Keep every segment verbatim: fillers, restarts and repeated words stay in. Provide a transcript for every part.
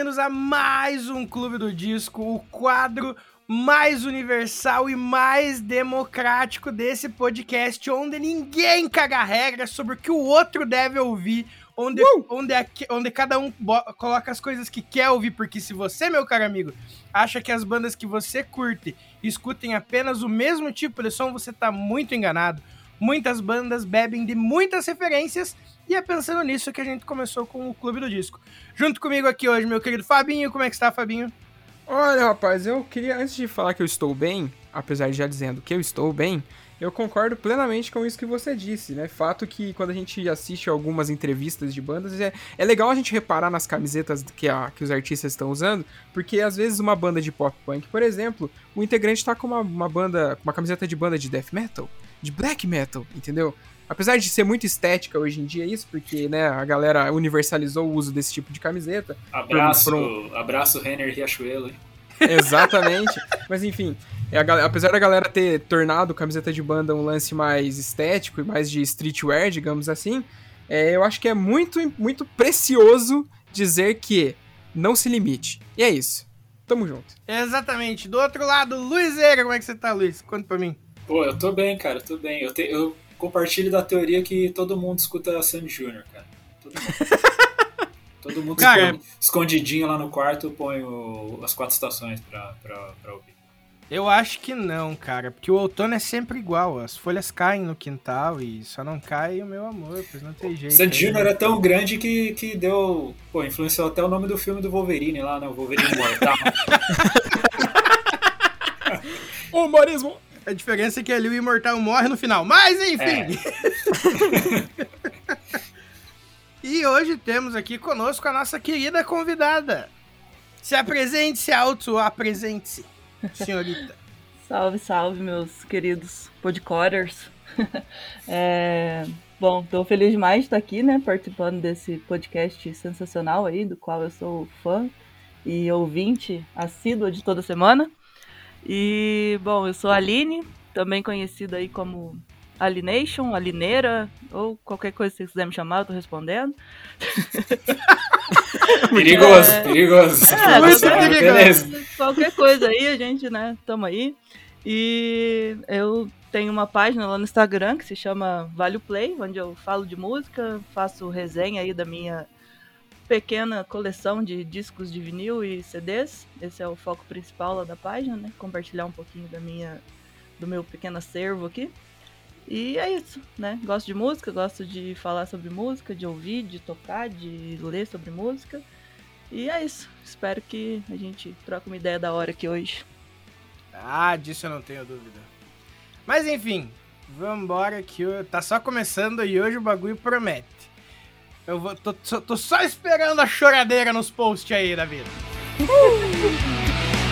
bem-vindos a mais um Clube do Disco, o quadro mais universal e mais democrático desse podcast, onde ninguém caga regra sobre o que o outro deve ouvir, onde, uh! onde, a, onde cada um bo- coloca as coisas que quer ouvir, porque se você, meu caro amigo, acha que as bandas que você curte escutem apenas o mesmo tipo de som, você tá muito enganado. Muitas bandas bebem de muitas referências e é pensando nisso que a gente começou com o Clube do Disco. Junto comigo aqui hoje, meu querido Fabinho. Como é que está, Fabinho? Olha, rapaz, eu queria, antes de falar que eu estou bem, apesar de já dizendo que eu estou bem, eu concordo plenamente com isso que você disse, né? Fato que quando a gente assiste algumas entrevistas de bandas, é, é legal a gente reparar nas camisetas que, a, que os artistas estão usando, porque às vezes uma banda de pop punk, por exemplo, o integrante tá com uma, uma banda, uma camiseta de banda de death metal, de black metal, entendeu? Apesar de ser muito estética hoje em dia isso, porque, né, a galera universalizou o uso desse tipo de camiseta. Abraço, por, por um... abraço Renner Riachuelo, hein? Exatamente. Mas enfim, é a, apesar da galera ter tornado camiseta de banda um lance mais estético e mais de streetwear, digamos assim, é, eu acho que é muito, muito precioso dizer que não se limite. E é isso. Tamo junto. Exatamente. Do outro lado, Luizeira, como é que você tá, Luiz? Conta pra mim. Pô, eu tô bem, cara, tô bem. Eu, te, eu compartilho da teoria que todo mundo escuta Sandy Júnior, cara. Todo mundo. Todo mundo cara, esconde, escondidinho lá no quarto põe o, as quatro estações pra, pra, pra ouvir. Eu acho que não, cara, porque o outono é sempre igual. As folhas caem no quintal e só não cai o meu amor, pois não tem jeito. Sandy Júnior é tão grande que, que deu. Pô, influenciou até o nome do filme do Wolverine lá, né? O Wolverine Mortal. Humorismo! A diferença é que ali o Imortal morre no final. Mas, enfim! É. E hoje temos aqui conosco a nossa querida convidada. Se apresente, se auto-apresente-se, senhorita. Salve, salve, meus queridos podcasters. é, bom, tô feliz demais de estar aqui, né, participando desse podcast sensacional aí, do qual eu sou fã e ouvinte assídua de toda semana. E, bom, eu sou a Aline, também conhecida aí como Alination, Alineira, ou qualquer coisa que você quiser me chamar, eu tô respondendo. Perigoso, é... perigoso. É, qualquer, beleza. Qualquer coisa aí, a gente, né, tamo aí. E eu tenho uma página lá no Instagram que se chama Vale o Play, onde eu falo de música, faço resenha aí da minha pequena coleção de discos de vinil e C Ds. Esse é o foco principal lá da página, né? Compartilhar um pouquinho da minha, do meu pequeno acervo aqui. E é isso, né? Gosto de música, gosto de falar sobre música, de ouvir, de tocar, de ler sobre música. E é isso. Espero que a gente troque uma ideia da hora aqui hoje. Ah, disso eu não tenho dúvida. Mas enfim, vamos embora que tá só começando e hoje o bagulho promete. Eu vou, tô, tô só esperando a choradeira nos posts aí da vida. Uh!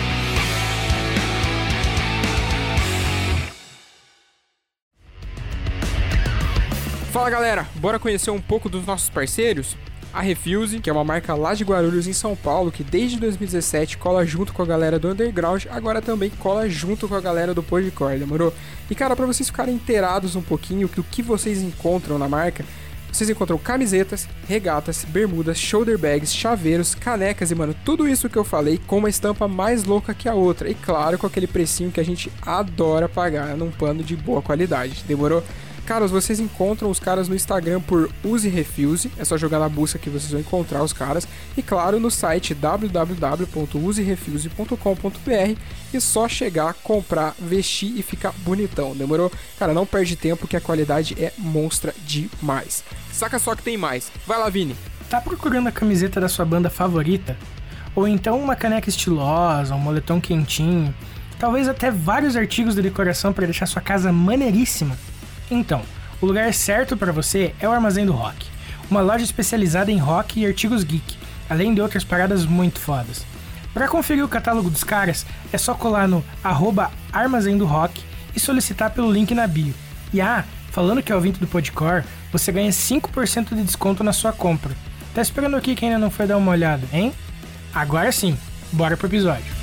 Fala galera, bora conhecer um pouco dos nossos parceiros? A Refuse, que é uma marca lá de Guarulhos em São Paulo, que desde dois mil e dezessete cola junto com a galera do Underground, agora também cola junto com a galera do Podcore, demorou? E cara, pra vocês ficarem inteirados um pouquinho do que vocês encontram na marca, vocês encontram camisetas, regatas, bermudas, shoulder bags, chaveiros, canecas e, mano, tudo isso que eu falei com uma estampa mais louca que a outra. E claro, com aquele precinho que a gente adora pagar num pano de boa qualidade, demorou? Caras, vocês encontram os caras no Instagram por Use Refuse, é só jogar na busca que vocês vão encontrar os caras. E claro, no site w w w ponto use refuse ponto com ponto b r e só chegar, comprar, vestir e ficar bonitão, demorou? Cara, não perde tempo que a qualidade é monstra demais. Saca só que tem mais. Vai lá, Vini. Tá procurando a camiseta da sua banda favorita? Ou então uma caneca estilosa, um moletom quentinho? Talvez até vários artigos de decoração para deixar sua casa maneiríssima? Então, o lugar certo para você é o Armazém do Rock, uma loja especializada em rock e artigos geek, além de outras paradas muito fodas. Para conferir o catálogo dos caras, é só colar no arroba Armazém do Rock e solicitar pelo link na bio. E ah, falando que é ouvinte do Podcore, você ganha cinco por cento de desconto na sua compra. Tá esperando aqui quem ainda não foi dar uma olhada, hein? Agora sim, bora pro episódio.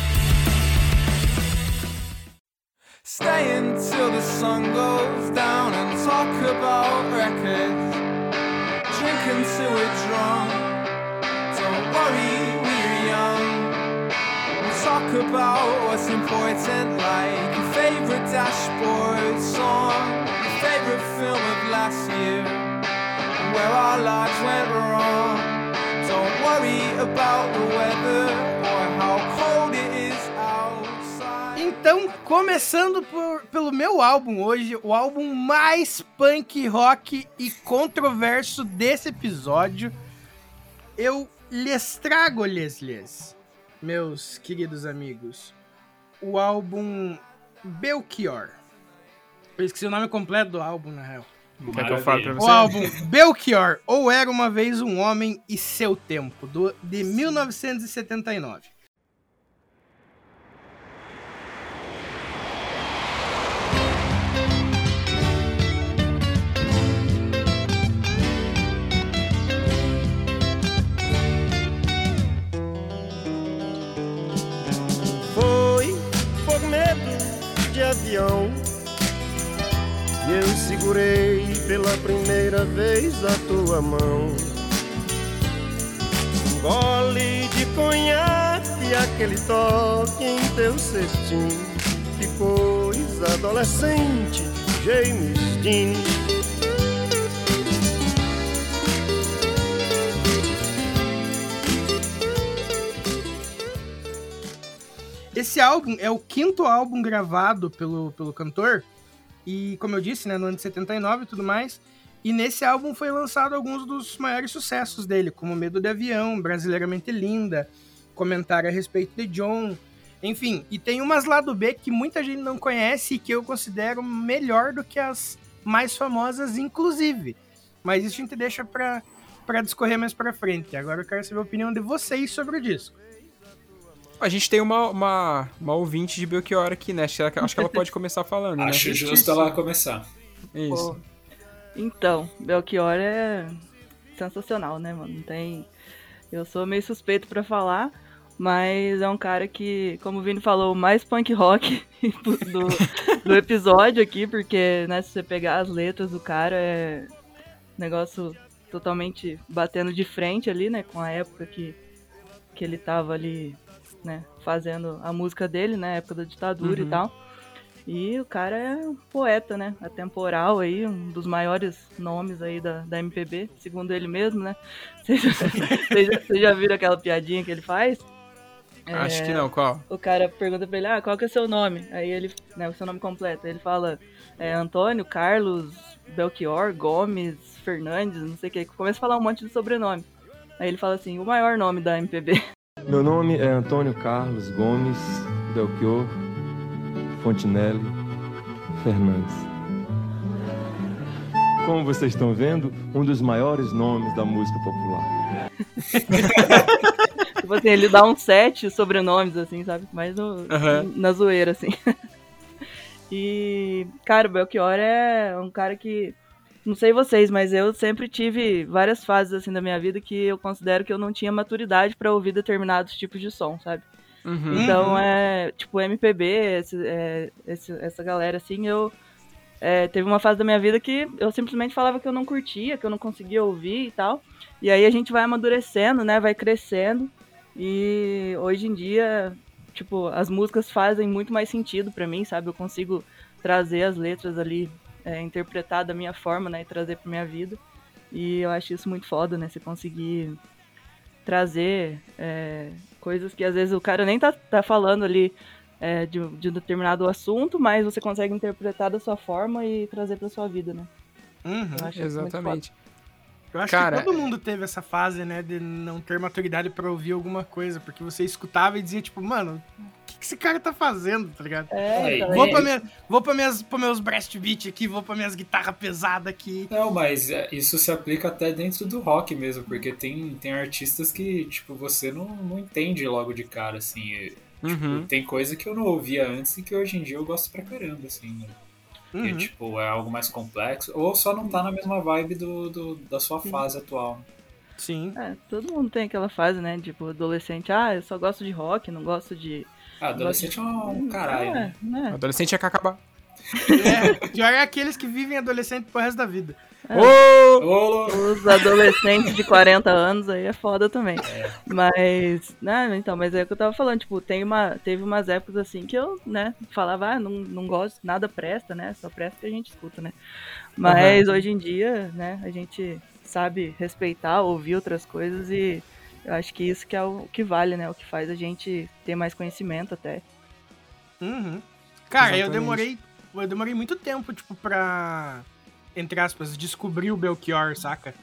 Stay until the sun goes down and talk about records. Drink until we're drunk. Don't worry, we talk about what's important, like your favorite dashboard song, your favorite film of last year, and where our lives went wrong. Don't worry about the weather or how cold it is outside. Então, começando por, pelo meu álbum hoje, o álbum mais punk rock e controverso desse episódio, eu lhes trago-lhes, lhes, meus queridos amigos, o álbum Belchior. Eu esqueci o nome completo do álbum, na real. Quer que eu fale pra você? O álbum Belchior, ou Era Uma Vez um Homem e Seu Tempo, do, de mil novecentos e setenta e nove. Foi por medo de avião e eu segurei pela primeira vez a tua mão. Um gole de conhaque e aquele toque em teu cetim, que coisa adolescente de James Dean. Esse álbum é o quinto álbum gravado pelo, pelo cantor. E, como eu disse, né, no ano de setenta e nove e tudo mais, e nesse álbum foi lançado alguns dos maiores sucessos dele, como Medo de Avião, Brasileiramente Linda, Comentário a Respeito de John, enfim. E tem umas lado B que muita gente não conhece e que eu considero melhor do que as mais famosas, inclusive. Mas isso a gente deixa pra, pra discorrer mais pra frente. Agora eu quero saber a opinião de vocês sobre o disco. A gente tem uma, uma, uma ouvinte de Belchior aqui, né? Acho que ela, acho que ela pode começar falando, né? Acho justo ela começar. Isso. Pô, então, Belchior é sensacional, né, mano? Não tem... Eu sou meio suspeito pra falar, mas é um cara que, como o Vini falou, o mais punk rock do, do episódio aqui, porque, né, se você pegar as letras do cara, é negócio totalmente batendo de frente ali, né, com a época que, que ele tava ali, né, fazendo a música dele, né, época da ditadura Uhum. e tal. E o cara é um poeta, né, atemporal aí, um dos maiores nomes aí da, da M P B, segundo ele mesmo, né. Vocês já, vocês já viram aquela piadinha que ele faz? Acho É, que não, qual? O cara pergunta pra ele, ah, qual que é o seu nome? Aí ele, né, o seu nome completo. Aí ele fala, é, Antônio, Carlos, Belchior, Gomes, Fernandes, não sei o que. Começa a falar um monte de sobrenome. Aí ele fala assim, o maior nome da M P B. Meu nome é Antônio Carlos Gomes Belchior Fontinelli Fernandes. Como vocês estão vendo, um dos maiores nomes da música popular. Tipo assim, ele dá uns sete sobrenomes, assim, sabe? Mas no, Uhum. na zoeira, assim. E, cara, o Belchior é um cara que... Não sei vocês, mas eu sempre tive várias fases, assim, da minha vida que eu considero que eu não tinha maturidade pra ouvir determinados tipos de som, sabe? Uhum. Então, é, tipo, M P B, esse, é, esse, essa galera, assim, eu... É, teve uma fase da minha vida que eu simplesmente falava que eu não curtia, que eu não conseguia ouvir e tal. E aí a gente vai amadurecendo, né? Vai crescendo. E hoje em dia, tipo, as músicas fazem muito mais sentido pra mim, sabe? Eu consigo trazer as letras ali, é, interpretar da minha forma, né? E trazer pra minha vida. E eu acho isso muito foda, né? Você conseguir trazer é, coisas que às vezes o cara nem tá, tá falando ali é, de, de um determinado assunto, mas você consegue interpretar da sua forma e trazer pra sua vida, né? Uhum. Eu acho isso muito Exatamente. Eu acho Cara, que todo mundo teve essa fase, né, de não ter maturidade pra ouvir alguma coisa, porque você escutava e dizia, tipo, mano, o que, que esse cara tá fazendo, tá ligado? É, Aí, então, Vou é- pra, minha, vou pra, minhas, pra meus breast beat aqui, vou pra minhas guitarras pesadas aqui. Não, mas é, isso se aplica até dentro do rock mesmo, porque tem, tem artistas que, tipo, você não, não entende logo de cara, assim. E, tipo, Uhum. tem coisa que eu não ouvia antes e que hoje em dia eu gosto pra caramba, assim, né? Uhum. E, tipo, é algo mais complexo, ou só não tá na mesma vibe do, do- da sua fase atual. Sim. É, todo mundo tem aquela fase, né? Tipo, adolescente, ah, eu só gosto de rock, não gosto de... Ah, adolescente é um caralho, né? É, né? Adolescente é que acabar. É, pior é aqueles que vivem adolescente pro resto da vida. Ô! Ô, Os adolescentes de quarenta anos aí é foda também. Mas, né, então, mas é o que eu tava falando, tipo, tem uma, teve umas épocas assim que eu, né, falava, ah, não, não gosto, nada presta, né, só presta que a gente escuta, né. Mas hoje em dia, né, a gente sabe respeitar, ouvir outras coisas e eu acho que isso que é o que vale, né, o que faz a gente ter mais conhecimento até. Uhum. Cara, eu Exatamente. demorei, eu demorei muito tempo, tipo, pra, entre aspas, descobrir o Belchior, saca?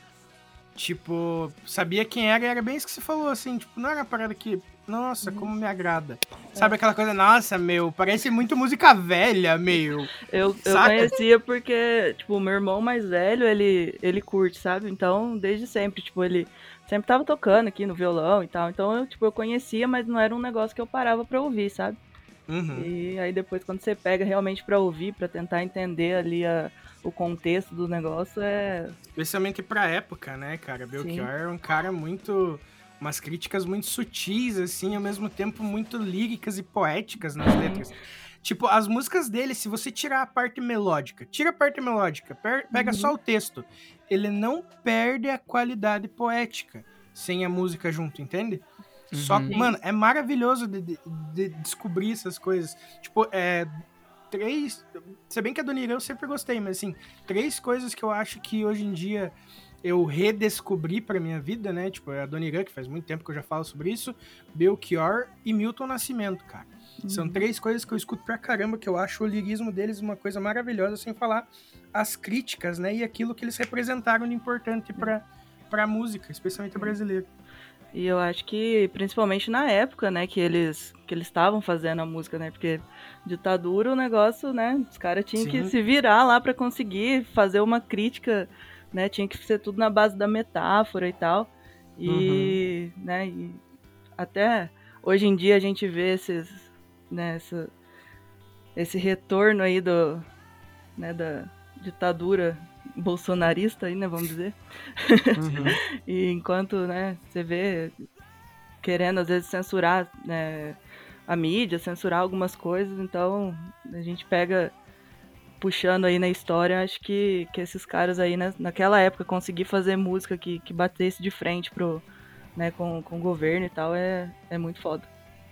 Tipo, sabia quem era e era bem isso que você falou, assim, tipo, não era uma parada que, nossa, como me agrada. Sabe aquela coisa, nossa, meu, parece muito música velha, meu. Eu, eu Saca? conhecia porque, tipo, o meu irmão mais velho, ele, ele curte, sabe? Então, desde sempre, tipo, ele sempre tava tocando aqui no violão e tal. Então, eu, tipo, eu conhecia, mas não era um negócio que eu parava pra ouvir, sabe? Uhum. E aí depois, quando você pega realmente pra ouvir, pra tentar entender ali a, o contexto do negócio, é... Especialmente pra época, né, cara? Belchior é um cara muito... umas críticas muito sutis, assim, ao mesmo tempo muito líricas e poéticas nas letras. Tipo, as músicas dele, se você tirar a parte melódica, tira a parte melódica, per- pega Uhum. só o texto, ele não perde a qualidade poética sem a música junto, entende? Só Uhum. que, mano, é maravilhoso de, de- de descobrir essas coisas. Tipo, é... Três... Se bem que a Dona Irã eu sempre gostei, mas assim, três coisas que eu acho que hoje em dia eu redescobri pra minha vida, né? Tipo, a Dona Irã, que faz muito tempo que eu já falo sobre isso, Belchior e Milton Nascimento, cara. São três coisas que eu escuto pra caramba, que eu acho o lirismo deles uma coisa maravilhosa, sem falar as críticas, né? E aquilo que eles representaram de importante pra, pra música, especialmente a brasileira. E eu acho que, principalmente na época, né, que eles que eles estavam fazendo a música, né, porque ditadura, o negócio, né, os caras tinham Sim. que se virar lá pra conseguir fazer uma crítica, né, tinha que ser tudo na base da metáfora e tal. E, né, e até hoje em dia a gente vê esses, né, essa, esse retorno aí do, né, da ditadura bolsonarista aí, né, vamos dizer. Uhum. E enquanto, né, você vê querendo às vezes censurar, né, a mídia, censurar algumas coisas, então a gente pega puxando aí na história, acho que, que esses caras aí, né, naquela época, conseguir fazer música que, que batesse de frente pro, né, com, com o governo e tal, é, é muito foda.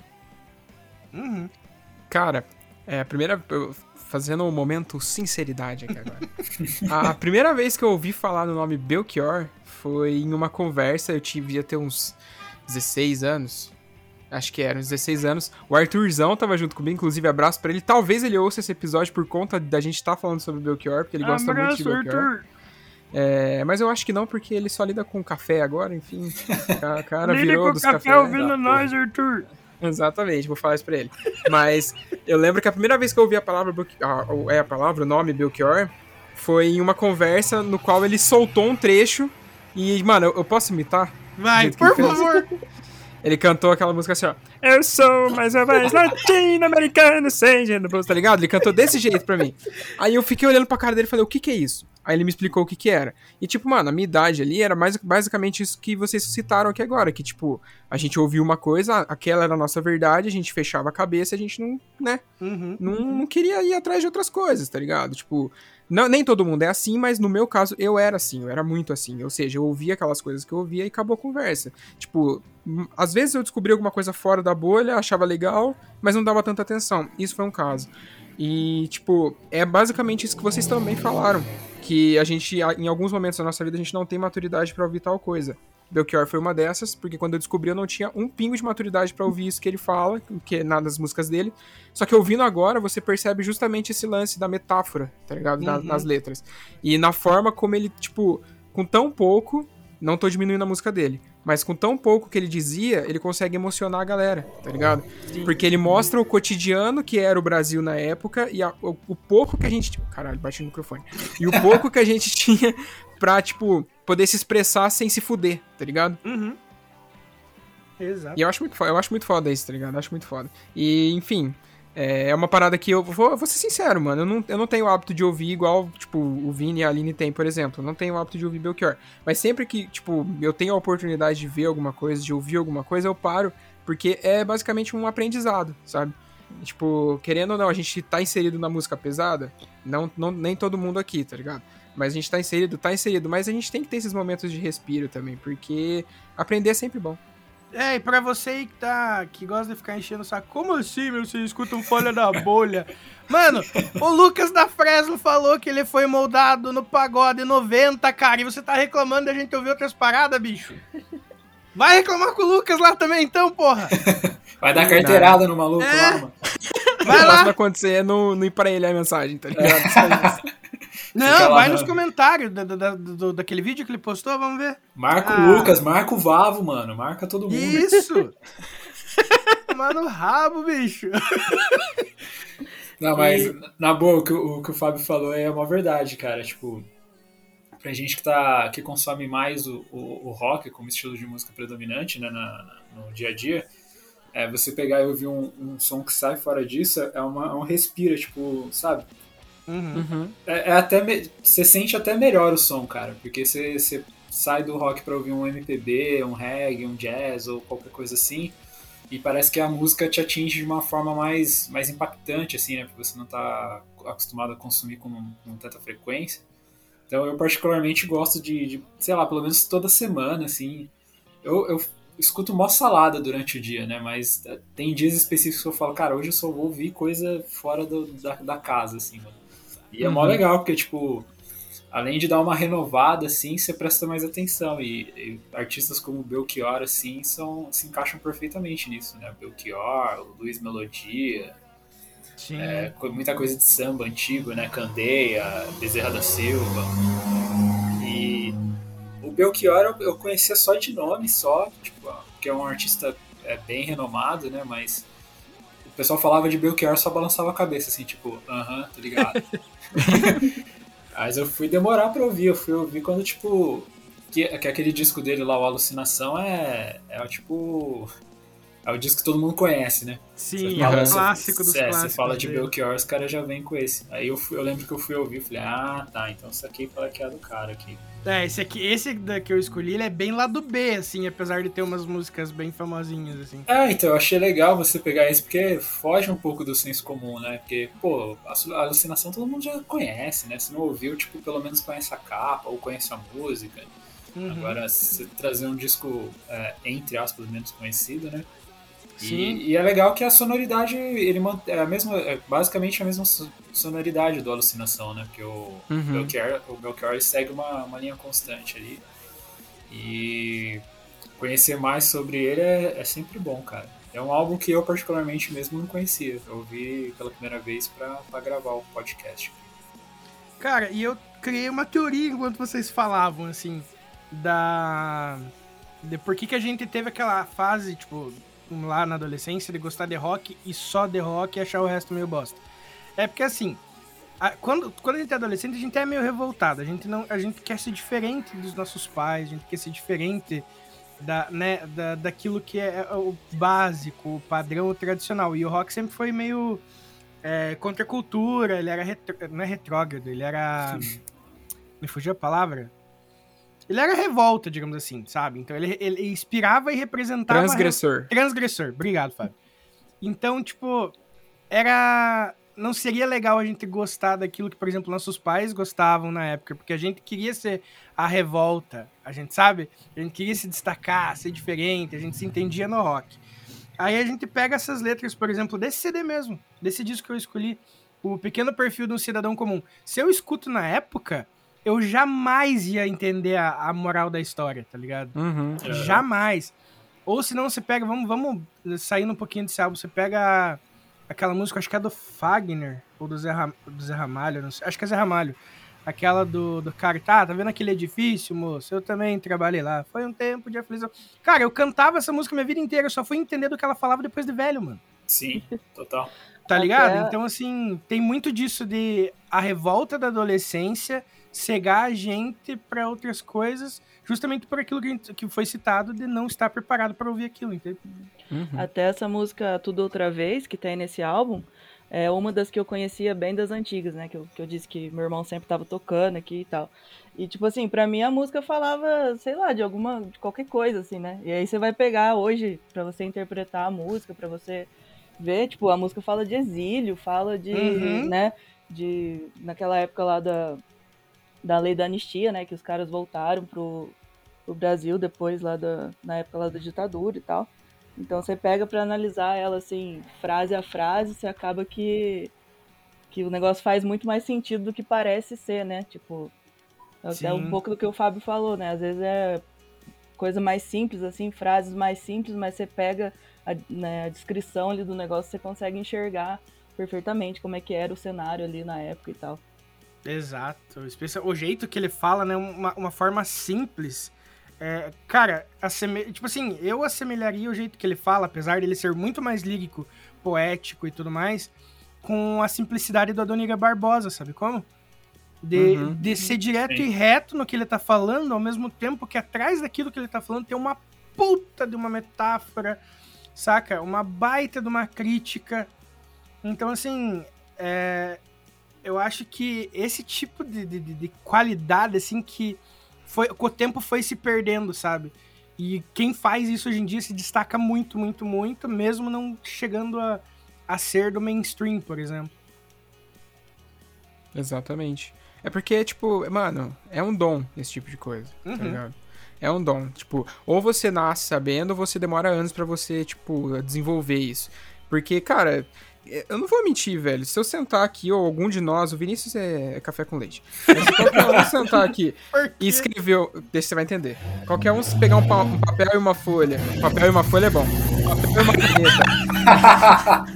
Uhum. Cara, é a primeira... eu- Fazendo um momento sinceridade aqui agora. A, a primeira vez que eu ouvi falar no nome Belchior foi em uma conversa, eu devia ter uns dezesseis anos. Acho que eram uns dezesseis anos. O Arthurzão tava junto comigo, inclusive abraço pra ele. Talvez ele ouça esse episódio por conta da gente estar falando sobre Belchior, porque ele gosta muito de Belchior. É, mas eu acho que não, porque ele só lida com café agora, enfim. O cara virou dos cafés. ouvindo nós, Arthur. Exatamente, vou falar isso pra ele. Mas eu lembro que a primeira vez que eu ouvi a palavra, Belchior, a, é a palavra, o nome Belchior, foi em uma conversa no qual ele soltou um trecho e, mano, eu, eu posso imitar? Vai, Do jeito que ele por fez? favor. Ele cantou aquela música assim, ó. Eu sou mais ou menos latino-americano, sem gênero, tá ligado? Ele cantou desse jeito pra mim. Aí eu fiquei olhando pra cara dele e falei, o que que é isso? Aí ele me explicou o que que era. E tipo, mano, a minha idade ali era mais, basicamente isso que vocês citaram aqui agora. Que tipo, a gente ouvia uma coisa, aquela era a nossa verdade, a gente fechava a cabeça e a gente não, né, Uhum. não, não queria ir atrás de outras coisas, tá ligado? Tipo, não, nem todo mundo é assim, mas no meu caso eu era assim, eu era muito assim. Ou seja, eu ouvia aquelas coisas que eu ouvia e acabou a conversa. Tipo, hum, às vezes eu descobri alguma coisa fora da bolha, achava legal, mas não dava tanta atenção. Isso foi um caso. E, tipo, é basicamente isso que vocês também falaram. Que a gente, em alguns momentos da nossa vida, a gente não tem maturidade pra ouvir tal coisa. Belchior foi uma dessas, porque quando eu descobri eu não tinha um pingo de maturidade pra ouvir isso que ele fala, que é nada das músicas dele. Só que ouvindo agora, você percebe justamente esse lance da metáfora, tá ligado? Na- Uhum. nas letras. E na forma como ele, tipo, com tão pouco, não tô diminuindo a música dele, mas com tão pouco que ele dizia, ele consegue emocionar a galera, tá ligado? Porque ele mostra o cotidiano que era o Brasil na época e a- o, o pouco que a gente... Caralho, bati no microfone. E o pouco que a gente tinha pra, tipo, poder se expressar sem se fuder, tá ligado? Uhum. Exato. E eu acho muito foda, eu acho muito foda isso, tá ligado? Eu acho muito foda. E, enfim, é é uma parada que eu vou, vou ser sincero, mano. Eu não, eu não tenho o hábito de ouvir igual, tipo, o Vini e a Aline tem, por exemplo. Eu não tenho o hábito de ouvir Belchior. Mas sempre que, tipo, eu tenho a oportunidade de ver alguma coisa, de ouvir alguma coisa, eu paro, porque é basicamente um aprendizado, sabe? Tipo, querendo ou não, a gente tá inserido na música pesada, não, não, nem todo mundo aqui, tá ligado? Mas a gente tá inserido, tá inserido, mas a gente tem que ter esses momentos de respiro também, porque aprender é sempre bom. É, e pra você aí que, tá, que gosta de ficar enchendo o saco, como assim, meu, você escuta um Folha da Bolha? Mano, o Lucas da Fresno falou que ele foi moldado no pagode noventa, cara, e você tá reclamando da gente ouvir outras paradas, bicho? Vai reclamar com o Lucas lá também, então, porra! Vai dar carteirada no maluco É. lá, mano. Vai O lá! que vai acontecer é não, não ir pra ele a mensagem, tá ligado? Só isso. Não, Fica lá, vai né? nos comentários da, da, do, daquele vídeo que ele postou, vamos ver. Marca Ah. o Lucas, marca o Vavo, mano. Marca todo mundo. Isso! Mano, rabo, bicho! Não, mas na boa, o que o, o que o Fábio falou é uma verdade, cara. Tipo, pra gente que, tá, que consome mais o, o, o rock como estilo de música predominante, né, na, na- no dia a dia, é, você pegar e ouvir um, um som que sai fora disso é, uma, é um respiro, tipo, sabe? Uhum. Uhum. É, é até me- você sente até melhor o som, cara, porque você, você sai do rock pra ouvir um M P B, um reggae, um jazz ou qualquer coisa assim, e parece que a música te atinge de uma forma mais, mais impactante, assim, né? Porque você não tá acostumado a consumir com, com tanta frequência. Então eu particularmente gosto de, de, sei lá, pelo menos toda semana, assim. Eu, eu escuto mó salada durante o dia, né? Mas tem dias específicos que eu falo, cara, hoje eu só vou ouvir coisa fora do, da, da casa, assim, mano. E é mó legal, porque, tipo, além de dar uma renovada, assim, você presta mais atenção. E, e artistas como o Belchior, assim, são, se encaixam perfeitamente nisso, né? O Belchior, o Luiz Melodia, Sim. é, co- muita coisa de samba antigo, né? Candeia, Bezerra da Silva. E o Belchior eu, eu conhecia só de nome, só, tipo, que é um artista é, bem renomado, né? Mas o pessoal falava de Belchior, só balançava a cabeça, assim, tipo, aham, tô ligado. Mas eu fui demorar pra ouvir, eu fui ouvir quando, tipo, que, que aquele disco dele lá, o Alucinação, é, é o tipo... É o disco que todo mundo conhece, né? Sim, Você é fala- o clássico dos é, clássicos. Você fala de dele. Belchior, os caras já vêm com esse. Aí eu, fui- eu lembro que eu fui ouvir e falei, ah, tá, então isso aqui fala que é do cara aqui. É, esse aqui, esse da que eu escolhi, ele é bem lá do B, assim, apesar de ter umas músicas bem famosinhas, assim. Ah, então eu achei legal você pegar isso, porque foge um pouco do senso comum, né? Porque, pô, a su- a Alucinação todo mundo já conhece, né? Se não ouviu, tipo, pelo menos conhece a capa ou conhece a música. Uhum. Agora, se trazer um disco, é, entre aspas, menos conhecido, né? Sim. E, e é legal que a sonoridade, ele mant- é a mesma, é basicamente a mesma so- sonoridade do Alucinação, né? Porque o Uhum. Belchior, o Belchior ele segue uma, uma linha constante ali. E conhecer mais sobre ele é, é sempre bom, cara. É um álbum que eu particularmente mesmo não conhecia. Eu ouvi pela primeira vez pra, pra gravar o podcast. Cara, e eu criei uma teoria enquanto vocês falavam, assim, da... de por que que a gente teve aquela fase, tipo, lá na adolescência, de gostar de rock e só de rock e achar o resto meio bosta. É porque, assim, a- quando, quando a gente é adolescente, a gente é meio revoltado. A gente, não, a gente quer ser diferente dos nossos pais, a gente quer ser diferente da, né, da, daquilo que é o básico, o padrão, o tradicional. E o rock sempre foi meio... É, contra a cultura, ele era retro, não é retrógrado, ele era... Me fugiu a palavra? Ele era revolta, digamos assim, sabe? Então ele, ele inspirava e representava... Transgressor. Transgressor, obrigado, Fábio. Então, tipo, era... Não seria legal a gente gostar daquilo que, por exemplo, nossos pais gostavam na época, porque a gente queria ser a revolta, a gente sabe? A gente queria se destacar, ser diferente, a gente se entendia no rock. Aí a gente pega essas letras, por exemplo, desse C D mesmo, desse disco que eu escolhi, o Pequeno Perfil de um Cidadão Comum. Se eu escuto na época, eu jamais ia entender a, a moral da história, tá ligado? Uhum. É. Jamais. Ou se não, você pega, vamos, vamos saindo um pouquinho desse álbum, você pega aquela música, acho que é do Fagner, ou do Zé, Ram, do Zé Ramalho, não sei, acho que é Zé Ramalho. Aquela do, do cara, tá, tá vendo aquele edifício, moço? Eu também trabalhei lá. Foi um tempo de aflição. Cara, eu cantava essa música minha vida inteira, eu só fui entender do que ela falava depois de velho, mano. Sim, total. Tá Até- ligado? Então, assim, tem muito disso de a revolta da adolescência cegar a gente pra outras coisas, justamente por aquilo que, a gente- que foi citado de não estar preparado pra ouvir aquilo, entende? Uhum. Até essa música Tudo Outra Vez, que tem nesse álbum, é uma das que eu conhecia bem das antigas, né? Que eu, que eu disse que meu irmão sempre tava tocando aqui e tal. E, tipo assim, pra mim a música falava, sei lá, de alguma, de qualquer coisa, assim, né? E aí você vai pegar hoje pra você interpretar a música, pra você vê, tipo, a música fala de exílio, fala de, Uhum. né, de, naquela época lá da, da lei da anistia, né, que os caras voltaram pro, pro Brasil depois lá da, na época lá da ditadura e tal. Então você pega pra analisar ela, assim, frase a frase, você acaba que, que o negócio faz muito mais sentido do que parece ser, né, tipo, é Sim. um pouco do que o Fábio falou, né, às vezes é coisa mais simples, assim, frases mais simples, mas você pega a, né, a descrição ali do negócio, você consegue enxergar perfeitamente como é que era o cenário ali na época e tal. Exato. Especia- O jeito que ele fala, né? Uma, uma forma simples. É, cara, asseme... tipo assim, eu assemelharia o jeito que ele fala, apesar dele ser muito mais lírico, poético e tudo mais, com a simplicidade do Adoniran Barbosa, sabe como? De, Uhum. de ser direto Sim. e reto no que ele tá falando, ao mesmo tempo que atrás daquilo que ele tá falando tem uma puta de uma metáfora, saca? Uma baita de uma crítica. Então, assim, é, eu acho que esse tipo de, de, de qualidade, assim, que foi, com o tempo foi se perdendo, sabe? E quem faz isso hoje em dia se destaca muito, muito, muito, mesmo não chegando a, a ser do mainstream, por exemplo. Exatamente. É porque, tipo, mano, é um dom esse tipo de coisa, Uhum. tá ligado? É um dom. Tipo, ou você nasce sabendo, ou você demora anos pra você, tipo, desenvolver isso. Porque, cara, eu não vou mentir, velho. Se eu sentar aqui, ou algum de nós, o Vinícius é café com leite. Mas se qualquer um sentar aqui Por quê? e escrever. Deixa você vai entender. Qualquer um se pegar um, pa- um papel e uma folha. Um papel e uma folha é bom. Um papel e uma caneta.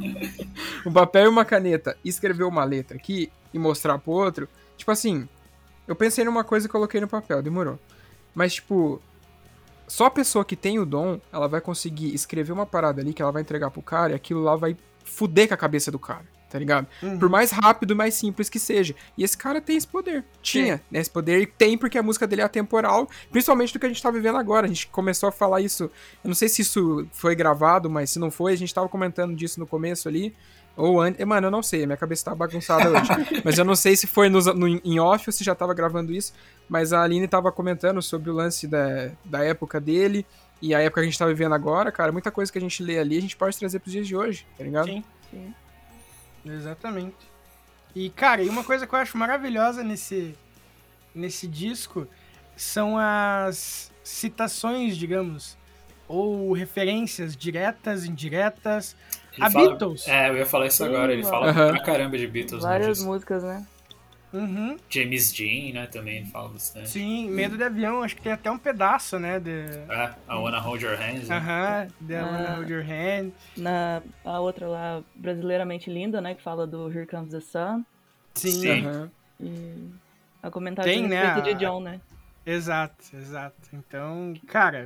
Um papel e uma caneta e escrever uma letra aqui e mostrar pro outro. Tipo assim, eu pensei numa coisa e coloquei no papel, demorou. Mas, tipo, só a pessoa que tem o dom, ela vai conseguir escrever uma parada ali que ela vai entregar pro cara e aquilo lá vai fuder com a cabeça do cara, tá ligado? Uhum. Por mais rápido e mais simples que seja. E esse cara tem esse poder. Tinha, né? Esse poder e tem porque a música dele é atemporal, principalmente do que a gente tá vivendo agora. A gente começou a falar isso, eu não sei se isso foi gravado, mas se não foi, a gente tava comentando disso no começo ali. Ou antes. Mano, eu não sei, minha cabeça tá bagunçada hoje. Mas eu não sei se foi no, no, em off ou se já tava gravando isso. Mas a Aline tava comentando sobre o lance da, da época dele e a época que a gente tá vivendo agora, cara. Muita coisa que a gente lê ali a gente pode trazer pros dias de hoje, tá ligado? Sim. Sim. Exatamente. E, cara, e uma coisa que eu acho maravilhosa nesse, nesse disco são as citações, digamos, ou referências diretas, indiretas, Ele a fala- Beatles. É, eu ia falar isso Sim, agora. Ele mano. fala Aham. pra caramba de Beatles. no Várias disco. músicas, né? Uhum. James Dean, né, também ele fala bastante. Sim, Medo de Avião, acho que tem até um pedaço, né, de... É, I Wanna Hold Your Hands. né? Aham, The I Wanna Ah. Hold Your Hand. Na, a outra lá, Brasileiramente Linda, né? Que fala do Here Comes the Sun. Sim, Sim. Aham. E a comentário Tem, a né, respeito a- de John, né? exato, exato. Então, cara,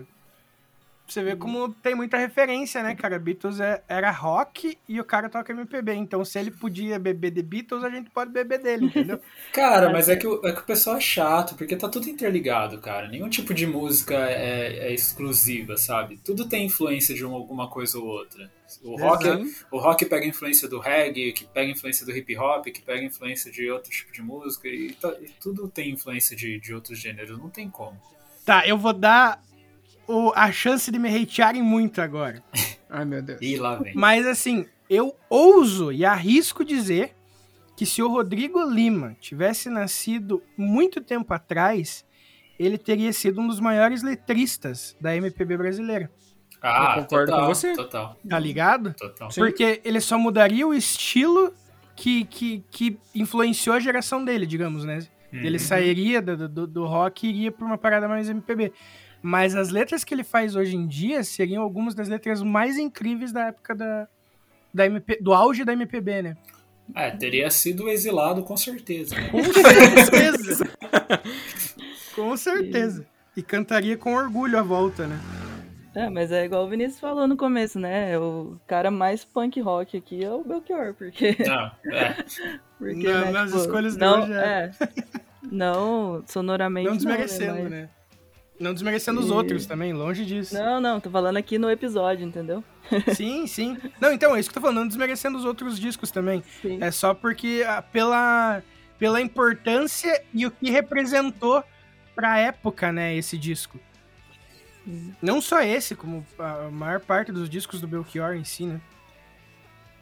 você vê como tem muita referência, né, cara? Beatles é- era rock e o cara toca M P B. Então, se ele podia beber de Beatles, a gente pode beber dele, entendeu? Cara, mas é que, o, é que o pessoal é chato, porque tá tudo interligado, cara. Nenhum tipo de música é, é exclusiva, sabe? Tudo tem influência de uma, alguma coisa ou outra. O rock, Exato. o rock pega influência do reggae, que pega influência do hip hop, que pega influência de outro tipo de música, e, tá- e tudo tem influência de, de outros gêneros, não tem como. Tá, eu vou dar o- a chance de me hatearem muito agora. Ai, meu Deus. E lá vem. Mas, assim, eu ouso e arrisco dizer que se o Rodrigo Lima tivesse nascido muito tempo atrás, ele teria sido um dos maiores letristas da M P B brasileira. Ah, Eu concordo total, com você. Total, Tá ligado? total. Sim. Porque ele só mudaria o estilo que, que, que influenciou a geração dele, digamos, né? Ele Uhum. sairia do, do, do rock e iria pra uma parada mais M P B. Mas as letras que ele faz hoje em dia seriam algumas das letras mais incríveis da época da, da M P, do auge da M P B, né? É, teria sido exilado com certeza. né? Com certeza! Com certeza. E cantaria com orgulho a volta, né? É, mas é igual o Vinícius falou no começo, né? O cara mais punk rock aqui é o Belchior, porque... Não, é. porque Na- né, nas tipo, escolhas de não, hoje, é. é. Não, sonoramente Não não, desmerecendo, né? Mas- né? Não desmerecendo os E- outros também, longe disso. Não, não, tô falando aqui no episódio, entendeu? Sim, sim. Não, então, é isso que eu tô falando, não desmerecendo os outros discos também. Sim. É só porque ah, pela, pela importância e o que representou pra época, né, esse disco. Sim. Não só esse, como a maior parte dos discos do Belchior em si, né?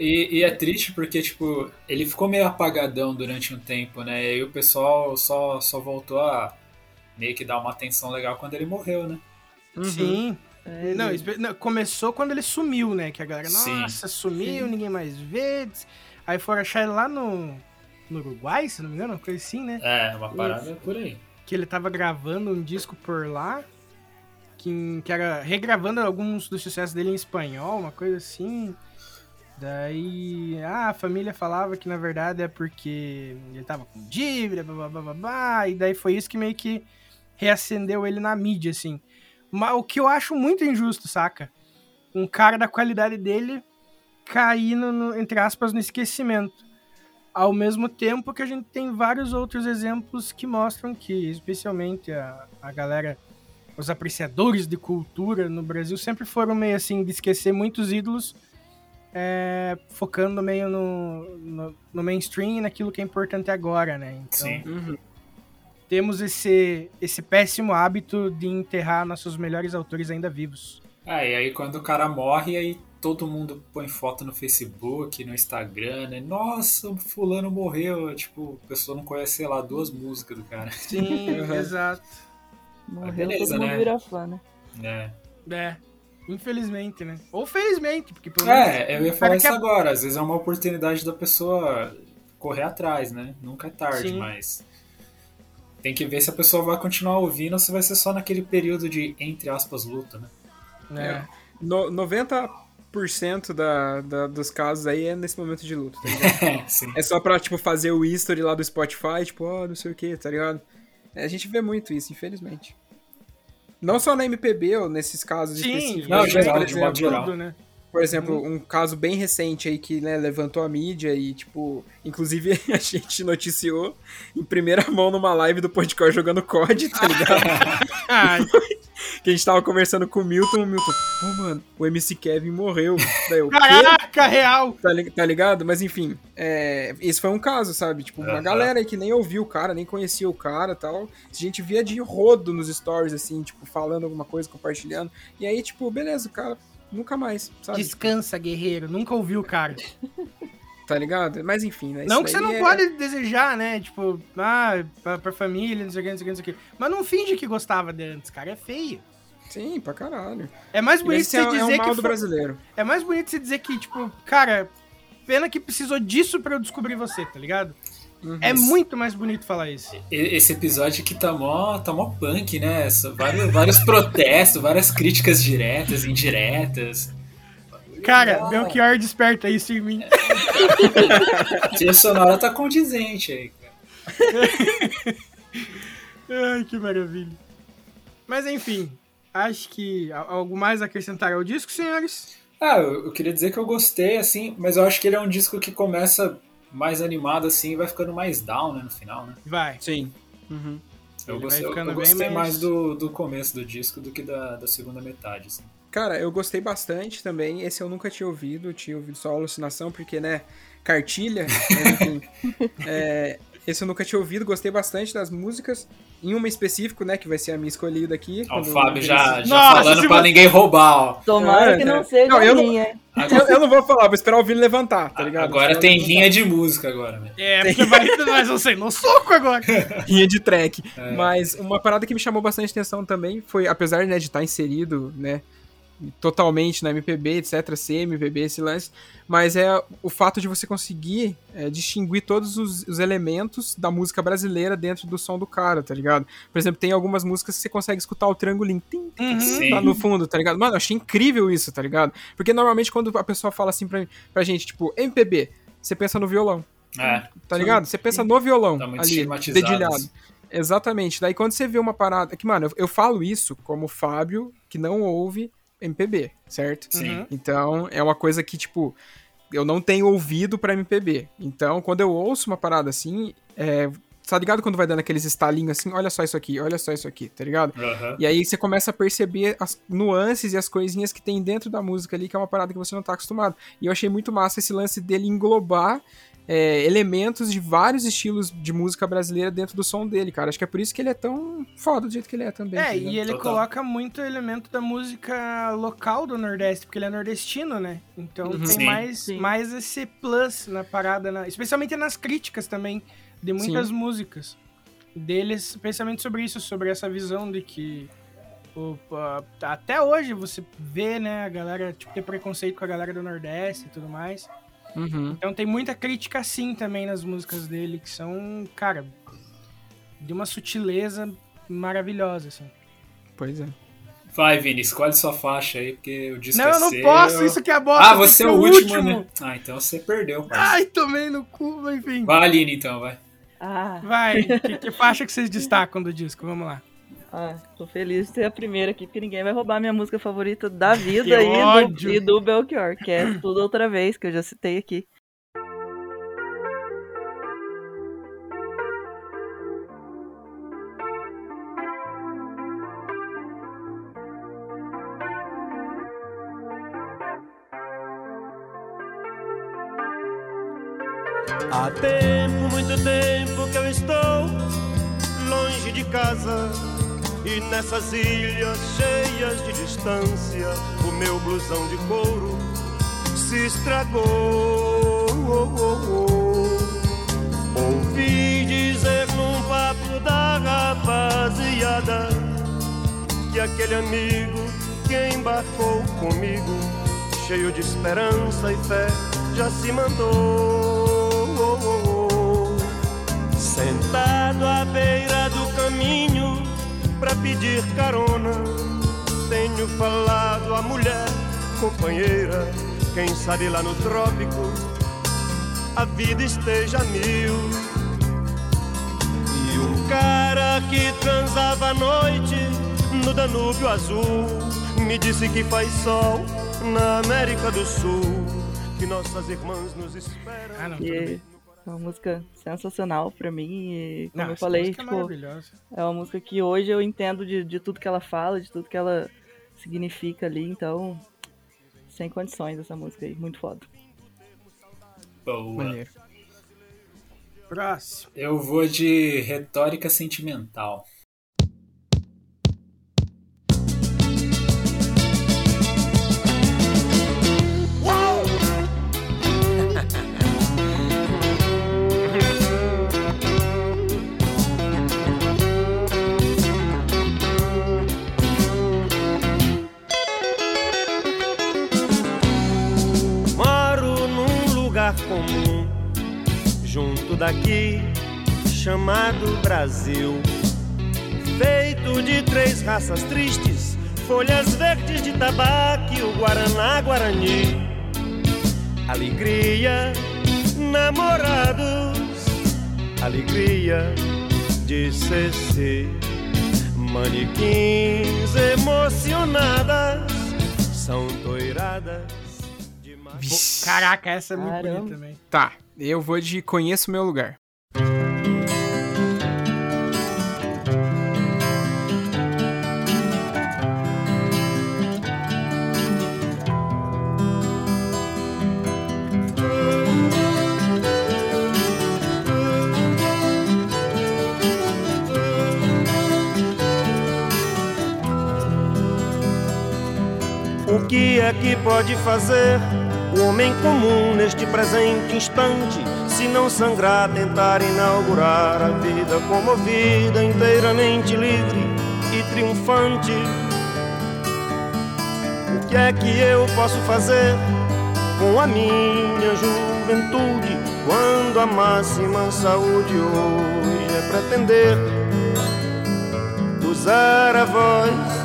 E, e é triste porque, tipo, ele ficou meio apagadão durante um tempo, né? E aí o pessoal só, só voltou a meio que dar uma atenção legal quando ele morreu, né? Uhum. Sim. É, Não, ele- espe- não, começou quando ele sumiu, né? Que a galera, Sim. nossa, sumiu, Sim. ninguém mais vê. Aí foram achar ele lá no, no Uruguai, se não me engano, uma coisa assim, né? É, uma parada por aí. Que ele tava gravando um disco por lá, que, que era regravando alguns dos sucessos dele em espanhol, uma coisa assim. Daí, ah, a família falava que na verdade é porque ele tava com dívida, blá, blá, blá, blá, blá, e daí foi isso que meio que reacendeu ele na mídia, assim. Mas o que eu acho muito injusto, saca? Um cara da qualidade dele cair, no, no- entre aspas, no esquecimento. Ao mesmo tempo que a gente tem vários outros exemplos que mostram que, especialmente a, a galera, os apreciadores de cultura no Brasil sempre foram meio assim de esquecer muitos ídolos, é, focando meio no, no, no mainstream e naquilo que é importante agora, né? Então, Sim. Uhum. temos esse, esse péssimo hábito de enterrar nossos melhores autores ainda vivos. Ah, e aí quando o cara morre, aí todo mundo põe foto no Facebook, no Instagram, né? Nossa, o fulano morreu. Tipo, a pessoa não conhece, sei lá, duas músicas do cara. Sim, Uhum. exato. Morreu, beleza, todo mundo né? vira fã, né? É. É, infelizmente, né? Ou felizmente, porque pelo menos... É, eu ia falar cara isso quer- agora. Às vezes é uma oportunidade da pessoa correr atrás, né? Nunca é tarde, Sim. mas tem que ver se a pessoa vai continuar ouvindo ou se vai ser só naquele período de, entre aspas, luta, né? É. No, noventa por cento da, da, dos casos aí é nesse momento de luto, tá ligado? É, sim. É só pra, tipo, fazer o history lá do Spotify, tipo, ó, não sei o que, tá ligado? É, a gente vê muito isso, infelizmente. Não só na M P B ou nesses casos Sim, específicos. Não, mas, geral, por de exemplo, modo geral. tudo, né? Por exemplo, um caso bem recente aí que, né, levantou a mídia e, tipo, inclusive a gente noticiou em primeira mão numa live do Podcore jogando C O D, tá ligado? Ai, Que a gente tava conversando com o Milton, o Milton, pô, mano, o M C Kevin morreu. Daí eu, quê? caraca, real! Tá, li- tá ligado? Mas enfim, é, esse foi um caso, sabe? Tipo, uma Aham. galera aí que nem ouviu o cara, nem conhecia o cara e tal. A gente via de rodo nos stories, assim, tipo, falando alguma coisa, compartilhando. E aí, tipo, beleza, o cara nunca mais, sabe? Descansa, guerreiro. Nunca ouviu o cara. Tá ligado? Mas enfim, né? Não isso que você daí não é- pode desejar, né? Tipo, ah, pra, pra família, não sei o que, não sei o que, não sei o que. Mas não finge que gostava de antes, cara. É feio. Sim, pra caralho. É mais E bonito esse você é, é dizer um mal que. do foi- brasileiro. É mais bonito você dizer que, tipo, cara, pena que precisou disso pra eu descobrir você, tá ligado? Uhum. É muito mais bonito falar isso. E- Esse episódio aqui tá mó, tá mó punk, né? Só Vários, vários protestos, várias críticas diretas, indiretas. Cara, Belchior desperta isso em mim. A trilha sonora tá condizente aí, cara. Ai, que maravilha. Mas enfim, acho que a- algo mais a acrescentar ao disco, senhores? Ah, eu, eu queria dizer que eu gostei, assim, mas eu acho que ele é um disco que começa mais animado, assim, e vai ficando mais down, né, no final, né? Vai. Sim. Uhum. Eu Ele gostei, vai eu, ficando eu bem gostei mais- mais do, do começo do disco do que da, da segunda metade, assim. Cara, eu gostei bastante também. Esse eu nunca tinha ouvido, eu tinha ouvido só Alucinação, porque, né, cartilha, mas enfim. É, esse eu nunca tinha ouvido, gostei bastante das músicas. Em uma específico, né, que vai ser a minha escolhida aqui. Ó, o quando Fábio eu- já, já Nossa, falando se pra você- ninguém roubar, ó. Tomara É, que não né? seja Não, eu não- minha. Eu, eu não vou falar, vou esperar o Vini levantar, tá ligado? Agora Vou tem esperar rinha de música agora, né? É, porque vai, nós vamos sair no soco agora. rinha de track. É. Mas uma parada que me chamou bastante atenção também foi, apesar, né, de estar inserido, né, totalmente na M P B, etc, ser M P B, esse lance, mas é o fato de você conseguir é, distinguir todos os, os elementos da música brasileira dentro do som do cara, tá ligado? Por exemplo, tem algumas músicas que você consegue escutar o triangulinho tim, tim, Sim. lá no fundo, tá ligado? Mano, eu achei incrível isso, tá ligado? Porque normalmente quando a pessoa fala assim pra, pra gente, tipo, M P B, você pensa no violão. É. Tá ligado? Você pensa no violão Tá muito ali, estigmatizado, dedilhado. assim. Exatamente. Daí quando você vê uma parada... Que, mano, eu, eu falo isso como Fábio, que não ouve M P B, certo? Sim. Então, é uma coisa que, tipo, eu não tenho ouvido pra M P B. Então, quando eu ouço uma parada assim, é... Tá ligado quando vai dando aqueles estalinhos assim? Olha só isso aqui, olha só isso aqui, tá ligado? Aham. E aí você começa a perceber as nuances e as coisinhas que tem dentro da música ali, que é uma parada que você não tá acostumado. E eu achei muito massa esse lance dele englobar é, elementos de vários estilos de música brasileira dentro do som dele, cara. Acho que é por isso que ele é tão foda do jeito que ele é também. É, tá e ele Total. coloca muito elemento da música local do Nordeste, porque ele é nordestino, né? Então Uhum. tem Sim. mais, Sim. mais esse plus na parada, na- especialmente nas críticas também, de muitas Sim. músicas deles, especialmente sobre isso, sobre essa visão de que o- a- até hoje você vê, né, a galera tipo, ter preconceito com a galera do Nordeste e tudo mais. Uhum. Então tem muita crítica assim também nas músicas dele, que são, cara, de uma sutileza maravilhosa, assim. Pois é. Vai, Vini, escolhe sua faixa aí, porque o disco Não, é eu não seu. posso, isso que é a bosta. Ah, tem que você é ser o último, né? Ah, então você perdeu, parceiro. Ai, tomei no cu, mas enfim. Vai, Aline, então, vai. Ah, Vai, que, que faixa que vocês destacam do disco? Vamos lá. ah, tô feliz de ser a primeira aqui, porque ninguém vai roubar minha música favorita da vida Que e do, ódio. e do Belchior, que é Tudo Outra Vez, que eu já citei aqui. Há tempo, muito tempo que eu estou longe de casa. E nessas ilhas cheias de distância, o meu blusão de couro se estragou. Oh, oh, oh. Ouvi dizer num papo da rapaziada que aquele amigo que embarcou comigo, cheio de esperança e fé, já se mandou. Oh, oh, oh. Sentado à beira do caminho pra pedir carona, tenho falado à mulher companheira, quem sabe lá no trópico a vida esteja a mil. E um cara que transava à noite no Danúbio Azul me disse que faz sol na América do Sul, que nossas irmãs nos esperam. Ah, não, tudo E bem. é uma música sensacional pra mim e, como Não, eu essa falei, música é tipo, maravilhosa. é uma música que hoje eu entendo de, de tudo que ela fala, de tudo que ela significa ali, então, sem condições essa música aí, muito foda. Boa. Maneiro. Próximo. Eu vou de retórica sentimental. Moro num lugar comum, junto daqui, chamado Brasil. Feito de três raças tristes, folhas verdes de tabaco e o Guaraná Guarani. Alegria, namorados, alegria de C C. Manequins emocionadas, são toiradas demais. Caraca, essa é muito Caramba. bonita também. Tá, eu vou de Conheço Meu Lugar. O que é que pode fazer o homem comum neste presente instante, se não sangrar, tentar inaugurar a vida comovida, inteiramente livre e triunfante? O que é que eu posso fazer com a minha juventude, quando a máxima saúde hoje é pretender usar a voz?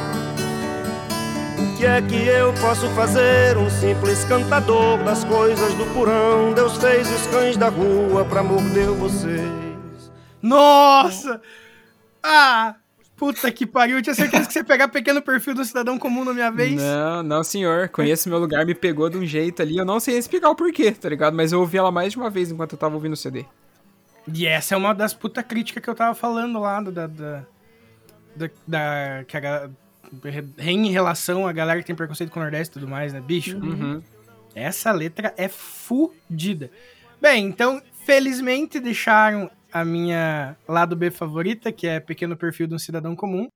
O que é que eu posso fazer? Um simples cantador das coisas do porão. Deus fez os cães da rua pra morder vocês. Nossa! Ah! Puta que pariu, eu tinha certeza que você ia pegar pequeno perfil do cidadão comum na minha vez. Não, não, senhor. Conheço Meu Lugar, me pegou de um jeito ali. Eu não sei explicar o porquê, tá ligado? Mas eu ouvi ela mais de uma vez enquanto eu tava ouvindo o C D. E essa é uma das puta críticas que eu tava falando lá, da... da, da, da que a, em relação à galera que tem preconceito com o Nordeste e tudo mais, né, bicho? Uhum. Essa letra é fudida. Bem, então, felizmente deixaram a minha lado B favorita, que é Pequeno Perfil de um Cidadão Comum.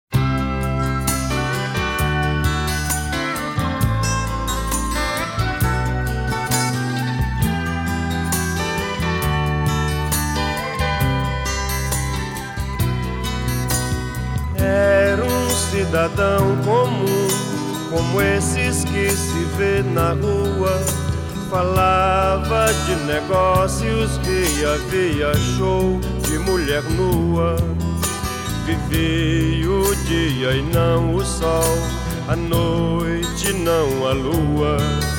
Era um cidadão comum, como esses que se vê na rua. Falava de negócios que havia show de mulher nua. Vivia o dia e não o sol, a noite não a lua.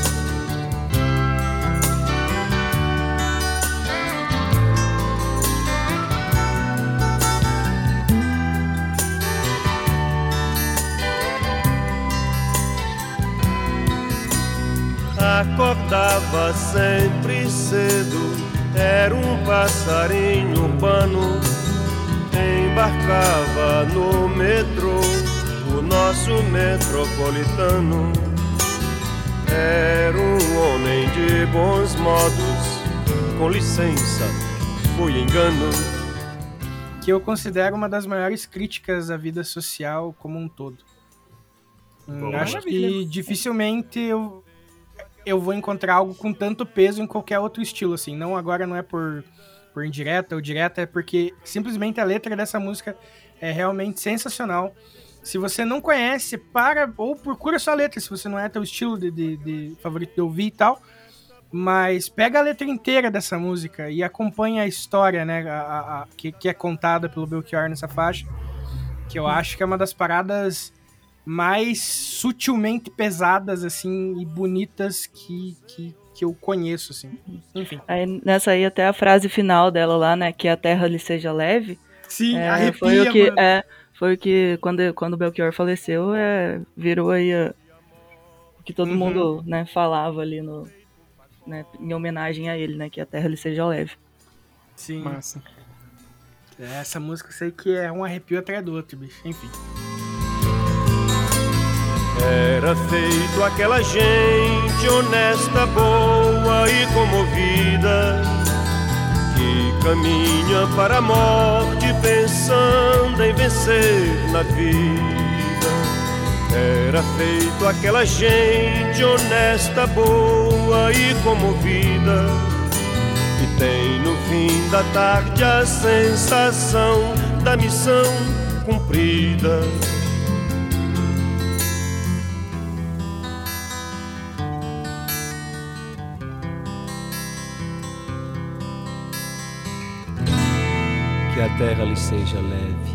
Acordava sempre cedo, era um passarinho urbano. Embarcava no metrô, o nosso metropolitano. Era um homem de bons modos, com licença, foi engano. Que eu considero uma das maiores críticas à vida social como um todo. Hum, acho que dificilmente eu... eu vou encontrar algo com tanto peso em qualquer outro estilo, assim. Não, agora não é por, por indireta ou direta, é porque simplesmente a letra dessa música é realmente sensacional. Se você não conhece, para ou procura sua letra, se você não é teu estilo de, de, de favorito de ouvir e tal. Mas pega a letra inteira dessa música e acompanha a história, né, a, a, a, que, que é contada pelo Belchior nessa faixa, que eu acho que é uma das paradas mais sutilmente pesadas, assim, e bonitas que, que, que eu conheço, assim. Enfim. Aí, nessa aí, até a frase final dela lá, né, que a terra lhe seja leve. Sim, é, arrepia, foi o que, mano. é, foi o que, quando, quando o Belchior faleceu, é, virou aí a, o que todo Uhum. mundo, né, falava ali no, né, em homenagem a ele, né, que a terra lhe seja leve. Sim. Massa. Essa música eu sei que é um arrepio atrás do outro, bicho. Enfim. Era feito aquela gente honesta, boa e comovida, que caminha para a morte pensando em vencer na vida. Era feito aquela gente honesta, boa e comovida, que tem no fim da tarde a sensação da missão cumprida. Que a terra lhe seja leve.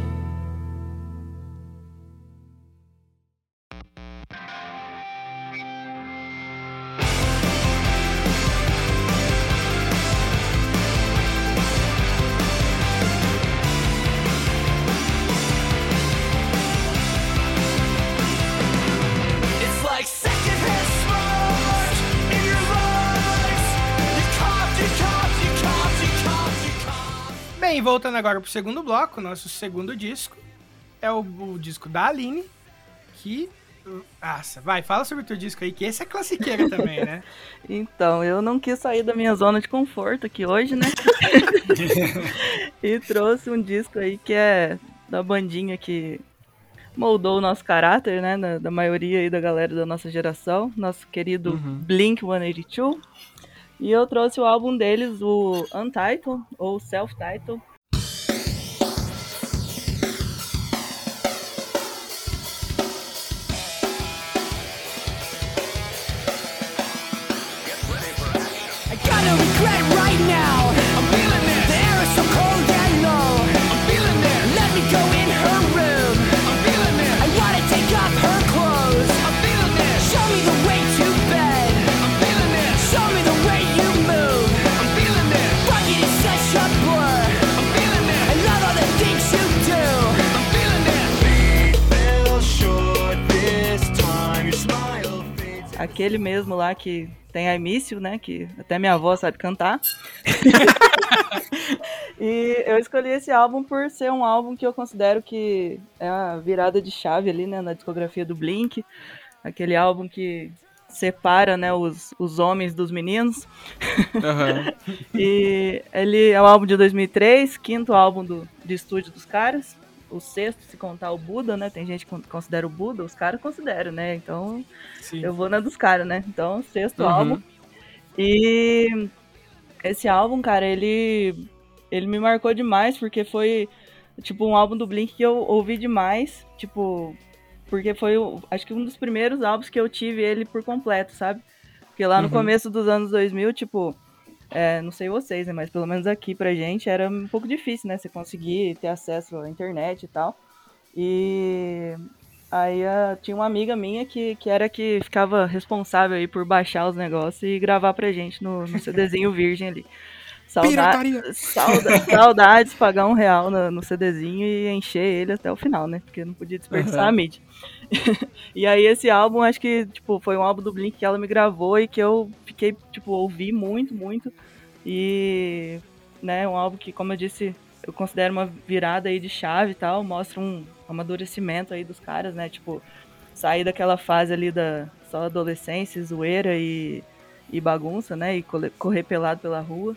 Bem, voltando agora pro segundo bloco, nosso segundo disco é o, o disco da Aline, que... Nossa, vai, fala sobre o teu disco aí, que esse é classiqueira também, né? Então, eu não quis sair da minha zona de conforto aqui hoje, né? E trouxe um disco aí que é da bandinha que moldou o nosso caráter, né? Da, da maioria aí da galera da nossa geração, nosso querido Uhum. Blink one eighty-two. E eu trouxe o álbum deles, o Untitled, ou Self-Titled. Aquele mesmo lá que tem I Miss You, né? Que até minha avó sabe cantar. E eu escolhi esse álbum por ser um álbum que eu considero que é a virada de chave ali, né? Na discografia do Blink. Aquele álbum que separa, né, os, os homens dos meninos. Uhum. E ele é o álbum de dois mil e três, quinto álbum do, de estúdio dos caras. O sexto, se contar o Buda, né? Tem gente que considera o Buda, os caras consideram, né? Então, Sim. eu vou na dos caras, né? Então, sexto uhum. álbum. E esse álbum, cara, ele, ele me marcou demais, porque foi, tipo, um álbum do Blink que eu ouvi demais, tipo, porque foi, acho que um dos primeiros álbuns que eu tive ele por completo, sabe? Porque lá no uhum. começo dos anos dois mil, tipo, é, não sei vocês, né, mas pelo menos aqui pra gente era um pouco difícil, né, você conseguir ter acesso à internet e tal. E aí uh, tinha uma amiga minha que, que era que ficava responsável aí por baixar os negócios e gravar pra gente no, no CDzinho virgem ali. Sauda sauda saudades, pagar um real no, no CDzinho e encher ele até o final, né? Porque não podia desperdiçar uhum. a mídia. E aí esse álbum, acho que tipo, foi um álbum do Blink que ela me gravou e que eu fiquei, tipo, ouvi muito, muito. E, né, um álbum que, como eu disse, eu considero uma virada aí de chave e tal, mostra um amadurecimento aí dos caras, né? Tipo, sair daquela fase ali da só adolescência, zoeira e... e bagunça, né, e correr pelado pela rua,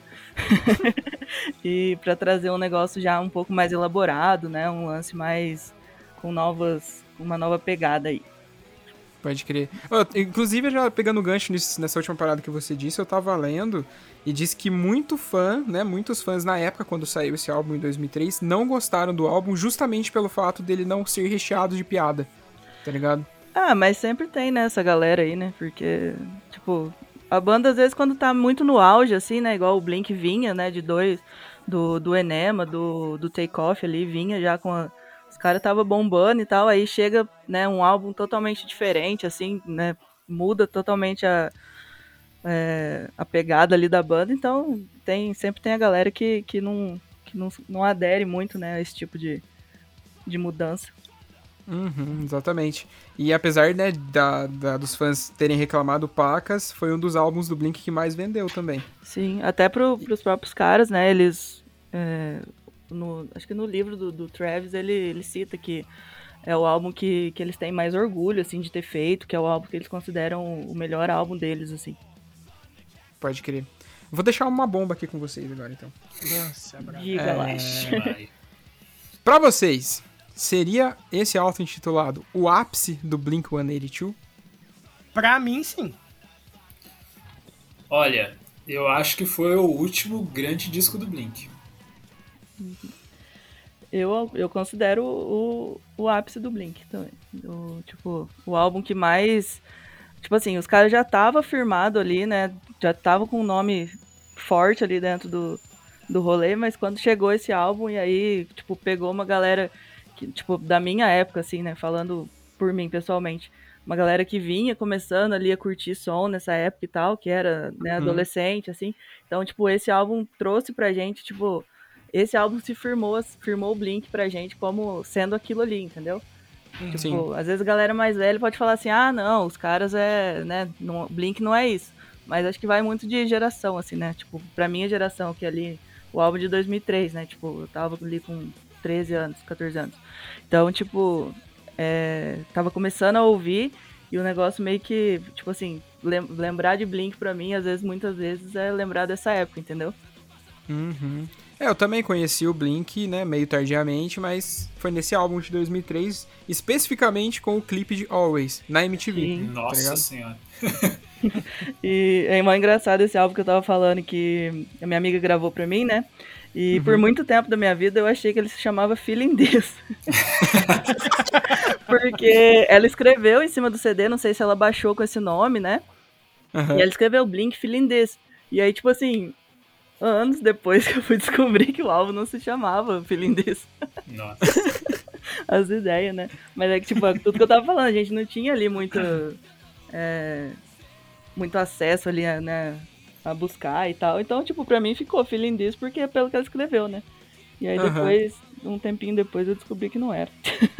e para trazer um negócio já um pouco mais elaborado, né, um lance mais com novas, uma nova pegada aí. Pode crer. Oh, inclusive, já pegando gancho nisso, nessa última parada que você disse, eu tava lendo e disse que muito fã, né, muitos fãs na época, quando saiu esse álbum em dois mil e três, não gostaram do álbum justamente pelo fato dele não ser recheado de piada, tá ligado? Ah, mas sempre tem, né, essa galera aí, né, porque, tipo... A banda, às vezes, quando tá muito no auge, assim, né? Igual o Blink vinha, né? De dois, do, do Enema, do, do Take Off ali, vinha já com a... Os caras tava bombando e tal, aí chega, né, um álbum totalmente diferente, assim, né? Muda totalmente a, é, a pegada ali da banda, então tem, sempre tem a galera que, que, não, que não, não adere muito, né, a esse tipo de, de mudança. Uhum, exatamente. E apesar, né, da, da, dos fãs terem reclamado pacas, foi um dos álbuns do Blink que mais vendeu também. Sim, até pro, pros próprios caras, né, eles... É, no, acho que no livro do, do Travis, ele, ele cita que é o álbum que, que eles têm mais orgulho, assim, de ter feito, que é o álbum que eles consideram o melhor álbum deles, assim. Pode crer. Vou deixar uma bomba aqui com vocês agora, então. Nossa, diga lá. É... Pra vocês... Seria esse álbum intitulado o ápice do Blink cento e oitenta e dois? Pra mim, sim. Olha, eu acho que foi o último grande disco do Blink. Eu, eu considero o, o ápice do Blink também. O, tipo, o álbum que mais... Tipo assim, os caras já estavam firmados ali, né? Já estavam com um nome forte ali dentro do, do rolê, mas quando chegou esse álbum e aí, tipo, pegou uma galera... Que, tipo, da minha época, assim, né, falando por mim, pessoalmente, uma galera que vinha começando ali a curtir som nessa época e tal, que era, né, adolescente, assim, então, tipo, esse álbum trouxe pra gente, tipo, esse álbum se firmou, firmou o Blink pra gente como sendo aquilo ali, entendeu? Tipo, Sim. Às vezes a galera mais velha pode falar assim, ah, não, os caras é, né, não, Blink não é isso, mas acho que vai muito de geração, assim, né, tipo, pra minha geração, que ali, o álbum de dois mil e três, né, tipo, eu tava ali com treze anos, catorze anos. Então, tipo, é, tava começando a ouvir e o negócio meio que, tipo assim, lem- lembrar de Blink pra mim, às vezes, muitas vezes, é lembrar dessa época, entendeu? Uhum. É, eu também conheci o Blink, né, meio tardiamente, mas foi nesse álbum de dois mil e três, especificamente com o clipe de Always, na M T V. Sim. Tá Nossa ligado? senhora. E é mais engraçado esse álbum que eu tava falando, que a minha amiga gravou pra mim, né? E uhum. por muito tempo da minha vida eu achei que ele se chamava Feeling This. Porque ela escreveu em cima do C D, não sei se ela baixou com esse nome, né? Uhum. E ela escreveu Blink Feeling This. E aí, tipo assim, anos depois que eu fui descobrir que o álbum não se chamava Feeling This. Nossa. As ideias, né? Mas é que, tipo, tudo que eu tava falando, a gente não tinha ali muito, é, muito acesso ali, né? A buscar e tal. Então, tipo, pra mim ficou Feeling This porque é pelo que ela escreveu, né? E aí depois, uhum. um tempinho depois, eu descobri que não era.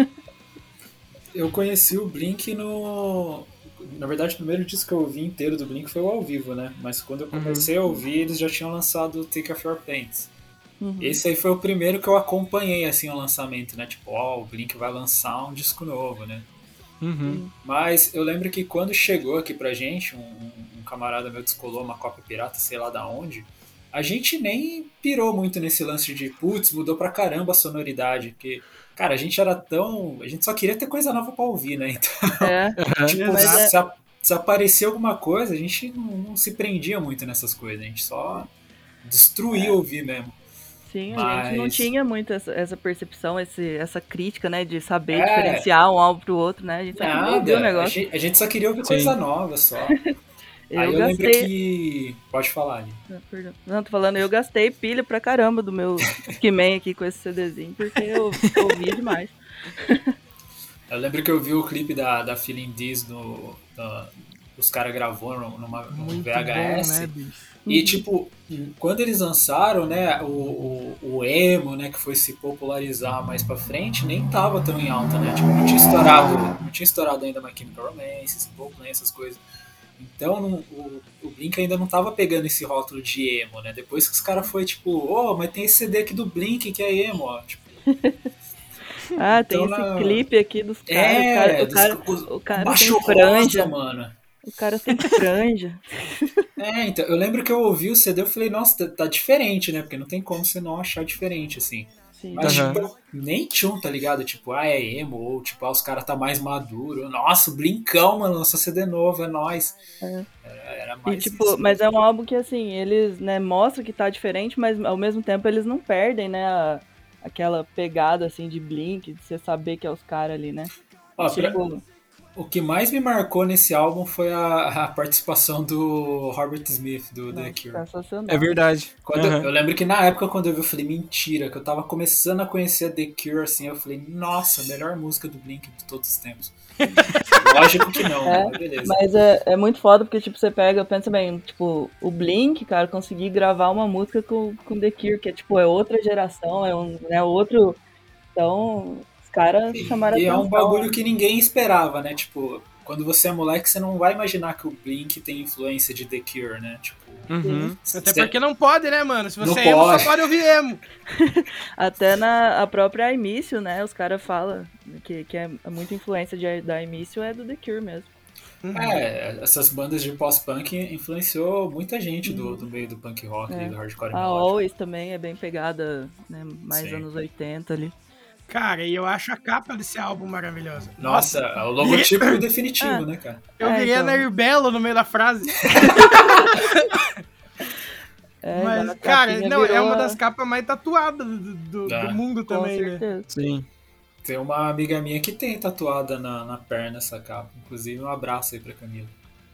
Eu conheci o Blink no... Na verdade, o primeiro disco que eu ouvi inteiro do Blink foi o ao vivo, né? Mas quando eu comecei uhum. a ouvir, eles já tinham lançado Take Off Your Pants. Uhum. Esse aí foi o primeiro que eu acompanhei, assim, o lançamento, né? Tipo, ó, oh, o Blink vai lançar um disco novo, né? Uhum. Mas eu lembro que quando chegou aqui pra gente, um, um camarada meu descolou uma cópia pirata, sei lá da onde, a gente nem pirou muito nesse lance de, putz, mudou pra caramba a sonoridade, porque, cara, a gente era tão... A gente só queria ter coisa nova pra ouvir, né? Então, É, tipo, mas é- se, a- se aparecia alguma coisa, a gente não, não se prendia muito nessas coisas, a gente só destruía ouvir mesmo. sim, a gente não Mas- tinha muito essa, essa percepção, esse, essa crítica, né, de saber É. diferenciar um álbum pro outro, né? A gente só queria ouvir o Nada, a negócio. gente, a gente só queria ouvir Sim. coisa nova só. Eu Aí eu gastei. lembro que... Pode falar, ali. Ah, perdão. Não, tô falando, eu gastei pilha pra caramba do meu Discman aqui com esse CDzinho, porque eu ouvi demais. Eu lembro que eu vi o clipe da, da Feeling This no, no- os caras gravou numa, num Muito V H S. bom, né, bicho? E tipo, quando eles lançaram, né, o, o, o emo, né, que foi se popularizar mais pra frente, nem tava tão em alta, né? Tipo, não tinha estourado, não tinha estourado ainda My Chemical Romance, Simple Plan, essas coisas. Então não- o, o Blink ainda não tava pegando esse rótulo de emo, né? Depois que os caras foi tipo, ô, mas tem esse C D aqui do Blink que é emo, ó. Tipo, Ah, tem Então, esse na- clipe aqui dos caras. é, o cara, dos- o cara, o cara baixo tem franja. rosa, mano. O cara tem franja. É, então, eu lembro que eu ouvi o C D e falei, nossa, tá, tá diferente, né? Porque não tem como você não achar diferente, assim. Sim. Mas, Aham. tipo, nem tinha um, tá ligado? Tipo, ah, é emo, ou tipo, ah, os caras tá mais maduro. Nossa, o Blinkão, mano, lançou C D novo, é nóis. É. Era, era E, mais tipo, isso. mas é um álbum que, assim, eles, né, mostram que tá diferente, mas ao mesmo tempo eles não perdem, né, a- aquela pegada, assim, de Blink, de você saber que é os caras ali, né? Ó, pra- Tipo, o que mais me marcou nesse álbum foi a, a participação do Robert Smith, do The Cure. sensacional. É verdade. Quando eu, Aham. eu lembro que na época, quando eu vi, eu falei, mentira, que eu tava começando a conhecer a The Cure, assim, eu falei, nossa, a melhor música do Blink de todos os tempos. Lógico que não, É, mas beleza. Mas é, é muito foda porque, tipo, você pega, pensa bem, tipo, o Blink, cara, conseguir gravar uma música com, com The Cure, que é, tipo, é outra geração, é um, né, outro... Então, os caras chamaram E é atenção. um bagulho que ninguém esperava, né? Tipo, quando você é moleque, você não vai imaginar que o Blink tem influência de The Cure, né? Tipo, Uhum. Até cê- porque não pode, né, mano? Se você Não é emo, pode. só pode ouvir emo. Até na a própria Início, né, os caras falam que, que é muita influência de, da Início é do The Cure mesmo. É, essas bandas de pós-punk influenciou muita gente do, do meio do punk rock É. e do hardcore A melódico. Always também é bem pegada, né, mais Sim. anos oitenta ali. Cara, e eu acho a capa desse álbum maravilhosa. Nossa, é o logotipo definitivo, né, cara? Eu É, virei então. a Nair Belo no meio da frase. É, Mas, a cara, capinha não, é virou uma a- das capas mais tatuadas do, do- É. do mundo Com também, né? certeza. Sim. Tem uma amiga minha que tem tatuada na, na perna essa capa. Inclusive, um abraço aí pra Camila.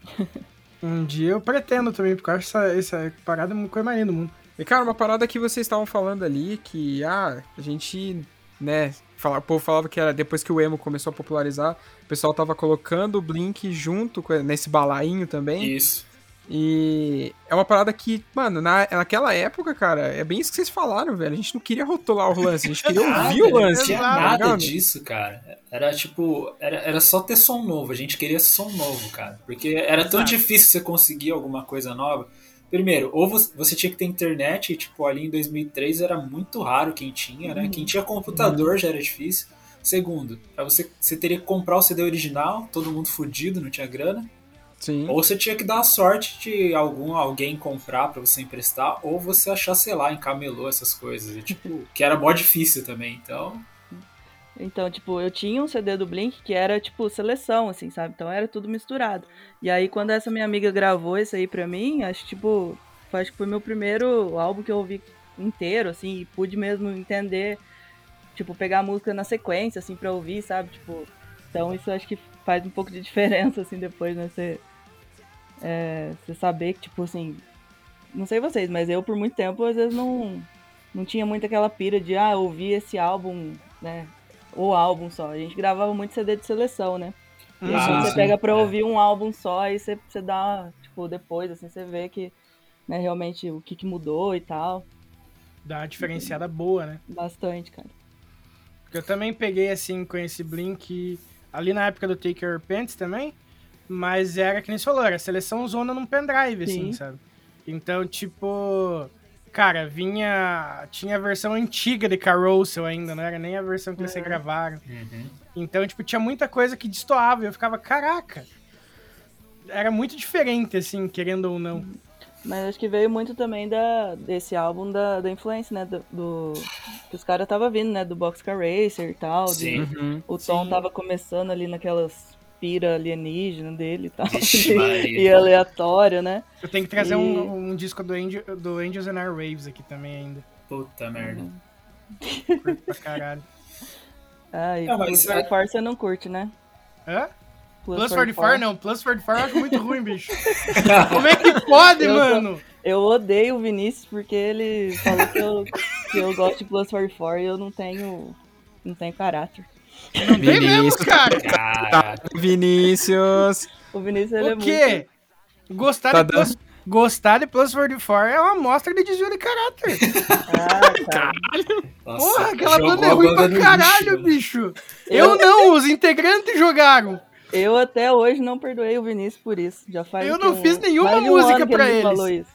Um dia eu pretendo também, porque eu acho essa, essa parada uma coisa mais linda do mundo. E, cara, uma parada que vocês estavam falando ali, que, ah, a gente, né, fala, o povo falava que era depois que o emo começou a popularizar, o pessoal tava colocando o Blink junto com, nesse balainho também. Isso. E é uma parada que, mano, na, naquela época, cara, é bem isso que vocês falaram, velho. A gente não queria rotular o lance, a gente queria ouvir o Nada, lance. Não tinha Exato, nada ligado? disso, cara. Era tipo, era, era só ter som novo. A gente queria som novo, cara. Porque era tão Exato. difícil você conseguir alguma coisa nova. Primeiro, ou você, você tinha que ter internet, e tipo, ali em dois mil e três era muito raro quem tinha, né? Quem tinha computador já era difícil. Segundo, pra você, você teria que comprar o C D original, todo mundo fudido, não tinha grana. Sim. Ou você tinha que dar a sorte de algum, alguém comprar pra você emprestar, ou você achar, sei lá, em camelô, essas coisas. E, tipo, que era mó difícil também, então... Então, tipo, eu tinha um C D do Blink que era, tipo, seleção, assim, sabe? Então era tudo misturado. E aí, quando essa minha amiga gravou isso aí pra mim, acho que, tipo, foi, acho que foi meu primeiro álbum que eu ouvi inteiro, assim, e pude mesmo entender, tipo, pegar a música na sequência, assim, pra ouvir, sabe? Tipo, então isso acho que faz um pouco de diferença, assim, depois, né? Você, é, você saber que, tipo, assim, não sei vocês, mas eu, por muito tempo, às vezes não, não tinha muito aquela pira de, ah, ouvir esse álbum, né? O álbum só. A gente gravava muito C D de seleção, né? E aí, Ah, quando você sim, pega pra é. ouvir um álbum só, aí você, você dá, tipo, depois, assim, você vê que, né, realmente o que, que mudou e tal. Dá uma diferenciada boa, né? Bastante, cara. Porque eu também peguei, assim, com esse Blink ali na época do Take Your Pants também, mas era, que nem você falou, era seleção zona num pendrive, assim, Sim. sabe? Então, tipo... Cara, vinha... Tinha a versão antiga de Carousel ainda, não era nem a versão que eles É. regravaram. Uhum. Então, tipo, tinha muita coisa que destoava. E eu ficava, caraca... Era muito diferente, assim, querendo ou não. Mas acho que veio muito também da, desse álbum da, da influência, né? Do, do- que os caras estavam vindo, né? Do Boxcar Racer e tal. de- Sim. Uhum. o Tom Sim. tava começando ali naquelas pira alienígena dele e tal. Vixe, e, Maria. e aleatório, né? Eu tenho que trazer E- um, um disco do, Angel, do Angels and Airwaves aqui também ainda. Puta merda. Curto pra caralho. Ah, e Não, mas Plus isso é- forty four você não curte, né? Hã? Plus, Plus forty four. quarenta e quatro não. Plus quarenta e quatro eu acho muito ruim, bicho. Como é que pode, Eu mano? Eu odeio o Vinícius porque ele falou que eu, que eu gosto de Plus forty four e eu não tenho, não tenho caráter. Não tem mesmo, Vinícius, cara. Caraca. Vinícius. O Vinícius, ele é O muito... quê? Gostar, Tá de plus, gostar de Plus quarenta e quatro é uma amostra de desvio de caráter. Ah, tá. Nossa, Porra, aquela jogou banda é a ruim banda pra no caralho, lixo, bicho. Eu não, os integrantes jogaram. Eu até hoje não perdoei o Vinícius por isso. Já faz Eu que não um- fiz nenhuma mais de um música ano que pra ele me eles. falou isso.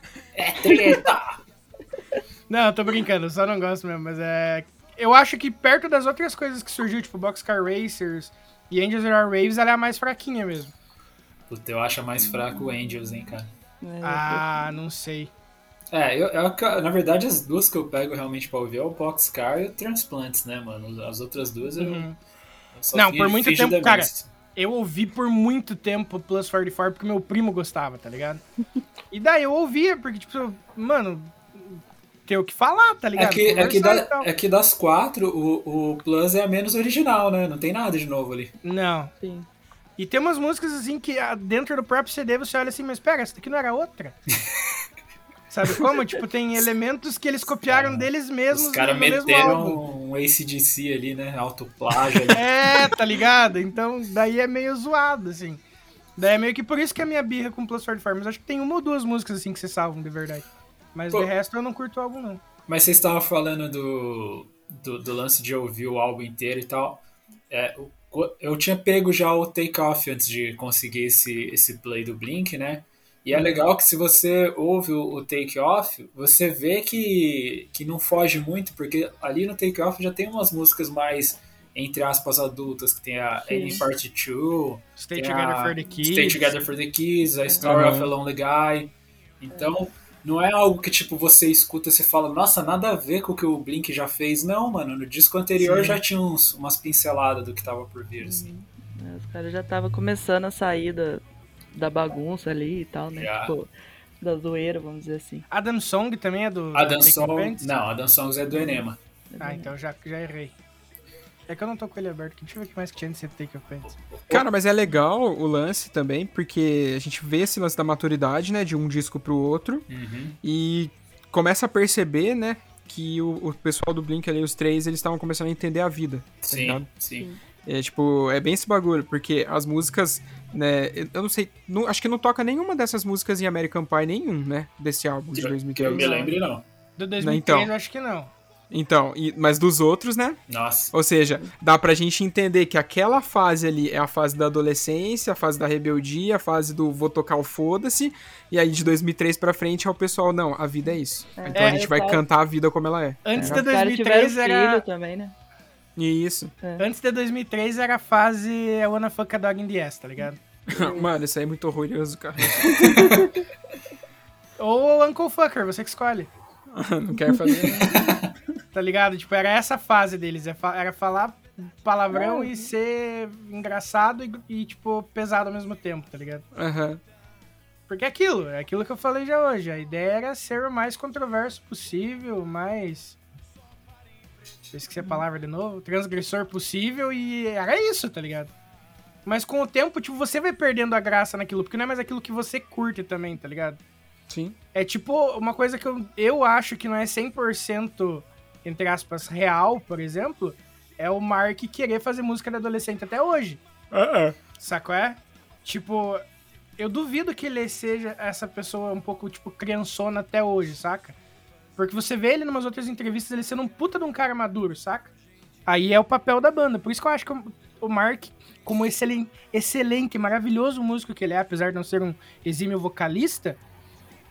Não, eu tô brincando, eu só não gosto mesmo, mas é... Eu acho que perto das outras coisas que surgiu, tipo Boxcar Racers e Angels and Airwaves, ela é a mais fraquinha mesmo. Puta, eu acho mais fraco o Angels, hein, cara. É, Ah, não sei. É, eu, eu- na verdade as duas que eu pego realmente pra ouvir é o Boxcar e o Transplants, né, mano? As outras duas eu, Uhum. eu só Não, fi- por muito finjo tempo, cara, demência. eu ouvi por muito tempo Plus quarenta e quatro porque meu primo gostava, tá ligado? E daí eu ouvia, porque, tipo, mano, tem o que falar, tá É ligado? que, é, que Conversar da- e tal. é que das quatro, o, o Plus é a menos original, né? Não tem nada de novo ali. Não. sim. E tem umas músicas, assim, que ah, dentro do próprio C D você olha assim, mas pera, essa daqui não era outra? Sabe como? Tipo, tem elementos que eles copiaram deles mesmos Os caras no mesmo meteram álbum. um A C D C ali, né? Autoplágio ali. É, tá ligado? Então, daí é meio zoado, assim. Daí é meio que por isso que a minha birra com Plus quarenta e quatro, mas acho que tem uma ou duas músicas, assim, que se salvam, de verdade. Mas Pô. de resto eu não curto o álbum, não. Mas vocês estavam falando do, do, do lance de ouvir o álbum inteiro e tal. É, o- eu tinha pego já o Take Off antes de conseguir esse, esse play do Blink, né? E é legal que se você ouve o, o Take Off, você vê que, que não foge muito, porque ali no Take Off já tem umas músicas mais, entre aspas, adultas, que tem a Sim. Any Part dois, Stay tem Together a for the Kids. Stay Together for the Kids, a Story Uhum. of a Lonely Guy. Então, não é algo que tipo você escuta e você fala, nossa, nada a ver com o que o Blink já fez. Não, mano, no disco anterior Sim. já tinha uns, umas pinceladas do que tava por vir, assim. É, os caras já estavam começando a sair da, da bagunça ali e tal, né? Já. Tipo, da zoeira, vamos dizer assim. Adam Song também é do... A do Dan Take Song, Offense? não, a Dan Songs é do Enema. Ah, então já, já errei. É que eu não tô com ele aberto. Deixa eu ver o que mais que tinha nesse Take Offense. Cara, mas é legal o lance também, porque a gente vê esse lance da maturidade, né, de um disco pro outro, Uhum. e começa a perceber, né, que o, o pessoal do Blink ali, os três, eles estavam começando a entender a vida, tá Sim, ligado? sim. É, tipo, é bem esse bagulho, porque as músicas, né, eu não sei, não- acho que não toca nenhuma dessas músicas em American Pie, nenhum, né, desse álbum de Que eu- dois mil e que eu três. me lembre, não. Do dois mil e três Então. eu acho que não. Então, e- mas dos outros, né, Nossa. ou seja, dá pra gente entender que aquela fase ali é a fase da adolescência, a fase da rebeldia, a fase do vou tocar o foda-se, e aí de dois mil e três pra frente é o pessoal, não, a vida é isso. Então É, a gente vai eu- cantar a vida como ela é. Antes Os de caras dois mil e tiveram três era... filho também, né? E isso. Antes de dois mil e três era a fase I Wanna Fuck a Dog in the Ass, tá ligado? Mano, isso aí é muito horroroso, cara. Ou o Uncle Fucker, você que escolhe. Não quero fazer. né? Tá ligado? Tipo, era essa fase deles. é fa- Era falar palavrão e ser engraçado e, e, tipo, pesado ao mesmo tempo, tá ligado? Aham. Porque é aquilo, é aquilo que eu falei já hoje. A ideia era ser o mais controverso possível, o mais... Eu esqueci a palavra de novo. Transgressor possível e era isso, tá ligado? Mas com o tempo, tipo, você vai perdendo a graça naquilo, porque não é mais aquilo que você curte também, tá ligado? Sim. É tipo uma coisa que eu, eu acho que não é cem por cento, entre aspas, real, por exemplo, é o Mark querer fazer música de adolescente até hoje. Sacou? É? Tipo, eu duvido que ele seja essa pessoa um pouco, tipo, criançona até hoje, saca? Porque você vê ele em umas outras entrevistas, ele sendo um puta de um cara maduro, saca? Aí é o papel da banda. Por isso que eu acho que o Mark, como excelente, excelente, maravilhoso músico que ele é, apesar de não ser um exímio vocalista,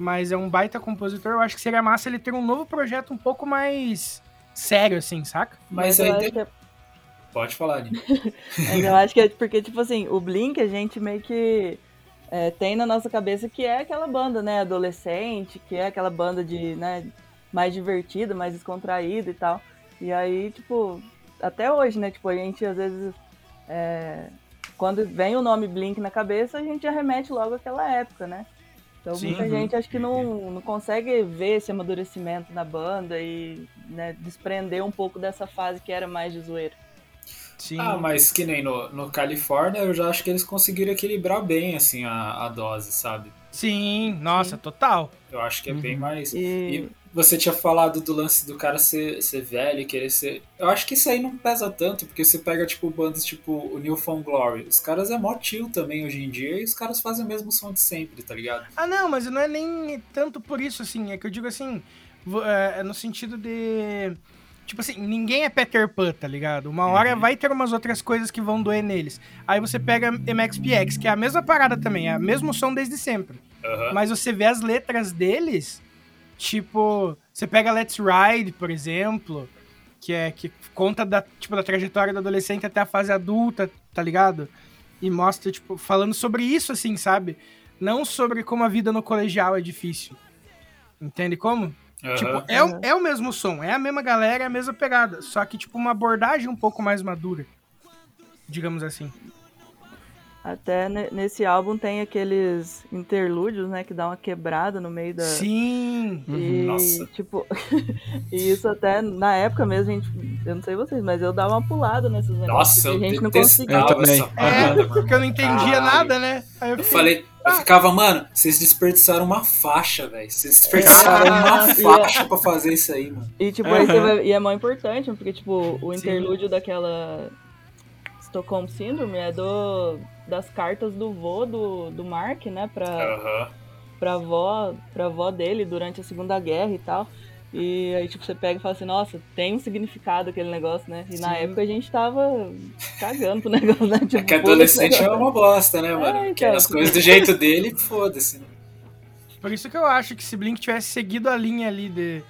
mas é um baita compositor. Eu acho que seria massa ele ter um novo projeto um pouco mais sério, assim, saca? Mas, Mas eu aí... acho de- que é- Pode falar, Nini. Mas eu acho que é porque, tipo assim, o Blink a gente meio que é, tem na nossa cabeça que é aquela banda, né, adolescente, que é aquela banda de, né, mais divertida, mais descontraída e tal. E aí, tipo, até hoje, né, tipo, a gente às vezes, é, quando vem o nome Blink na cabeça, a gente já remete logo àquela época, né? Então Sim, muita uhum. gente acho que não, não consegue ver esse amadurecimento na banda e, né, desprender um pouco dessa fase que era mais de zoeira. Sim. Ah, mas que nem no, no Califórnia, eu já acho que eles conseguiram equilibrar bem, assim, a, a dose, sabe? Sim, nossa, Sim. total. Eu acho que é bem mais... E- E você tinha falado do lance do cara ser, ser velho e querer ser... Eu acho que isso aí não pesa tanto, porque você pega, tipo, bandas tipo o New Found Glory. Os caras é mó tio também hoje em dia e os caras fazem o mesmo som de sempre, tá ligado? Ah, não, mas não é nem tanto por isso, assim. É que eu digo assim, vo- é é no sentido de... Tipo assim, ninguém é Peter Pan, tá ligado? Uma hora Uhum. vai ter umas outras coisas que vão doer neles. Aí você pega M X P X, que é a mesma parada também, é o mesmo som desde sempre. Aham. Mas você vê as letras deles, tipo... Você pega Let's Ride, por exemplo, que é que conta da, tipo, da trajetória do adolescente até a fase adulta, tá ligado? E mostra, tipo, falando sobre isso, assim, sabe? Não sobre como a vida no colegial é difícil. Entende como? Aham. Tipo, é, o- é o mesmo som, é a mesma galera, é a mesma pegada. Só que, tipo, uma abordagem um pouco mais madura. Digamos assim. Até ne- nesse álbum tem aqueles interlúdios, né, que dá uma quebrada no meio da... Sim! E, Nossa. tipo, e isso até na época mesmo, a gente, eu não sei vocês, mas eu dava uma pulada nesses negócios, Nossa, eu porque a gente não detestava conseguia. Eu também. essa É, parada, mano. porque eu não entendia Caralho. nada, né? Aí eu Eu fiquei, falei, eu ficava, mano, vocês desperdiçaram uma faixa, velho. Vocês desperdiçaram Ah, uma e faixa pra fazer isso aí, mano. E, tipo, aí você Aham. vai- e é mó importante, porque, tipo, o Sim. interlúdio daquela Stockholm Syndrome é do, das cartas do vô do, do Mark, né, pra, Aham. pra, avó, pra avó dele durante a Segunda Guerra e tal. E aí, tipo, você pega e fala assim, nossa, tem um significado aquele negócio, né? E na Sim. época a gente tava cagando pro negócio, né? Tipo, É que foda-se adolescente esse é negócio. uma bosta, né, mano? É, Porque então. as coisas do jeito dele, foda-se. Né? Por isso que eu acho que se Blink tivesse seguido a linha ali de,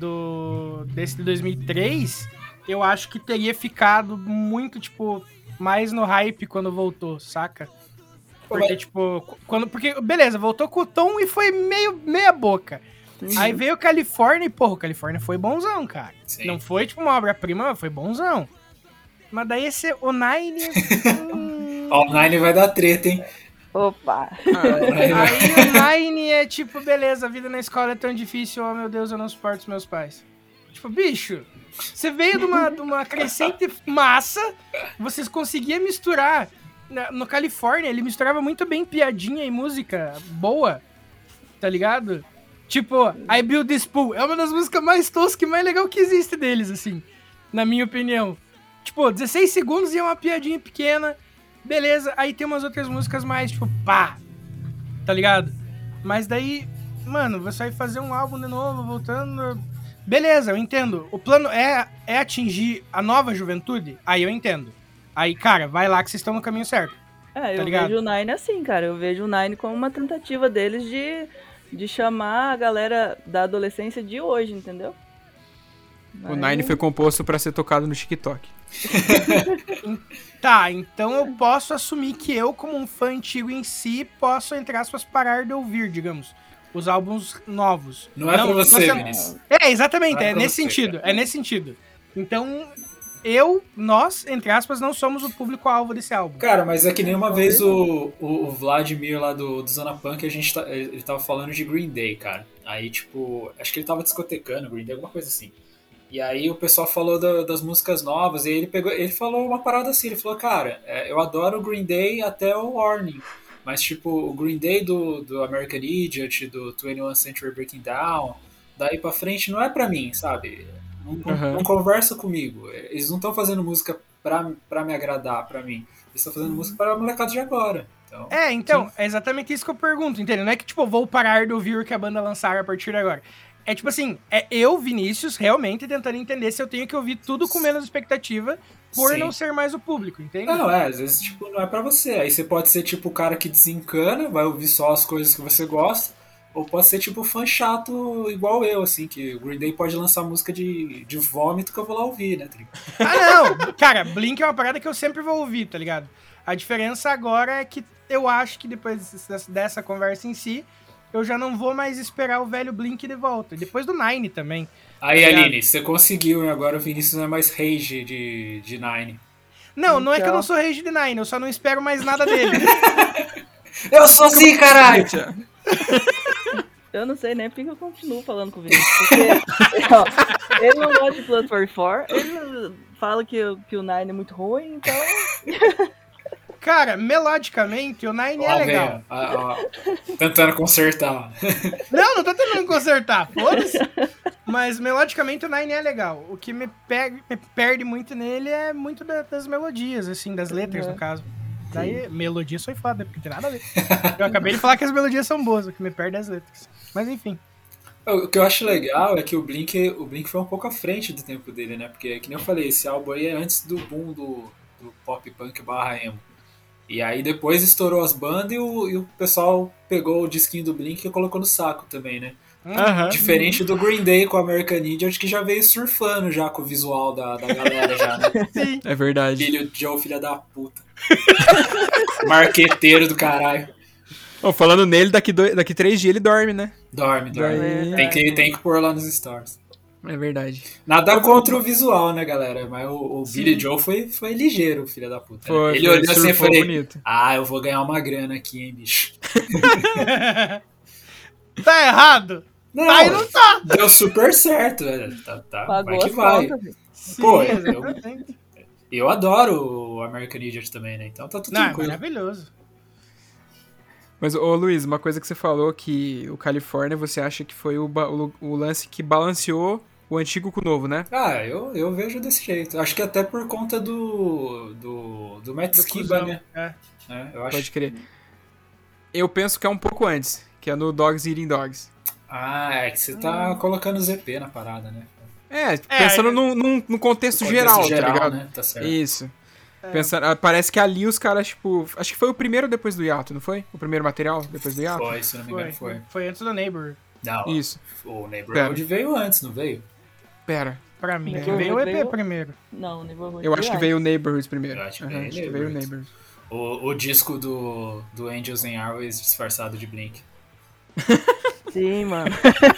do, desse de dois mil e três, eu acho que teria ficado muito, tipo, mais no hype quando voltou, saca? Porque, tipo, quando, porque, beleza, voltou com o tom e foi meio meia boca. Uhum. Aí veio o Califórnia e, porra, o Califórnia foi bonzão, cara. Sim. Não foi, tipo, uma obra-prima, mas foi bonzão. Mas daí esse O Nine... hum, Ó, o Nine vai dar treta, hein? Opa! Aí o Nine é tipo, beleza, a vida na escola é tão difícil, oh meu Deus, eu não suporto os meus pais. Tipo, bicho, você veio de uma, de uma crescente massa, vocês conseguiam misturar. Na- No Califórnia, ele misturava muito bem piadinha e música boa, tá ligado? Tipo, I Build This Pool é uma das músicas mais toscas e mais legal que existe deles, assim, na minha opinião. Tipo, dezesseis segundos e é uma piadinha pequena. Beleza, aí tem umas outras músicas mais, tipo, pá, tá ligado? Mas daí, mano, você vai fazer um álbum de novo, voltando... Beleza, eu entendo. O plano é, é atingir a nova juventude? Aí eu entendo. Aí, cara, vai lá que vocês estão no caminho certo. É, eu Tá ligado? vejo o Nine assim, cara. Eu vejo o Nine como uma tentativa deles de, de chamar a galera da adolescência de hoje, entendeu? O Nine foi composto pra ser tocado no TikTok. Tá, então eu posso assumir que eu, como um fã antigo em si, posso, entre aspas, parar de ouvir, digamos, os álbuns novos. Não é pra você, você- Vinícius. É, exatamente, Não é é, pra nesse você, sentido, cara. é nesse sentido. Então, eu, nós, entre aspas, não somos o público-alvo desse álbum. Cara, mas é que nem uma vez o, o, o Vladimir lá do, do Zona Punk, a gente tá, ele tava falando de Green Day, cara. Aí, tipo, acho que ele tava discotecando Green Day, alguma coisa assim. E aí o pessoal falou da- das músicas novas, e ele pegou, ele falou uma parada assim, ele falou, cara, é, eu adoro o Green Day até o Warning, mas tipo, o Green Day do, do American Idiot, do twenty one Century Breaking Down, daí pra frente não é pra mim, sabe? Não, não- Uhum. não conversa comigo. Eles não estão fazendo música pra, pra me agradar, pra mim. Eles estão fazendo música para a molecada de agora. Então, É, então, é exatamente isso que eu pergunto, entendeu? Não é que, tipo, eu vou parar de ouvir o que a banda lançar a partir de agora. É tipo assim, é eu, Vinícius, realmente tentando entender se eu tenho que ouvir tudo com menos expectativa por Sim. não ser mais o público, entende? Não, é, às vezes, tipo, não é pra você. Aí você pode ser, tipo, o cara que desencana, vai ouvir só as coisas que você gosta, ou pode ser tipo fã chato igual eu, assim, que o Green Day pode lançar música de, de vômito que eu vou lá ouvir, né, tá ligado? Ah, não! Cara, Blink é uma parada que eu sempre vou ouvir, tá ligado? A diferença agora é que eu acho que depois dessa conversa em si, eu já não vou mais esperar o velho Blink de volta. Depois do Nine também. Aí, tá ligado? Aline, você conseguiu, e agora o Vinícius não é mais rage de, de Nine. Não, não é que eu Então. não sou rage de Nine, eu só não espero mais nada dele. Eu sou assim, caralho! Eu não sei nem porque eu continuo falando com o Vinícius. Porque ó, ele não gosta de Blood for Four, ele fala que, o- que o Nine é muito ruim, então. Cara, melodicamente, o Nine é Ó, legal. velho, ó, ó, tentando consertar. Não, não tô tentando consertar, foda-se. Mas melodicamente o Nine é legal. O que me, pe- me perde muito nele é muito da- das melodias, assim, das letras, Uhum. no caso. Daí, melodia foi foda, porque não tem nada a ver. Eu acabei de falar que as melodias são boas, o que me perde é as letras. Mas enfim. O que eu acho legal é que o Blink, o Blink foi um pouco à frente do tempo dele, né? Porque, que nem eu falei, esse álbum aí é antes do boom do, do pop punk barra emo. E aí depois estourou as bandas e o, e o pessoal pegou o disquinho do Blink e colocou no saco também, né? Aham. Diferente do Green Day com o American Idiot, que já veio surfando já com o visual da, da galera já, né? Sim. É verdade. Filho Joe, filha da puta. Marqueteiro do caralho. Ó, falando nele, daqui, dois, daqui três dias ele dorme, né? Dorme, dorme. Daí- Tem que, tem que pôr lá nos stories. É verdade. Nada contra o visual, né, galera? Mas o, o Billy Joe foi, foi ligeiro, filho da puta. Foi, Ele foi, olhou assim e surfou falei, bonito. ah, eu vou ganhar uma grana aqui, hein, bicho. Tá errado? Não, Tá e não tá. deu super certo, velho. Tá, tá, Pagou vai que as vai. contas, filho. Sim, Pô, eu, exatamente. eu adoro o American Idiot também, né? Então tá tudo Não, é tranquilo. maravilhoso. Mas, ô Luiz, uma coisa que você falou que o Califórnia, você acha que foi o, ba- o, o lance que balanceou o antigo com o novo, né? Ah, eu, eu vejo desse jeito. Acho que até por conta do, do, do Matt Do Skiba, cuzão, né? é. É, eu acho. Pode crer. Eu penso que é um pouco antes, que é no Dogs Eating Dogs. Ah, é que você tá colocando Z P na parada, né? É, pensando é- num, num, num contexto, Contexto geral, geral, tá ligado? né? Tá certo. Isso. Pensando, ah, parece que ali os caras, tipo... Acho que foi o primeiro depois do hiato, não foi? O primeiro material depois do hiato? Foi, se eu não me engano, Foi, foi. foi antes do Neighbor. Não, Isso. o Pera. Neighborhood veio antes, não veio? Pera, Pra mim, que Neighborhood veio o E P veio- primeiro. Não, Neighborhood. eu acho que antes. veio o Neighborhoods primeiro. Eu acho que Aham, veio acho que veio o Neighborhoods. Neighborhoods. O, o disco do, do Angels and Airways disfarçado de Blink. Sim, mano.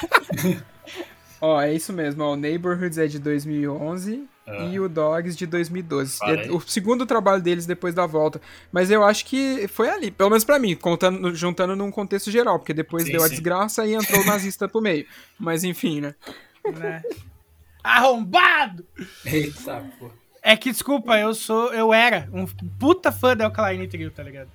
Ó, é isso mesmo, ó, o Neighborhoods é de dois mil e onze Ah. e o Dogs de dois mil e doze. Fala É aí. o segundo trabalho deles depois da volta. Mas eu acho que foi ali, pelo menos pra mim, contando, juntando num contexto geral, porque depois Sim, deu a sim. desgraça e entrou o nazista pro meio. Mas enfim, né? Né? Arrombado! Eita, pô. É que, desculpa, eu sou. Eu era um puta fã da Alkaline Trio, tá ligado?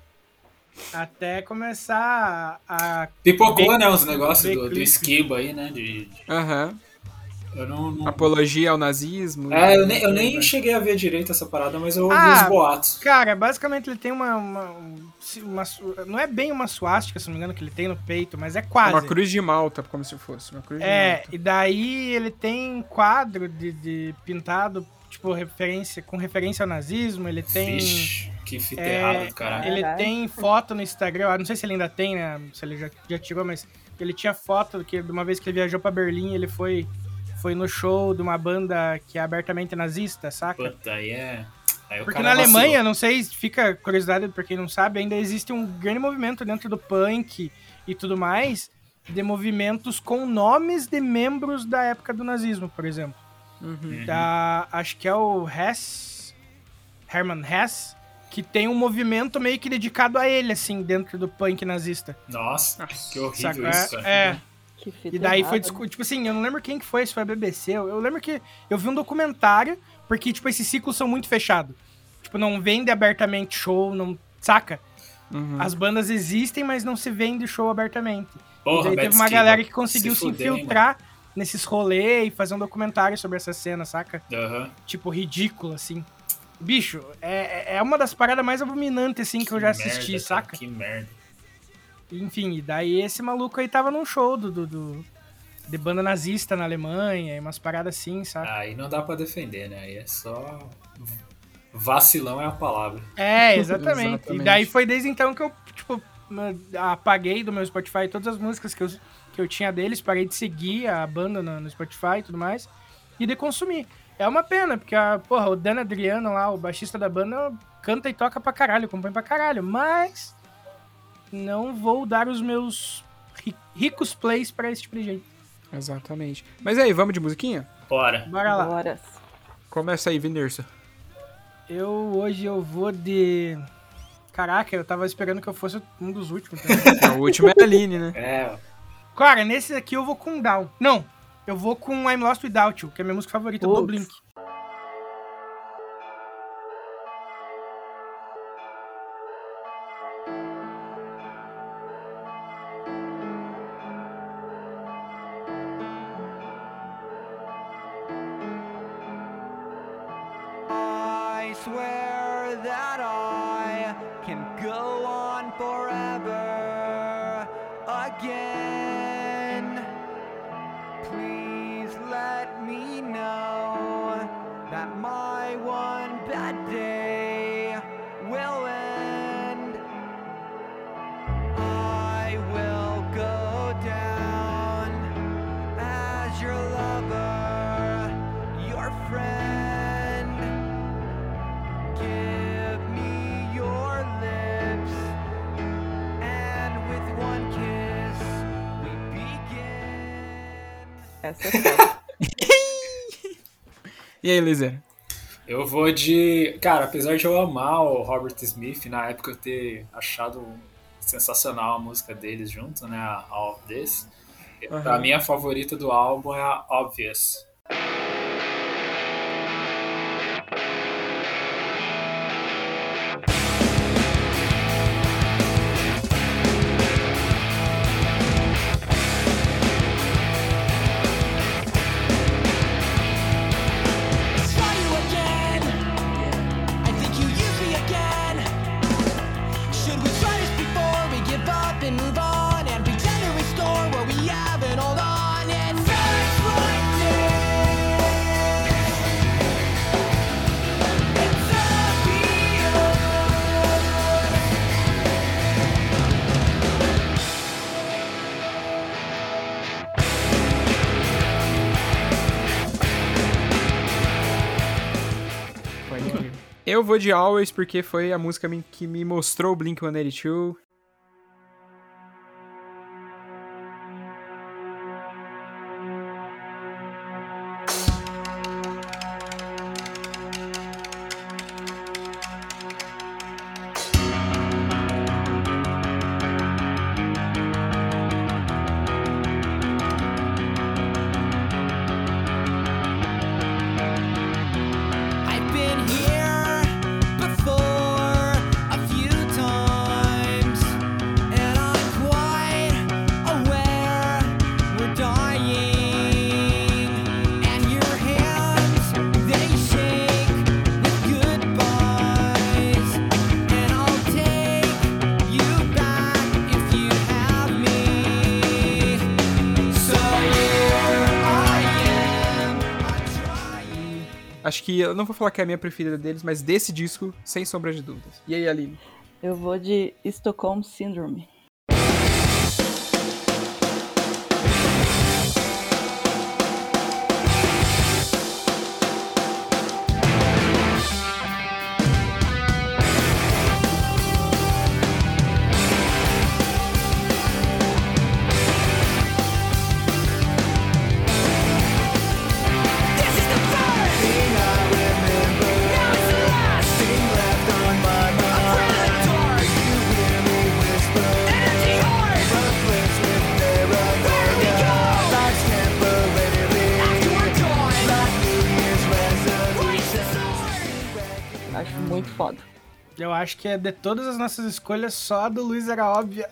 Até começar a. Pipocou, Bem- né? Os negócios bem do, do clipe. Esquiba aí, né? De, de- Aham. eu não. não... Apologia ao nazismo. É, eu nem, eu nem cheguei a ver direito essa parada, mas eu ouvi Ah, os boatos. Cara, basicamente ele tem uma, uma, um- uma su- Não é bem uma suástica, se não me engano, que ele tem no peito, mas é É quase. uma cruz de Malta, como se fosse. Uma cruz de É, Malta. e daí ele tem quadro de, de pintado, tipo, referência, com referência ao nazismo, ele tem. Vixe, que fita é, errada do caralho. Ele Caralho. tem foto no Instagram, eu não sei se ele ainda tem, né? Se ele já, já tirou, mas ele tinha foto que de uma vez que ele viajou pra Berlim, ele foi, foi no show de uma banda que é abertamente nazista, saca? Puta, aí é. Aí o Porque cara na vacilou. Alemanha, não sei, fica curiosidade pra quem não sabe, ainda existe um grande movimento dentro do punk e tudo mais, de movimentos com nomes de membros da época do nazismo, por exemplo. Uhum. Da, acho que é o Hess, Hermann Hess, que tem um movimento meio que dedicado a ele, assim, dentro do punk nazista. Nossa, que horrível Saca? isso, cara. É, Que fita e daí foi, errada. discu- tipo assim, eu não lembro quem que foi, se foi a B B C, eu, eu lembro que eu vi um documentário, porque, tipo, esses ciclos são muito fechados. Tipo, não vende abertamente show, não, saca? Uhum. As bandas existem, mas não se vende show abertamente. Porra, e daí teve Matt uma Skiba, galera que conseguiu se, se fuder, hein, infiltrar nesses rolês e fazer um documentário sobre essa cena, saca? Aham. Tipo, ridículo, assim. Bicho, é, é uma das paradas mais abominantes, assim, que eu já Que assisti, merda, saca? cara, que merda. Enfim, e daí esse maluco aí tava num show do, do, do- de banda nazista na Alemanha, e umas paradas assim, saca? Aí não dá pra defender, né? Aí é só. Vacilão é a palavra. É, exatamente. Exatamente. E daí foi desde então que eu, tipo, apaguei do meu Spotify todas as músicas que eu, que eu tinha deles, parei de seguir a banda no, no Spotify e tudo mais, e de consumir. É uma pena, porque a, porra, o Dan Adriano lá, o baixista da banda, canta e toca pra caralho, compõe pra caralho, mas não vou dar os meus ri- ricos plays pra esse tipo de gente. Exatamente. Mas aí, vamos de musiquinha? Bora. Bora lá. Bora. Começa aí, Vinderson. Eu, hoje eu vou de... Caraca, eu tava esperando que eu fosse um dos últimos. Tá? O último é a Aline, né? É, Cara, nesse aqui eu vou com Down. Não, eu vou com I'm Lost Without You, que é a minha música favorita Ups. do Blink. I swear that I can go on forever again. Please let me know that my one bad day will end. I will go down as your lover, your friend. Give me your lips, and with one kiss we begin. Essa é foda. E aí, Lizer? eu vou de... Cara, apesar de eu amar o Robert Smith, na época eu ter achado sensacional a música deles junto, né, a All of This, Uhum. a minha favorita do álbum é a Obvious. Try you again. I think you use me again. Should we try this before we give up and move on and pretend to restore what we have and hold on? It hurts like this. It's obvious. Pode crer. Eu vou de Always porque foi a música me- que me mostrou o Blink one eighty-two. I've been here before a few times, and I'm quite aware we're dying. And your hands, they shake with goodbyes, and I'll take you back if you have me. So here I am, I'm trying. Acho que eu não vou falar que é a minha preferida deles, mas desse disco, sem sombra de dúvidas. E aí, Aline? Eu vou de Stockholm Syndrome. This is the first thing I remember. Now it's the last thing left on my mind. Afraid of the dark, you hear me whisper. An empty heart, replaced with paranoia. Where do we go? Life's temporary. After we're gone, like New Year's resolutions. Acho muito foda. Eu acho que é de todas as nossas escolhas, só a do Luiz era óbvia.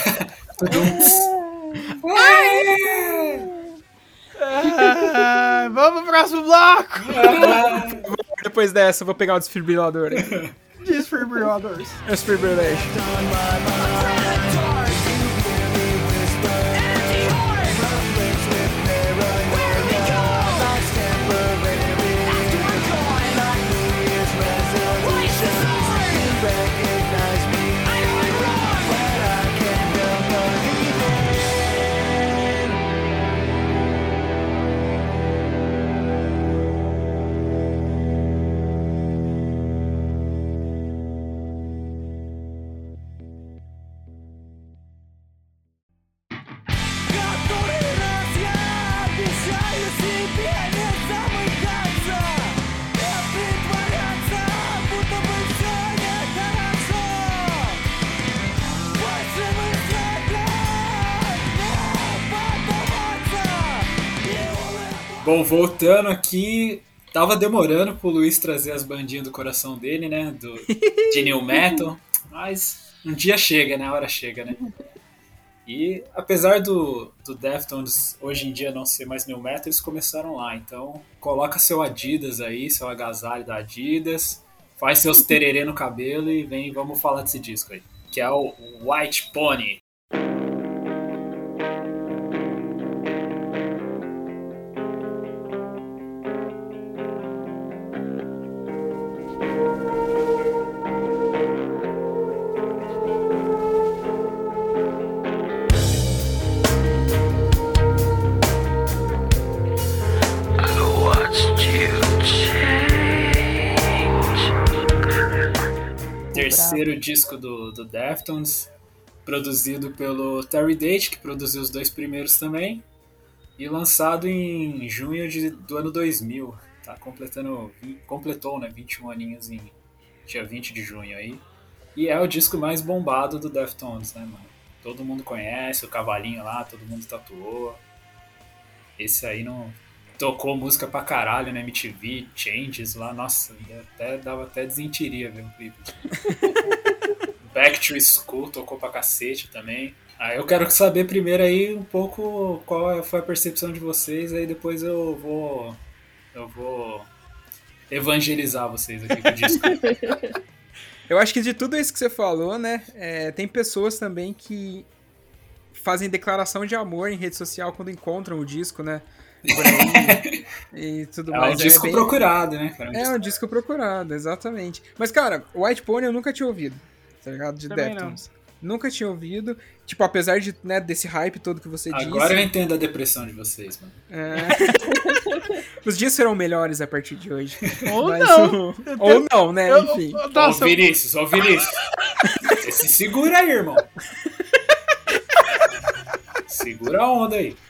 Ah, vamos pro próximo bloco! Depois dessa, eu vou pegar o desfibrilador aí. Desfibrilladores. Desfibrilation. Afraid of the dark, you hear me whisper. An empty heart, replaced with paranoia. Where do we go? Life's temporary. After we're gone, like New Year's resolutions. You recognize me. I know I'm wrong, but I Bom, voltando aqui, tava demorando pro Luiz trazer as bandinhas do coração dele, né? Do, de New Metal, mas um dia chega, né? A hora chega, né? E apesar do, do Deftones hoje em dia não ser mais New Metal, eles começaram lá. Então, coloca seu Adidas aí, seu agasalho da Adidas, faz seus tererê no cabelo e vem, vamos falar desse disco aí, que é o White Pony. Terceiro disco do, do Deftones, produzido pelo Terry Date, que produziu os dois primeiros também, e lançado em junho de, do ano dois mil. Tá completando, completou, né, vinte e um aninhos em dia vinte de junho aí. E é o disco mais bombado do Deftones, né, mano? Todo mundo conhece, o cavalinho lá, todo mundo tatuou. Esse aí não... Tocou música pra caralho na M T V, Changes lá, nossa, até, dava até desentiria ver um clipe. Back to School tocou pra cacete também. Aí eu quero saber primeiro aí um pouco qual foi a percepção de vocês, aí depois eu vou eu vou evangelizar vocês aqui com o disco. Eu acho que de tudo isso que você falou, né, é, tem pessoas também que fazem declaração de amor em rede social quando encontram o disco, né? Por aí, e tudo é mais. um disco é bem... procurado, né, cara? Um é disco... um disco procurado, exatamente. Mas, cara, White Pony eu nunca tinha ouvido, tá ligado? De Deftones. Nunca tinha ouvido. Tipo, apesar de, né, desse hype todo que você Agora disse... Agora eu entendo a depressão de vocês, mano. É... Os dias serão melhores a partir de hoje. Ou Mas não. O... Ou não, né? Eu... Enfim. Ó, Vinícius, ó, Vinícius. Você se segura aí, irmão. Segura a onda aí.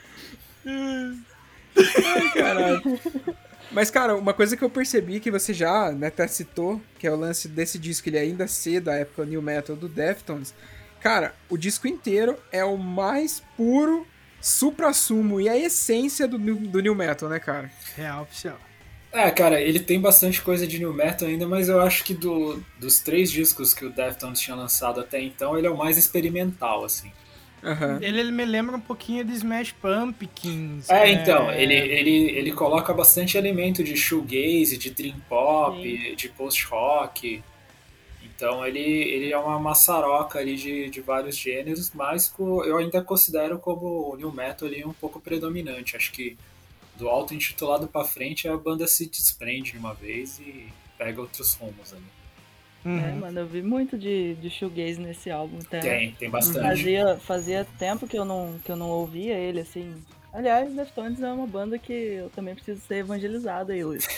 Ai, caralho. Mas, cara, uma coisa que eu percebi que você já, né, até citou, que é o lance desse disco, ele ainda ser da época New Metal do Deftones. Cara, o disco inteiro é o mais puro supra-sumo e a essência do, do New Metal, né, cara? Real oficial. É, cara, ele tem bastante coisa de New Metal ainda, mas eu acho que do, dos três discos que o Deftones tinha lançado até então, ele é o mais experimental, assim. Uhum. Ele, ele me lembra um pouquinho de Smash Pumpkins. É, é... então, ele, ele, ele coloca bastante elemento de shoegaze, de dream pop, Sim. de post-rock. Então ele, ele é uma maçaroca ali de, de vários gêneros, mas eu ainda considero como o New Metal ali um pouco predominante. Acho que do auto-intitulado pra frente a banda se desprende de uma vez e pega outros rumos ali. Uhum. É, mano, eu vi muito de, de shoegaze nesse álbum. Até. Tem, tem bastante. Fazia, fazia tempo que eu, não, que eu não ouvia ele, assim. Aliás, Deftones é uma banda que eu também preciso ser evangelizado aí, Luiz.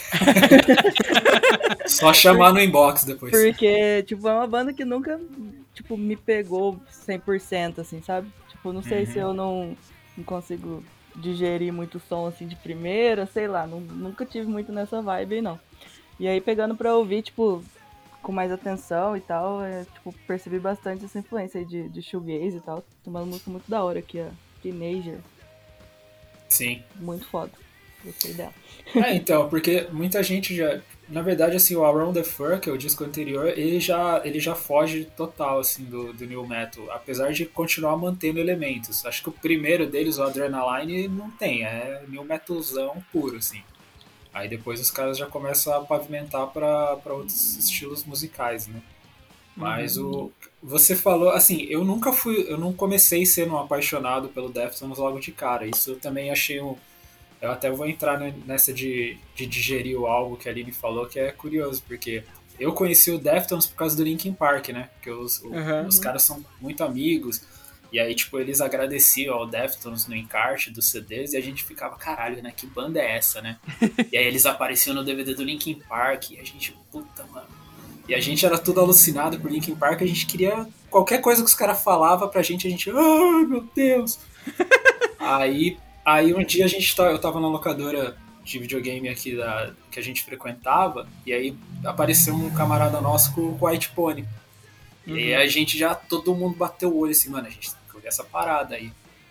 Só chamar no inbox depois. Porque, tipo, é uma banda que nunca, tipo, me pegou cem por cento, assim, sabe? Tipo, não sei uhum. se eu não, não consigo digerir muito som, assim, de primeira, sei lá. Não, nunca tive muito nessa vibe aí, não. E aí, pegando pra ouvir, tipo... com mais atenção e tal, é, tipo, percebi bastante essa influência aí de, de shoegaze e tal. Tem uma música muito da hora aqui, a Teenager. Sim. Muito foda. Gostei dela. É, então, porque muita gente já... Na verdade, assim, o Around the Fur, que é o disco anterior, ele já, ele já foge total, assim, do, do New Metal. Apesar de continuar mantendo elementos. Acho que o primeiro deles, o Adrenaline, não tem. É New Metalzão puro, assim. Aí depois os caras já começam a pavimentar para outros estilos musicais, né? Mas uhum. o você falou, assim, eu nunca fui, eu não comecei sendo um apaixonado pelo Deftones logo de cara. Isso eu também achei um... Eu até vou entrar nessa de, de digerir o álbum que a Aline falou, que é curioso, porque eu conheci o Deftones por causa do Linkin Park, né? Porque os, uhum. os caras são muito amigos. E aí, tipo, eles agradeciam ao Deftones no encarte dos C Ds e a gente ficava, caralho, né? Que banda é essa, né? E aí eles apareciam no D V D do Linkin Park e a gente, puta, mano. E a gente era tudo alucinado por Linkin Park, a gente queria... Qualquer coisa que os caras falavam pra gente, a gente... Ai, meu Deus! aí, aí um dia a gente tá, eu tava na locadora de videogame aqui da, que a gente frequentava e aí apareceu um camarada nosso com o White Pony. Uhum. E aí a gente já, todo mundo bateu o olho assim, mano, a gente tem que olhar essa parada aí.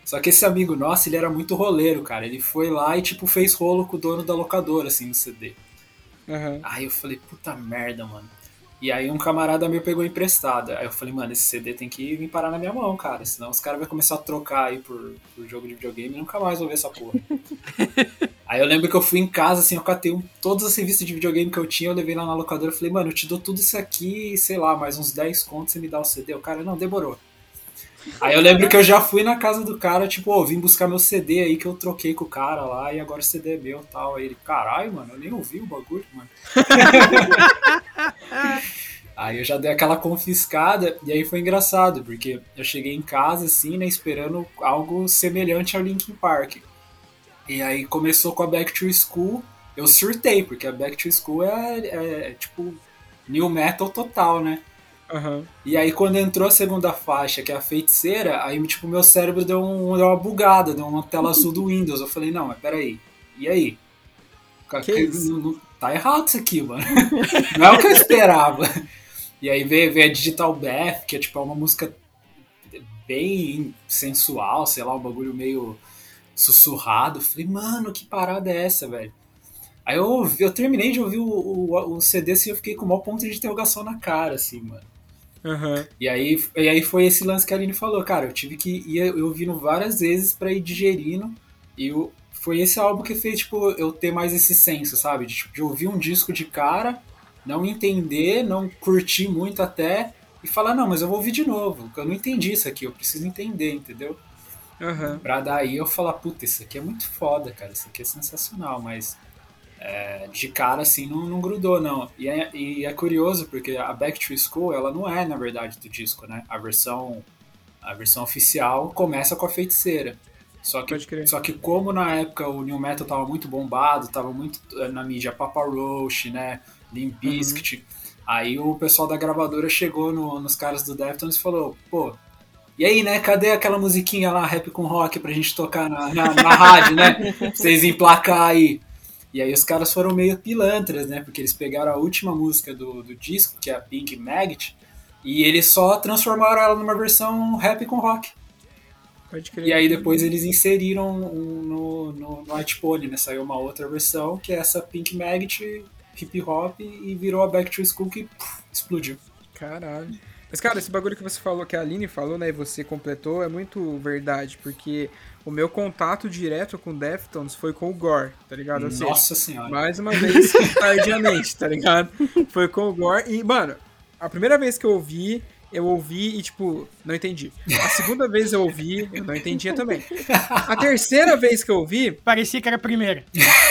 Só que esse amigo nosso, ele era muito roleiro, cara. Ele foi lá e, tipo, fez rolo com o dono da locadora, assim, no C D. Uhum. Aí eu falei, puta merda, mano. E aí um camarada meu pegou emprestado. Aí eu falei, mano, esse C D tem que vir parar na minha mão, cara. Senão os caras vão começar a trocar aí por, por jogo de videogame e nunca mais vou ver essa porra. Aí eu lembro que eu fui em casa, assim, eu catei um, todas as revistas de videogame que eu tinha, eu levei lá na locadora e falei, mano, eu te dou tudo isso aqui, sei lá, mais uns dez contos, você me dá o C D. O cara, não, demorou. Aí eu lembro que eu já fui na casa do cara, tipo, ô, vim buscar meu C D aí que eu troquei com o cara lá e agora o C D é meu e tal. Aí ele, caralho, mano, eu nem ouvi o bagulho, mano. Aí eu já dei aquela confiscada e aí foi engraçado, porque eu cheguei em casa, assim, né, esperando algo semelhante ao Linkin Park. E aí começou com a Back to School, eu surtei, porque a Back to School é, é, é tipo, new metal total, né? Uhum. E aí quando entrou a segunda faixa, que é a Feiticeira, aí tipo meu cérebro deu, um, deu uma bugada, deu uma tela azul do Windows. Eu falei, não, mas peraí, e aí? Que isso? Não, não, tá errado isso aqui, mano. Não é o que eu esperava. E aí veio, veio a Digital Bath, que é tipo uma música bem sensual, sei lá, um bagulho meio sussurrado. Eu falei, mano, que parada é essa, velho? Aí eu, ouvi, eu terminei de ouvir o, o, o C D assim, eu fiquei com o maior ponto de interrogação na cara, assim, mano. Uhum. E, aí, e aí foi esse lance que a Aline falou, cara, eu tive que ir eu ouvindo várias vezes pra ir digerindo, e eu, foi esse álbum que fez, tipo, eu ter mais esse senso, sabe? De, tipo, de ouvir um disco de cara, não entender, não curtir muito até, e falar, não, mas eu vou ouvir de novo, porque eu não entendi isso aqui, eu preciso entender, entendeu? Uhum. Pra daí eu falar, puta, isso aqui é muito foda, cara, isso aqui é sensacional, mas... É, de cara assim não, não grudou não e é, e é curioso porque a Back to School ela não é na verdade do disco, né? A versão a versão oficial começa com a Feiticeira, só que, só que como na época o New Metal tava muito bombado, tava muito na mídia Papa Roach, né? Limp Bizkit, uhum. Aí o pessoal da gravadora chegou no, nos caras do Deftones e falou, pô, e aí, né, cadê aquela musiquinha lá, rap com rock pra gente tocar na, na, na rádio, né? Pra vocês emplacar aí. E aí os caras foram meio pilantras, né? Porque eles pegaram a última música do, do disco, que é a Pink Maggot, e eles só transformaram ela numa versão rap com rock. Pode crer. E aí depois eles inseriram um, no, no, no White Pony, né? Saiu uma outra versão, que é essa Pink Maggot, hip hop, e virou a Back to School que puf, explodiu. Caralho. Mas, cara, esse bagulho que você falou, que a Aline falou, né, e você completou, é muito verdade, porque o meu contato direto com Deftones foi com o Gore, tá ligado? Ou Nossa seja, senhora. Mais uma vez, tardiamente, tá ligado? Foi com o Gore e, mano, a primeira vez que eu ouvi, eu ouvi e, tipo, não entendi. A segunda vez eu ouvi, eu não entendia também. A terceira vez que eu ouvi... Parecia que era a primeira.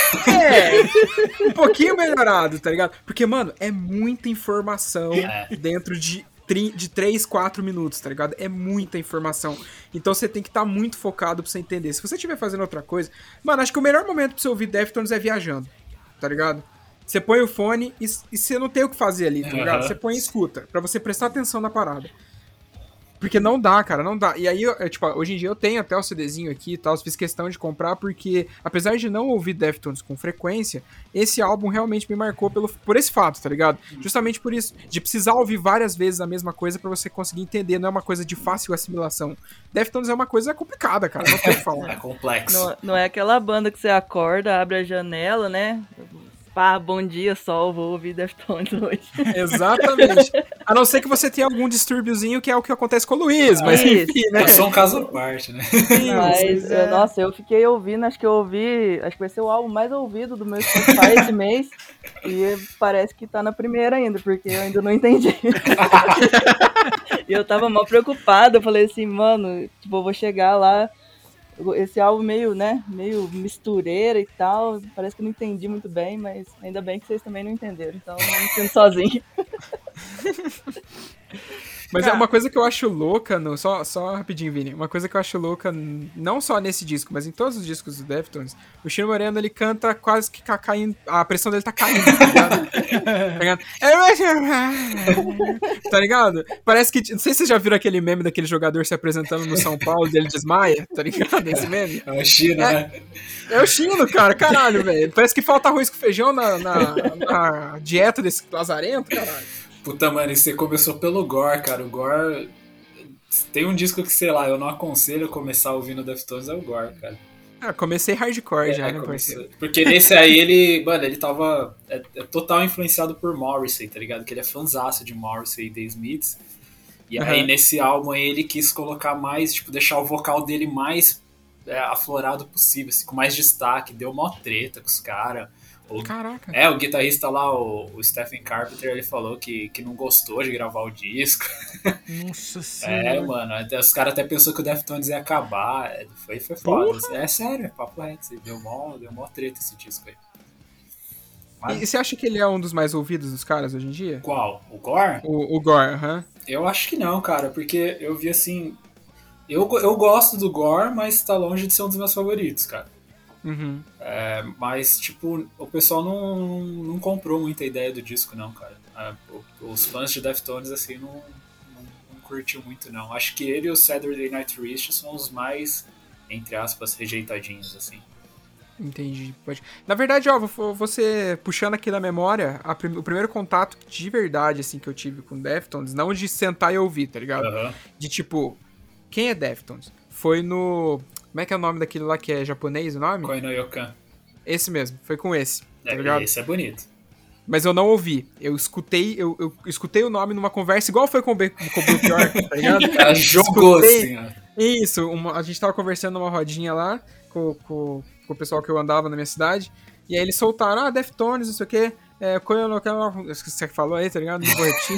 É, um pouquinho melhorado, tá ligado? Porque, mano, é muita informação é. dentro de... de três, quatro minutos, tá ligado? É muita informação. Então você tem que estar tá muito focado pra você entender. Se você estiver fazendo outra coisa... Mano, acho que o melhor momento pra você ouvir Deftones é viajando, tá ligado? Você põe o fone e, e você não tem o que fazer ali, tá ligado? Uhum. Você põe e escuta, pra você prestar atenção na parada. Porque não dá, cara, não dá. E aí, eu, tipo, hoje em dia eu tenho até o CDzinho aqui e tal, fiz questão de comprar porque, apesar de não ouvir Deftones com frequência, esse álbum realmente me marcou pelo, por esse fato, tá ligado? Justamente por isso, de precisar ouvir várias vezes a mesma coisa pra você conseguir entender, não é uma coisa de fácil assimilação. Deftones é uma coisa complicada, cara, não tem o que falar. É complexo. Não, não é aquela banda que você acorda, abre a janela, né? Pá, bom dia, sol, vou ouvir Deftones hoje. Exatamente. A não ser que você tenha algum distúrbiozinho, que é o que acontece com o Luiz, mas enfim, né? É só um caso à parte, né? Mas, é. Nossa, eu fiquei ouvindo, acho que eu ouvi, acho que vai ser o álbum mais ouvido do meu Spotify esse mês, e parece que tá na primeira ainda, porque eu ainda não entendi. E eu tava mal preocupada, eu falei assim, mano, tipo, eu vou chegar lá, esse álbum meio, né, meio mistureira e tal, parece que eu não entendi muito bem, mas ainda bem que vocês também não entenderam, então eu não me sinto sozinho. Mas é uma coisa que eu acho louca, no, só, só rapidinho, Vini, uma coisa que eu acho louca, não só nesse disco, mas em todos os discos do Deftones, o Chino Moreno, ele canta quase que caindo, a pressão dele tá caindo, tá ligado? tá ligado? Tá ligado? Parece que, não sei se vocês já viram aquele meme daquele jogador se apresentando no São Paulo e ele desmaia, tá ligado? Esse meme. É o Chino, é, né? É o Chino, cara, caralho, velho. Parece que falta arroz com feijão na, na, na dieta desse lazarento, caralho. Puta, mano, e você começou pelo Gore, cara. O Gore Tem um disco que, sei lá, eu não aconselho começar ouvindo Deftones, é o Gore, cara. Ah, comecei hardcore É, já, é, né, comecei- parceiro? Porque nesse aí ele, mano, ele tava é, é total influenciado por Morrissey, tá ligado? Que ele é fãzaço de Morrissey e The Smiths. E aí Aham. nesse álbum aí, ele quis colocar mais, tipo, deixar o vocal dele mais é, aflorado possível, assim, com mais destaque. Deu mó treta com os caras. Caraca. É, o guitarrista lá, o, o Stephen Carpenter, ele falou que, que não gostou de gravar o disco. Nossa É, senhora. mano, até, os caras até pensou que o Deftones ia acabar. é, Foi, foi foda. É sério, é papo reto. assim, Deu mó, deu mó treta esse disco aí. E, e você acha que ele é um dos mais ouvidos dos caras hoje em dia? Qual? O Gore? O, o Gore, aham. Eu acho que não, cara, porque eu vi assim. Eu, eu gosto do Gore, mas tá longe de ser um dos meus favoritos, cara. Uhum. É, mas, tipo, o pessoal não, não comprou muita ideia do disco, não, cara. É, o- os fãs de Deftones, assim, não, não, não curtiu muito, não. Acho que ele e o Saturday Night Reach são os mais, entre aspas, rejeitadinhos, assim. Entendi. Pode... Na verdade, ó, vo- você puxando aqui da memória, a prim- o primeiro contato de verdade, assim, que eu tive com Deftones, não de sentar e ouvir, tá ligado? Aham. De tipo, quem é Deftones? Foi no... Como é que é o nome daquele lá que é japonês, o nome? Koino Yokan. Esse mesmo, foi com esse, tá É, ligado? esse é bonito. Mas eu não ouvi. Eu escutei, eu, eu escutei o nome numa conversa igual foi com o, Be com o Belchior, tá ligado? O cara jogou Escutei- assim, ó. Isso, uma- a gente tava conversando numa rodinha lá com, com, com o pessoal que eu andava na minha cidade. E aí eles soltaram, ah, Deftones, não sei o quê. É, Koyo- Koyo- você falou aí, tá ligado? Não vou repetir.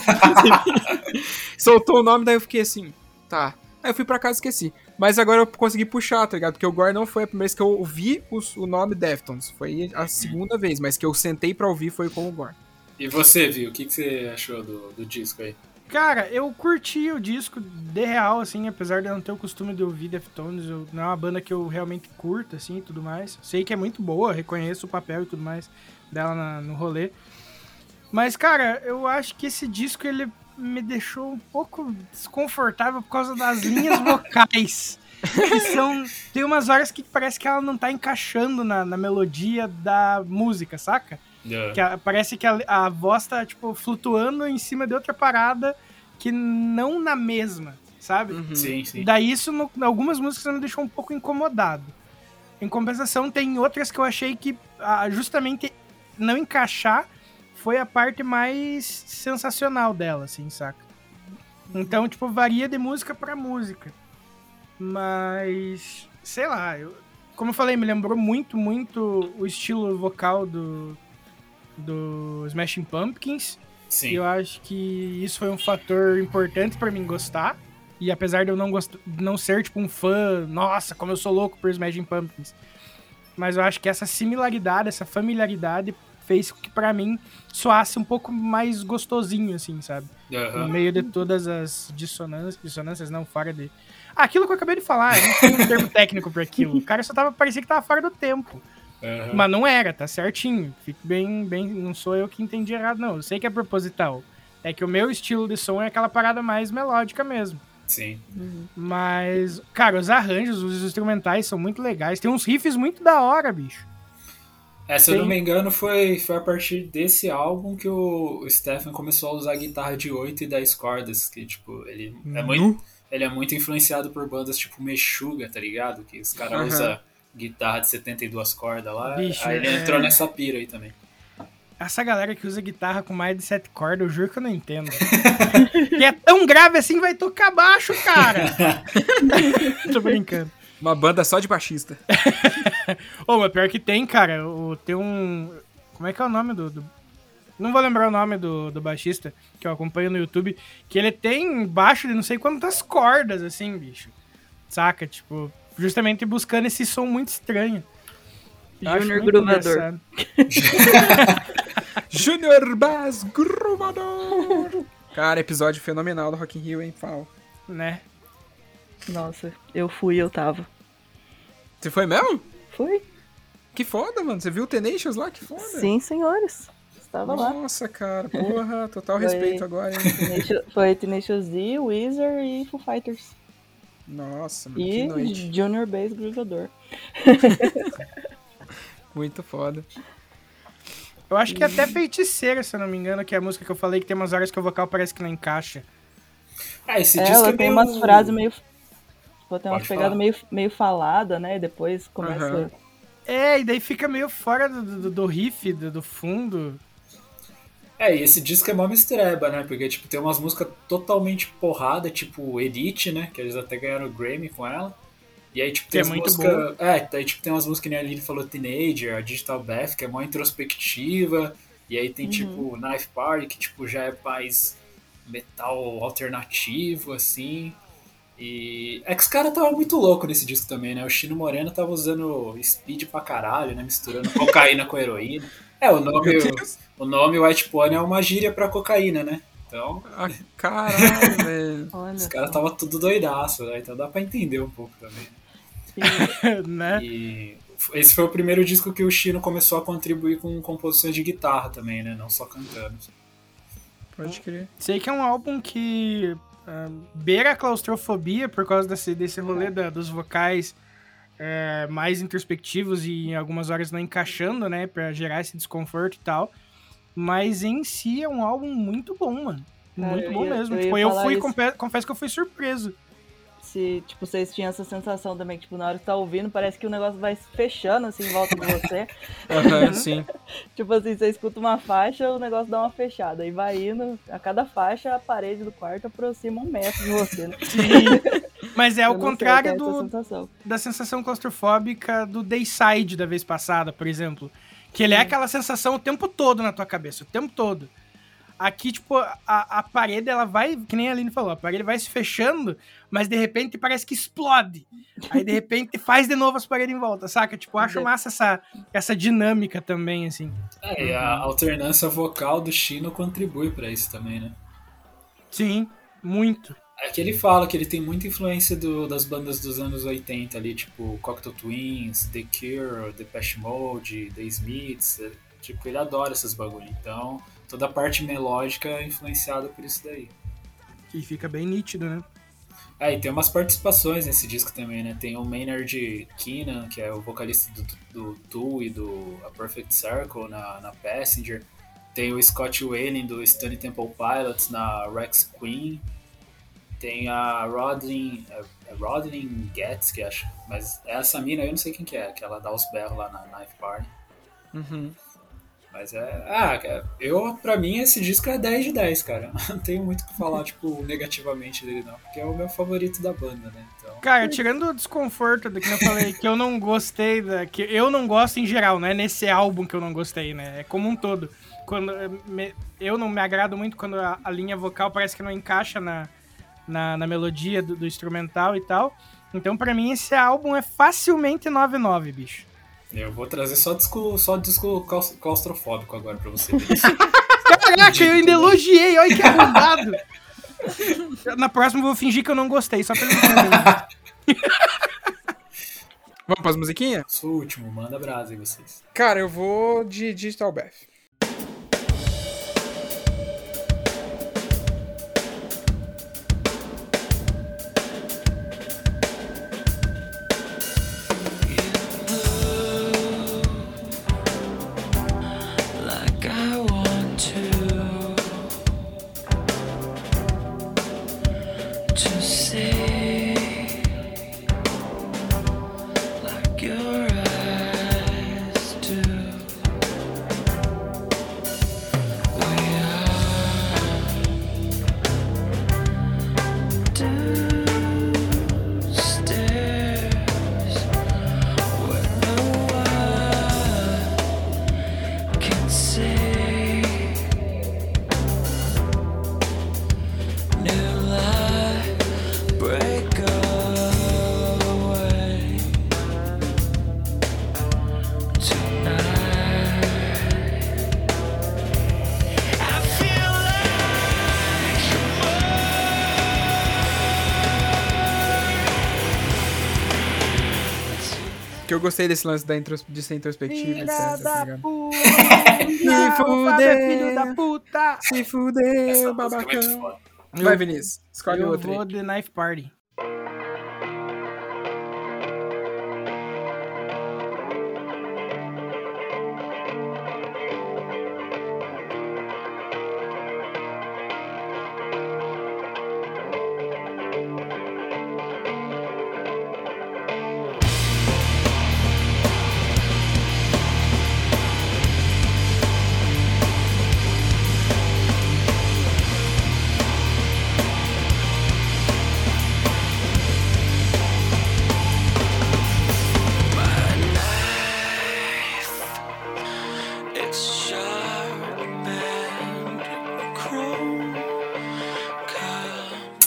Soltou o nome, daí eu fiquei assim, tá. Aí eu fui pra casa e esqueci. Mas agora eu consegui puxar, tá ligado? Porque o Gore não foi a primeira vez que eu ouvi os- o nome Deftones. Foi a segunda vez, mas que eu sentei pra ouvir foi com o Gore. E você, viu? O que, que você achou do, do disco aí? Cara, eu curti o disco de real, assim, apesar de eu não ter o costume de ouvir Deftones, eu, não é uma banda que eu realmente curto, assim, e tudo mais. Sei que é muito boa, reconheço o papel e tudo mais dela na- no rolê. Mas, cara, eu acho que esse disco, ele me deixou um pouco desconfortável por causa das linhas vocais. Que são... Tem umas horas que parece que ela não tá encaixando na, na melodia da música, saca? Que a- parece que a, a voz tá, tipo, flutuando em cima de outra parada que não na mesma, sabe? Sim, sim. Daí isso, no, em algumas músicas, me deixou um pouco incomodado. Em compensação, tem outras que eu achei que ah, justamente não encaixar foi a parte mais sensacional dela, assim, saca? Então, tipo, varia de música pra música. Mas, sei lá, eu, como eu falei, me lembrou muito, muito o estilo vocal do, do Smashing Pumpkins. Sim. E eu acho que isso foi um fator importante pra mim gostar. E apesar de eu não, gost... não ser, tipo, um fã, nossa, como eu sou louco por Smashing Pumpkins. Mas eu acho que essa similaridade, essa familiaridade fez com que pra mim soasse um pouco mais gostosinho, assim, sabe? Aham. No meio de todas as dissonâncias, dissonâncias não, fora de... Ah, aquilo que eu acabei de falar, não tem um termo técnico pra aquilo. O cara só tava, parecia que tava fora do tempo. Aham. Mas não era, tá certinho. Fique bem, bem, não sou eu que entendi errado, não. Eu sei que é proposital. É que o meu estilo de som é aquela parada mais melódica mesmo. Sim. Mas, cara, os arranjos, os instrumentais são muito legais. Tem uns riffs muito da hora, bicho. É, se eu não Tem- me engano, foi, foi a partir desse álbum que o, o Stephen começou a usar guitarra de oito e dez cordas, que, tipo, ele é muito, ele é muito influenciado por bandas tipo Meshuggah, tá ligado? Que os caras Aham. usam guitarra de setenta e duas cordas lá, Bicho, aí ele é- entrou nessa pira aí também. Essa galera que usa guitarra com mais de sete cordas, eu juro que eu não entendo. Que é tão grave assim, vai tocar baixo, cara. Tô brincando. Uma banda só de baixista. Ô, mas pior que tem, cara. O, tem um... Como é que é o nome do... do- Não vou lembrar o nome do, do baixista, que eu acompanho no YouTube, que ele tem baixo de não sei quantas cordas, assim, bicho. Saca? Tipo, justamente buscando esse som muito estranho. Eu acho Júnior muito Gruvador. engraçado. Junior Bass Gruvador. Cara, episódio fenomenal do Rock in Rio, hein, Fal. Né? Nossa, eu fui, eu tava. Você foi mesmo? Fui? Que foda, mano. Você viu o Tenacious lá? Que foda. Sim, senhores. Estava lá. Nossa, cara. Porra, total Foi- respeito agora, hein. Tenacious- Foi Tenacious D, Weezer e Foo Fighters. Nossa, mano, que noite. E Junior Bass Gruvador. Muito foda. Eu acho que até Feiticeira, se eu não me engano, que é a música que eu falei que tem umas horas que o vocal parece que não encaixa. Ah, esse É, disco ela é tem meio... umas frases meio. Tipo, tem umas Pode pegadas falar. meio, meio falada, né? E depois começa. Aham. É, e daí fica meio fora do, do, do riff, do, do fundo. É, e esse disco é mó mistureba, né? Porque, tipo, tem umas músicas totalmente porrada, tipo Elite, né? Que eles até ganharam o Grammy com ela. E aí, tipo, Que tem é as muito músicas... boa. É, daí, tipo, tem umas músicas que nem a Aline falou, Teenager, a Digital Bath, que é mó introspectiva. E aí tem, Uhum. tipo, Knife Party, que, tipo, já é mais metal alternativo, assim. E é que os caras tava muito louco nesse disco também, né? O Chino Moreno tava usando speed pra caralho, né? Misturando cocaína com heroína. É, o nome, Meu o, Deus. o nome White Pony é uma gíria pra cocaína, né? Então, Ah, caralho, velho. Olha os caras só. tava tudo doidaço, né? Então dá pra entender um pouco também. né? E esse foi o primeiro disco que o Chino começou a contribuir com composições de guitarra também, né? Não só cantando. Pode crer. Sei que é um álbum que ah, beira a claustrofobia por causa desse, desse rolê da- dos vocais é, mais introspectivos e em algumas horas não encaixando, né? Pra gerar esse desconforto e tal. Mas em si é um álbum muito bom, mano. Cara, Muito eu bom ia- mesmo. eu ia tipo, eu falar fui, isso. compe- confesso que eu fui surpreso. Se, tipo, vocês tinham essa sensação também, que, tipo, na hora que tá ouvindo, parece que o negócio vai se fechando, assim, em volta de você. Aham, sim. Tipo assim, você escuta uma faixa, o negócio dá uma fechada. E vai indo, a cada faixa, a parede do quarto aproxima um metro de você, né? Mas é ao Eu não sei, eu contrário tenho essa do, sensação. da sensação claustrofóbica do Dayside da vez passada, por exemplo. Que ele é aquela sensação o tempo todo na tua cabeça, o tempo todo. Aqui, tipo, a, a parede, ela vai, que nem a Aline falou, a parede vai se fechando, mas de repente parece que explode. Aí, de repente, faz de novo as paredes em volta, saca? Tipo, eu acho De- massa essa, essa dinâmica também, assim. É, e a alternância vocal do Chino contribui pra isso também, né? Sim, muito. É que ele fala que ele tem muita influência do- das bandas dos anos oitenta ali, tipo Cocteau Twins, The Cure, Depeche Mode, The Smiths. é, Tipo, ele adora esses bagulho. Então, toda a parte melódica é influenciada por isso daí. E fica bem nítido, né? É, e tem umas participações nesse disco também, né? Tem o Maynard Keenan, que é o vocalista do, do Tool e do A Perfect Circle na, na Passenger. Tem o Scott Wayland do Stone Temple Pilots na Rex Queen. Tem a Rodlin, é Rodlin Getz, que acho. Mas essa mina eu não sei quem que é, que ela dá os berros lá na Knife Party. Uhum. Mas é. Ah, cara, eu, pra mim, esse disco é dez de dez, cara. Não tenho muito o que falar, tipo, negativamente dele, não. Porque é o meu favorito da banda, né? Então. Cara, tirando o desconforto do que eu falei, que eu não gostei, da, que eu não gosto em geral, não é nesse álbum que eu não gostei, né? É como um todo. Quando, eh, me- eu não me agrado muito quando a, a linha vocal parece que não encaixa na, na, na melodia do, do instrumental e tal. Então, pra mim, esse álbum é facilmente nove nove, bicho. Eu vou trazer só disco, só disco claus- claustrofóbico agora pra você ver. Caraca, eu ainda elogiei, olha que arrombado. Na próxima eu vou fingir que eu não gostei, só pra ele entender. Vamos pras musiquinhas? Sou o último, manda brasa aí vocês. Cara, eu vou de Digital Bath. Like I want to, to see, like your eyes do. We are two stairs where no one can see. New light break away tonight. I feel Que eu gostei desse lance da intros... de ser introspectivo, Filha etcétera, tá da ligado? puta! Me O Fábio é filho da puta! Se Essa fudeu, música é muito babacão. foda. Vai, Vinícius. Escolhe Eu outra aí. vou de Knife Party.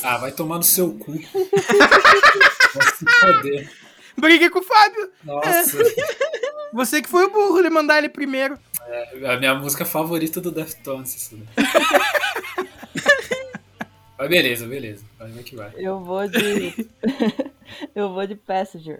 Ah, vai tomar no seu cu. Vai se foder. Briguei com o Fábio. Nossa. É. Você que foi o burro de mandar ele primeiro. É a minha música favorita do Deftones, isso daí. Mas beleza, beleza. Vai ver que vai. Eu vou de... Eu vou de Passenger.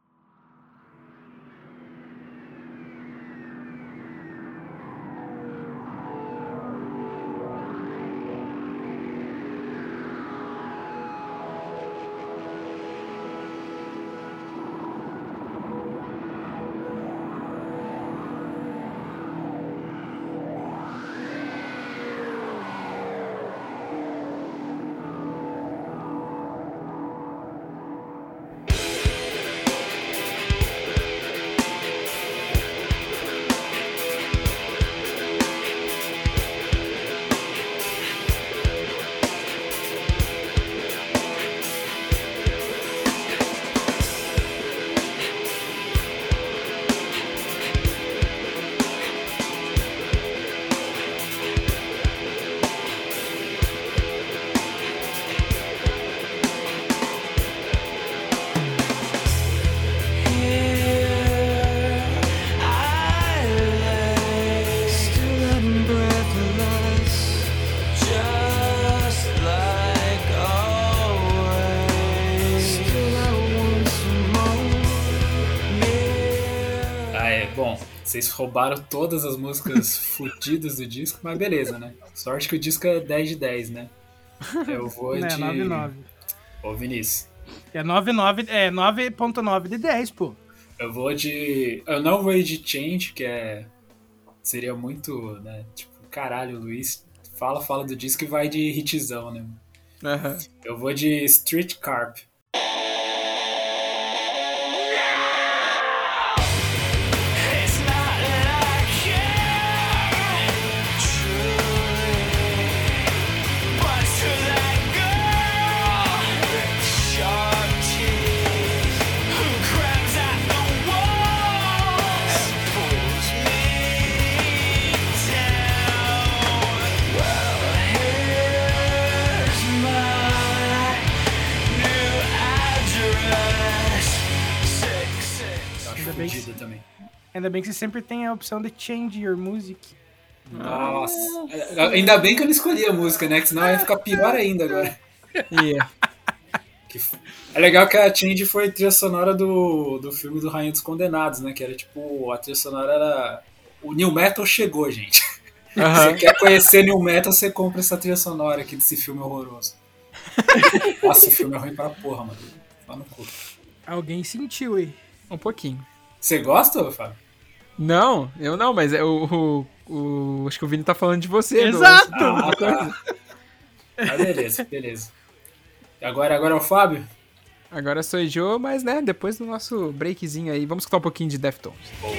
Vocês roubaram todas as músicas fudidas do disco, mas beleza, né? Sorte que o disco é dez de dez, né? Eu vou Não, de... é nove nove. Ô, Vinícius. É nove nove, é nove ponto nove de dez, pô. Eu vou de... Eu não vou de Change, que é... Seria muito, né? Tipo, caralho, o Luiz fala, fala do disco e vai de hitzão, né? Uhum. Eu vou de Street Carp. Também. Ainda bem que você sempre tem a opção de change your music. Nossa. Ainda bem que eu não escolhi a música, né? Que senão ia ficar pior ainda agora. Yeah. É legal que a Change foi a trilha sonora do, do filme do Rainha dos Condenados, né? Que era tipo, a trilha sonora era... O New Metal chegou, gente. Uhum. Você quer conhecer New Metal, você compra essa trilha sonora aqui desse filme horroroso. Nossa, o filme é ruim pra porra, mano. Lá no cu. Alguém sentiu aí. Um pouquinho. Você gosta, Fábio? Não, eu não, mas é o, o, o... Acho que o Vini tá falando de você. Exato! Do... Ah, tá. Ah, beleza, beleza. Agora, agora é o Fábio? Agora sou eu, mas né, depois do nosso breakzinho aí, vamos escutar um pouquinho de Deftones. Boa.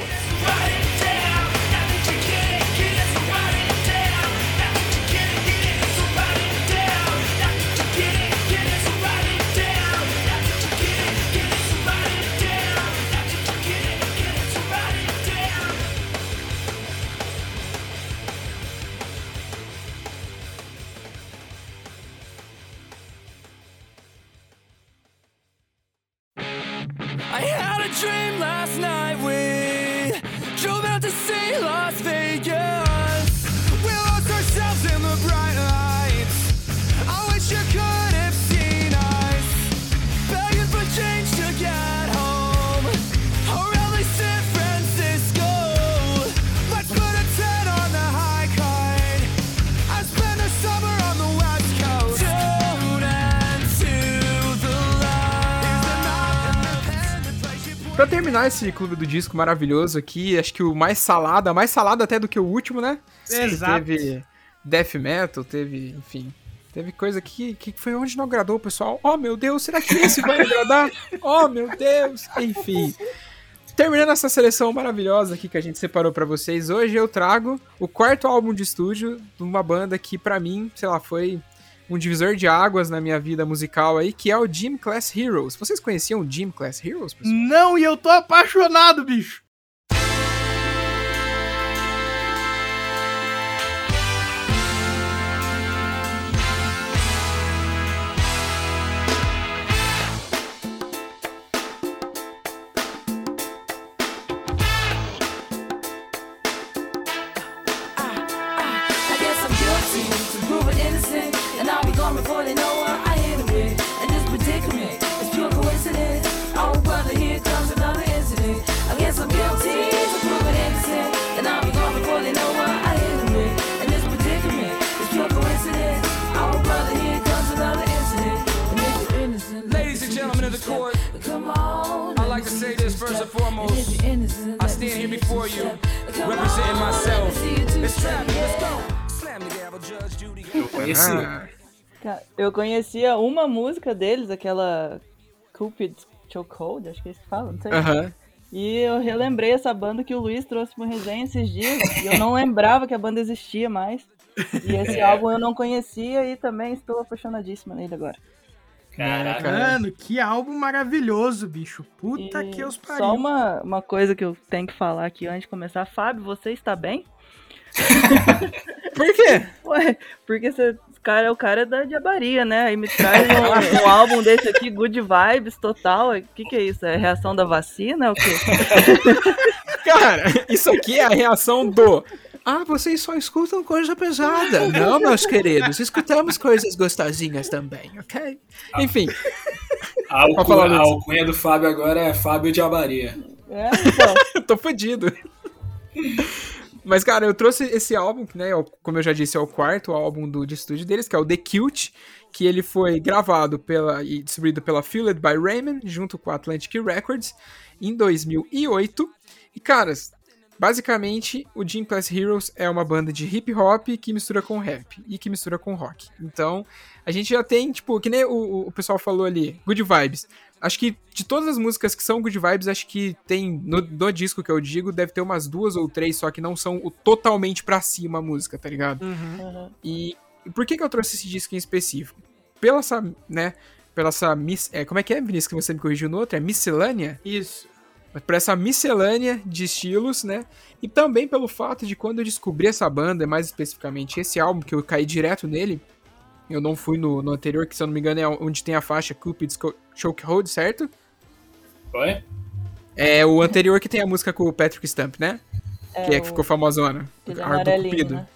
I had a dream last night, we drove out to see Las Vegas. We lost ourselves in the bright lights. I wish you could have seen us, begging for change to get home, or at least San Francisco. Let's put a tent on the high kite and spend the summer on the west coast. Tune into the Pra terminar esse clube do disco maravilhoso aqui, acho que o mais salada, mais salada até do que o último, né? Exato. Teve death metal, teve, enfim, teve coisa que, que foi onde não agradou o pessoal. Oh, meu Deus, será que esse vai agradar? Oh, meu Deus, enfim. Terminando essa seleção maravilhosa aqui que a gente separou pra vocês, hoje eu trago o quarto álbum de estúdio de uma banda que pra mim, sei lá, foi um divisor de águas na minha vida musical aí, que é o Gym Class Heroes. Vocês conheciam o Gym Class Heroes, pessoal? Não, e eu tô apaixonado, bicho. innocent, and I'll be gone before they know what I hit them with. And this predicament is pure coincidence. Oh brother, here comes another incident. I guess I'm guilty for proving innocent, and I'll be gone before they know what I hit them with. And this predicament is pure coincidence. Oh brother, here comes another incident. And if you're innocent, ladies and gentlemen of the court, come on. I'd like to say this first and foremost. I stand here before you, representing myself. Let's trap it, let's go. Slam the gavel, Judge Judy. Eu conhecia. Cara, eu conhecia uma música deles, aquela Cupid's Chokehold, acho que é isso que fala, não sei. Aham. E eu relembrei essa banda que o Luiz trouxe pra resenha esses dias, e eu não lembrava que a banda existia mais. E esse álbum eu não conhecia e também estou apaixonadíssima nele agora. Caraca. Mano, que álbum maravilhoso, bicho. Puta E que os pariu. só uma, uma coisa que eu tenho que falar aqui antes de começar. Fábio, você está bem? Por quê? Ué, porque você, cara, o cara é da diabaria, né? Aí me traz um, um álbum desse aqui, Good Vibes, total. O que que é isso? É reação da vacina? É o quê? Cara, isso aqui é a reação do... Ah, vocês só escutam coisa pesada. Não, meus queridos, escutamos coisas gostosinhas também, ok? Enfim. A alcunha, a alcunha do Fábio agora é Fábio Diabaria. É, então. Eu tô fodido. Mas, cara, eu trouxe esse álbum, que, né, como eu já disse, é o quarto álbum do, de estúdio deles, que é o The Cute, que ele foi gravado pela, e distribuído pela Fueled by Raymond, junto com a Atlantic Records, em dois mil e oito. E, caras, basicamente, o Gym Class Heroes é uma banda de hip hop que mistura com rap e que mistura com rock. Então, a gente já tem, tipo, que nem o, o pessoal falou ali, Good Vibes. Acho que de todas as músicas que são Good Vibes, acho que tem, no, no disco que eu digo, deve ter umas duas ou três, só que não são o totalmente pra cima a música, tá ligado? Uhum. E, e por que que eu trouxe esse disco em específico? Pela essa, né, pela essa, mis, é, como é que é, Vinícius, que você me corrigiu no outro? É miscelânea? Isso. Por essa miscelânea de estilos, né? E também pelo fato de quando eu descobri essa banda, mais especificamente esse álbum, que eu caí direto nele, eu não fui no, no anterior, que se eu não me engano é onde tem a faixa Cupid's Chokehold, certo? Oi? É o anterior que tem a música com o Patrick Stump, né? É que é o- que ficou famosona. Aquele A do amarelinho, Cupido. né?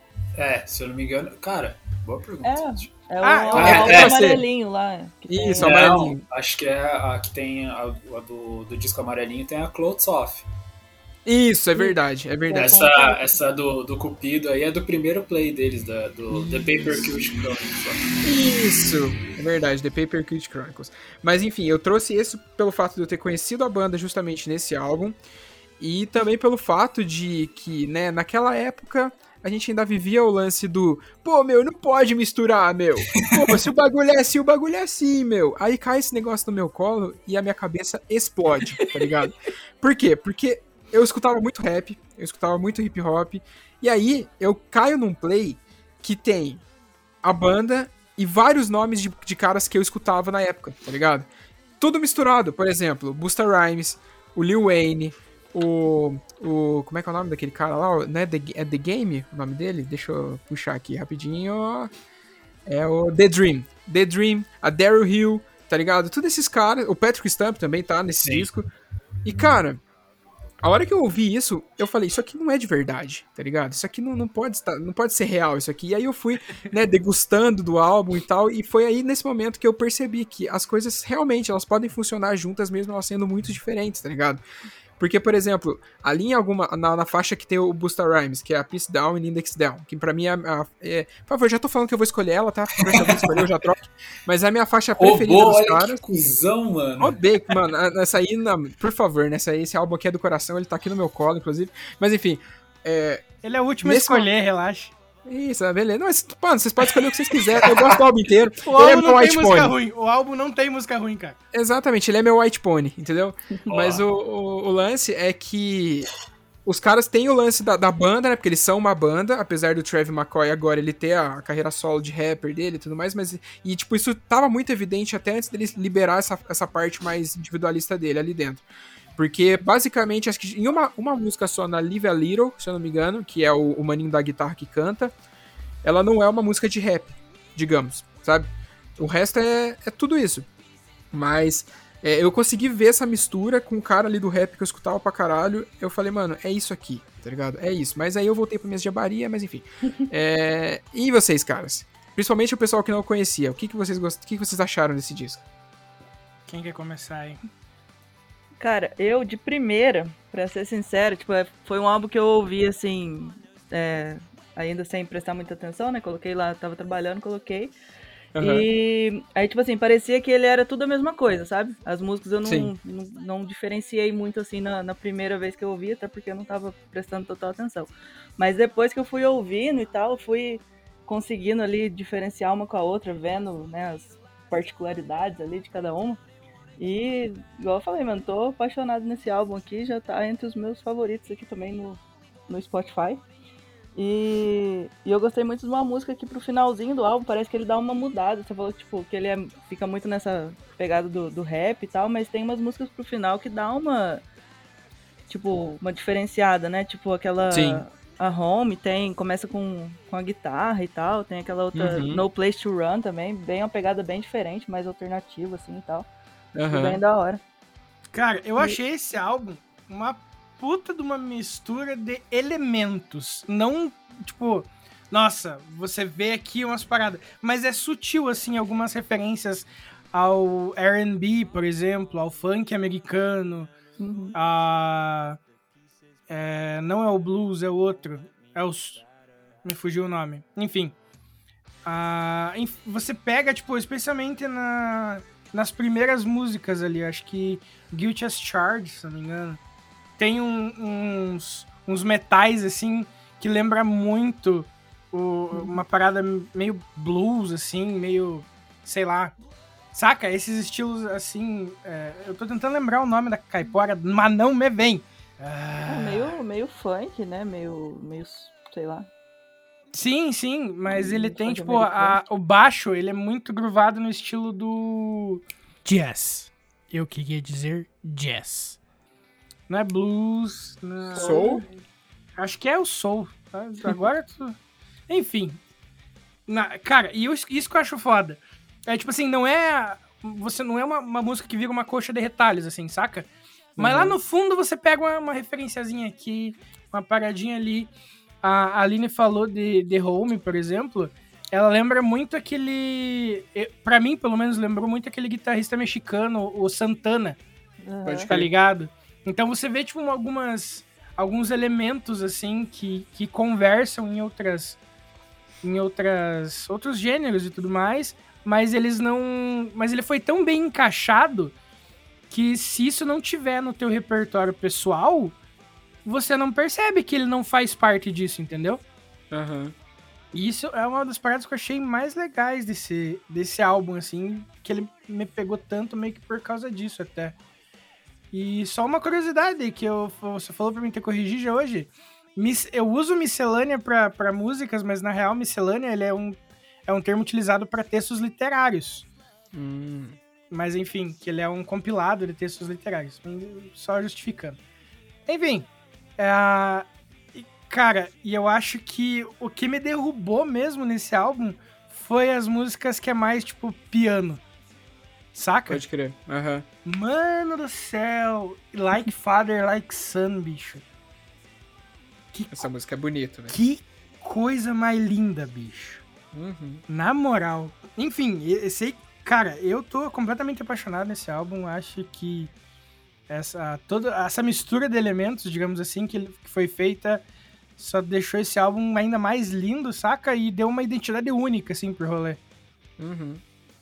É, se eu não me engano. Cara, boa pergunta. É, é o, Ah, é o é, álbum é, você. amarelinho lá. que tem- Isso, Não, amarelinho. acho que é a que tem a, a do, do disco amarelinho tem a Clothes Off. Isso, é verdade, é verdade. Essa, essa do, do Cupido aí é do primeiro play deles, da, do The Paper Cute Chronicles. Isso, é verdade, The Paper Cute Chronicles. Mas enfim, eu trouxe isso pelo fato de eu ter conhecido a banda justamente nesse álbum, e também pelo fato de que, né, naquela época a gente ainda vivia o lance do pô, meu, não pode misturar, meu. Pô, se o bagulho é assim, o bagulho é assim, meu. Aí cai esse negócio no meu colo e a minha cabeça explode, tá ligado? Por quê? Porque eu escutava muito rap, eu escutava muito hip hop, e aí eu caio num play que tem a banda e vários nomes de, de caras que eu escutava na época, tá ligado? Tudo misturado, por exemplo, Busta Rhymes, o Lil Wayne, o, o... como é que é o nome daquele cara lá? Né? The, é The Game o nome dele? Deixa eu puxar aqui rapidinho. É o The Dream. The Dream, a Daryl Hill, tá ligado? Todos esses caras, o Patrick Stump também tá nesse Sim. disco. E, cara... A hora que eu ouvi isso, eu falei, isso aqui não é de verdade, tá ligado? Isso aqui não, não, pode, estar, não pode ser real, isso aqui. E aí eu fui, né, degustando do álbum e tal, e foi aí nesse momento que eu percebi que as coisas realmente, elas podem funcionar juntas mesmo elas sendo muito diferentes, tá ligado? Porque, por exemplo, ali em alguma, na, na faixa que tem o Busta Rhymes, que é a Peace Down e Index Down, que pra mim é, a, é... Por favor, já tô falando que eu vou escolher ela, tá? Se eu vou escolher, eu já troco. Mas é a minha faixa preferida Roubou, dos olha caras. que cuzão, mano. Odeio, mano, nessa aí, não, por favor, nessa aí, esse álbum aqui é do coração, ele tá aqui no meu colo, inclusive. Mas enfim, é... Ele é o último a Nesse escolher, relaxa. Isso, beleza. Não, mas, mano, vocês podem escolher o que vocês quiserem, eu gosto do álbum inteiro. O Ele é álbum meu não tem white música pony. ruim. O álbum não tem música ruim, cara. Exatamente, ele é meu white pony, entendeu? Ó. Mas o, o, o lance é que os caras têm o lance da, da banda, né? Porque eles são uma banda, apesar do Travis McCoy agora ele ter a carreira solo de rapper dele e tudo mais, mas... E, tipo, isso tava muito evidente até antes dele liberar essa, essa parte mais individualista dele ali dentro. Porque, basicamente, acho que em uma, uma música só, na Live a Little, se eu não me engano, que é o, o maninho da guitarra que canta, ela não é uma música de rap, digamos, sabe? O resto é, é tudo isso. Mas é, eu consegui ver essa mistura com o cara ali do rap que eu escutava pra caralho. Eu falei, mano, é isso aqui, tá ligado? É isso. Mas aí eu voltei pra minhas jabaria, mas enfim. É, e vocês, caras? Principalmente o pessoal que não conhecia. O que, que, vocês, gost... o que, que vocês acharam desse disco? Quem quer começar aí? Cara, eu de primeira, pra ser sincero, tipo, foi um álbum que eu ouvi, assim, é, ainda sem prestar muita atenção, né? Coloquei lá, tava trabalhando, coloquei. Uhum. E aí, tipo assim, parecia que ele era tudo a mesma coisa, sabe? As músicas eu não, não, não diferenciei muito, assim, na, na primeira vez que eu ouvi, até porque eu não tava prestando total atenção. Mas depois que eu fui ouvindo e tal, fui conseguindo ali diferenciar uma com a outra, vendo, né, as particularidades ali de cada uma. E, igual eu falei, mano, tô apaixonado nesse álbum aqui, já tá entre os meus favoritos aqui também no, no Spotify. E, e eu gostei muito de uma música aqui pro finalzinho do álbum, parece que ele dá uma mudada. Você falou tipo, que ele é, fica muito nessa pegada do, do rap e tal, mas tem umas músicas pro final que dá uma, tipo, uma diferenciada, né? Tipo aquela... Sim. A Home tem, começa com, com a guitarra e tal, tem aquela outra uhum. No Place to Run também, bem uma pegada bem diferente, mais alternativa assim e tal. Uhum. Bem da hora. Cara, eu achei esse álbum uma puta de uma mistura de elementos. Não, tipo, nossa, você vê aqui umas paradas. Mas é sutil, assim, algumas referências ao R and B, por exemplo, ao funk americano. Uhum. A... É, não é o blues, é o outro. É os... Me fugiu o nome. Enfim. A... Você pega, tipo, especialmente na... nas primeiras músicas ali, acho que Guilty as Charged, se não me engano, tem um, uns, uns metais, assim, que lembra muito o, uma parada meio blues, assim, meio, sei lá, saca? Esses estilos, assim, é, eu tô tentando lembrar o nome da caipora, mas não me vem. Ah... É meio, meio funk, né? Meio, meio, sei lá. Sim, sim, mas ele tem, tipo, a, o baixo, ele é muito groovado no estilo do jazz. Eu queria dizer jazz. Não é blues, não é... Soul? Acho que é o soul. Tá? Agora tu... Enfim. Na... Cara, e isso, isso que eu acho foda. É tipo assim, não é... Você não é uma, uma música que vira uma coxa de retalhos, assim, saca? Mas uhum. lá no fundo você pega uma, uma referenciazinha aqui, uma paradinha ali. A Aline falou de The Home, por exemplo. Ela lembra muito aquele... Pra mim, pelo menos, lembrou muito aquele guitarrista mexicano, o Santana. Uhum. Tá ligado? Então você vê, tipo, algumas... Alguns elementos, assim, que, que conversam em outras... Em outras... Outros gêneros e tudo mais. Mas eles não... Mas ele foi tão bem encaixado que se isso não tiver no teu repertório pessoal... Você não percebe que ele não faz parte disso, entendeu? Aham. Uhum. E isso é uma das paradas que eu achei mais legais desse, desse álbum, assim, que ele me pegou tanto meio que por causa disso até. E só uma curiosidade que eu, você falou pra mim ter corrigido hoje. Eu uso miscelânea pra, pra músicas, mas na real miscelânea ele é, um, é um termo utilizado pra textos literários. Hum. Mas enfim, que ele é um compilado de textos literários. Só justificando. Enfim... É, cara, e eu acho que o que me derrubou mesmo nesse álbum foi as músicas que é mais, tipo, piano. Saca? Pode crer. Aham. Uhum. Mano do céu. Like Father, Like Son, bicho. Que Essa co... música é bonita, velho. Que coisa mais linda, bicho. Uhum. Na moral. Enfim, esse, cara, eu tô completamente apaixonado nesse álbum. Acho que Essa, toda, essa mistura de elementos, digamos assim, que, que foi feita, só deixou esse álbum ainda mais lindo, saca? E deu uma identidade única, assim, pro rolê. Uhum.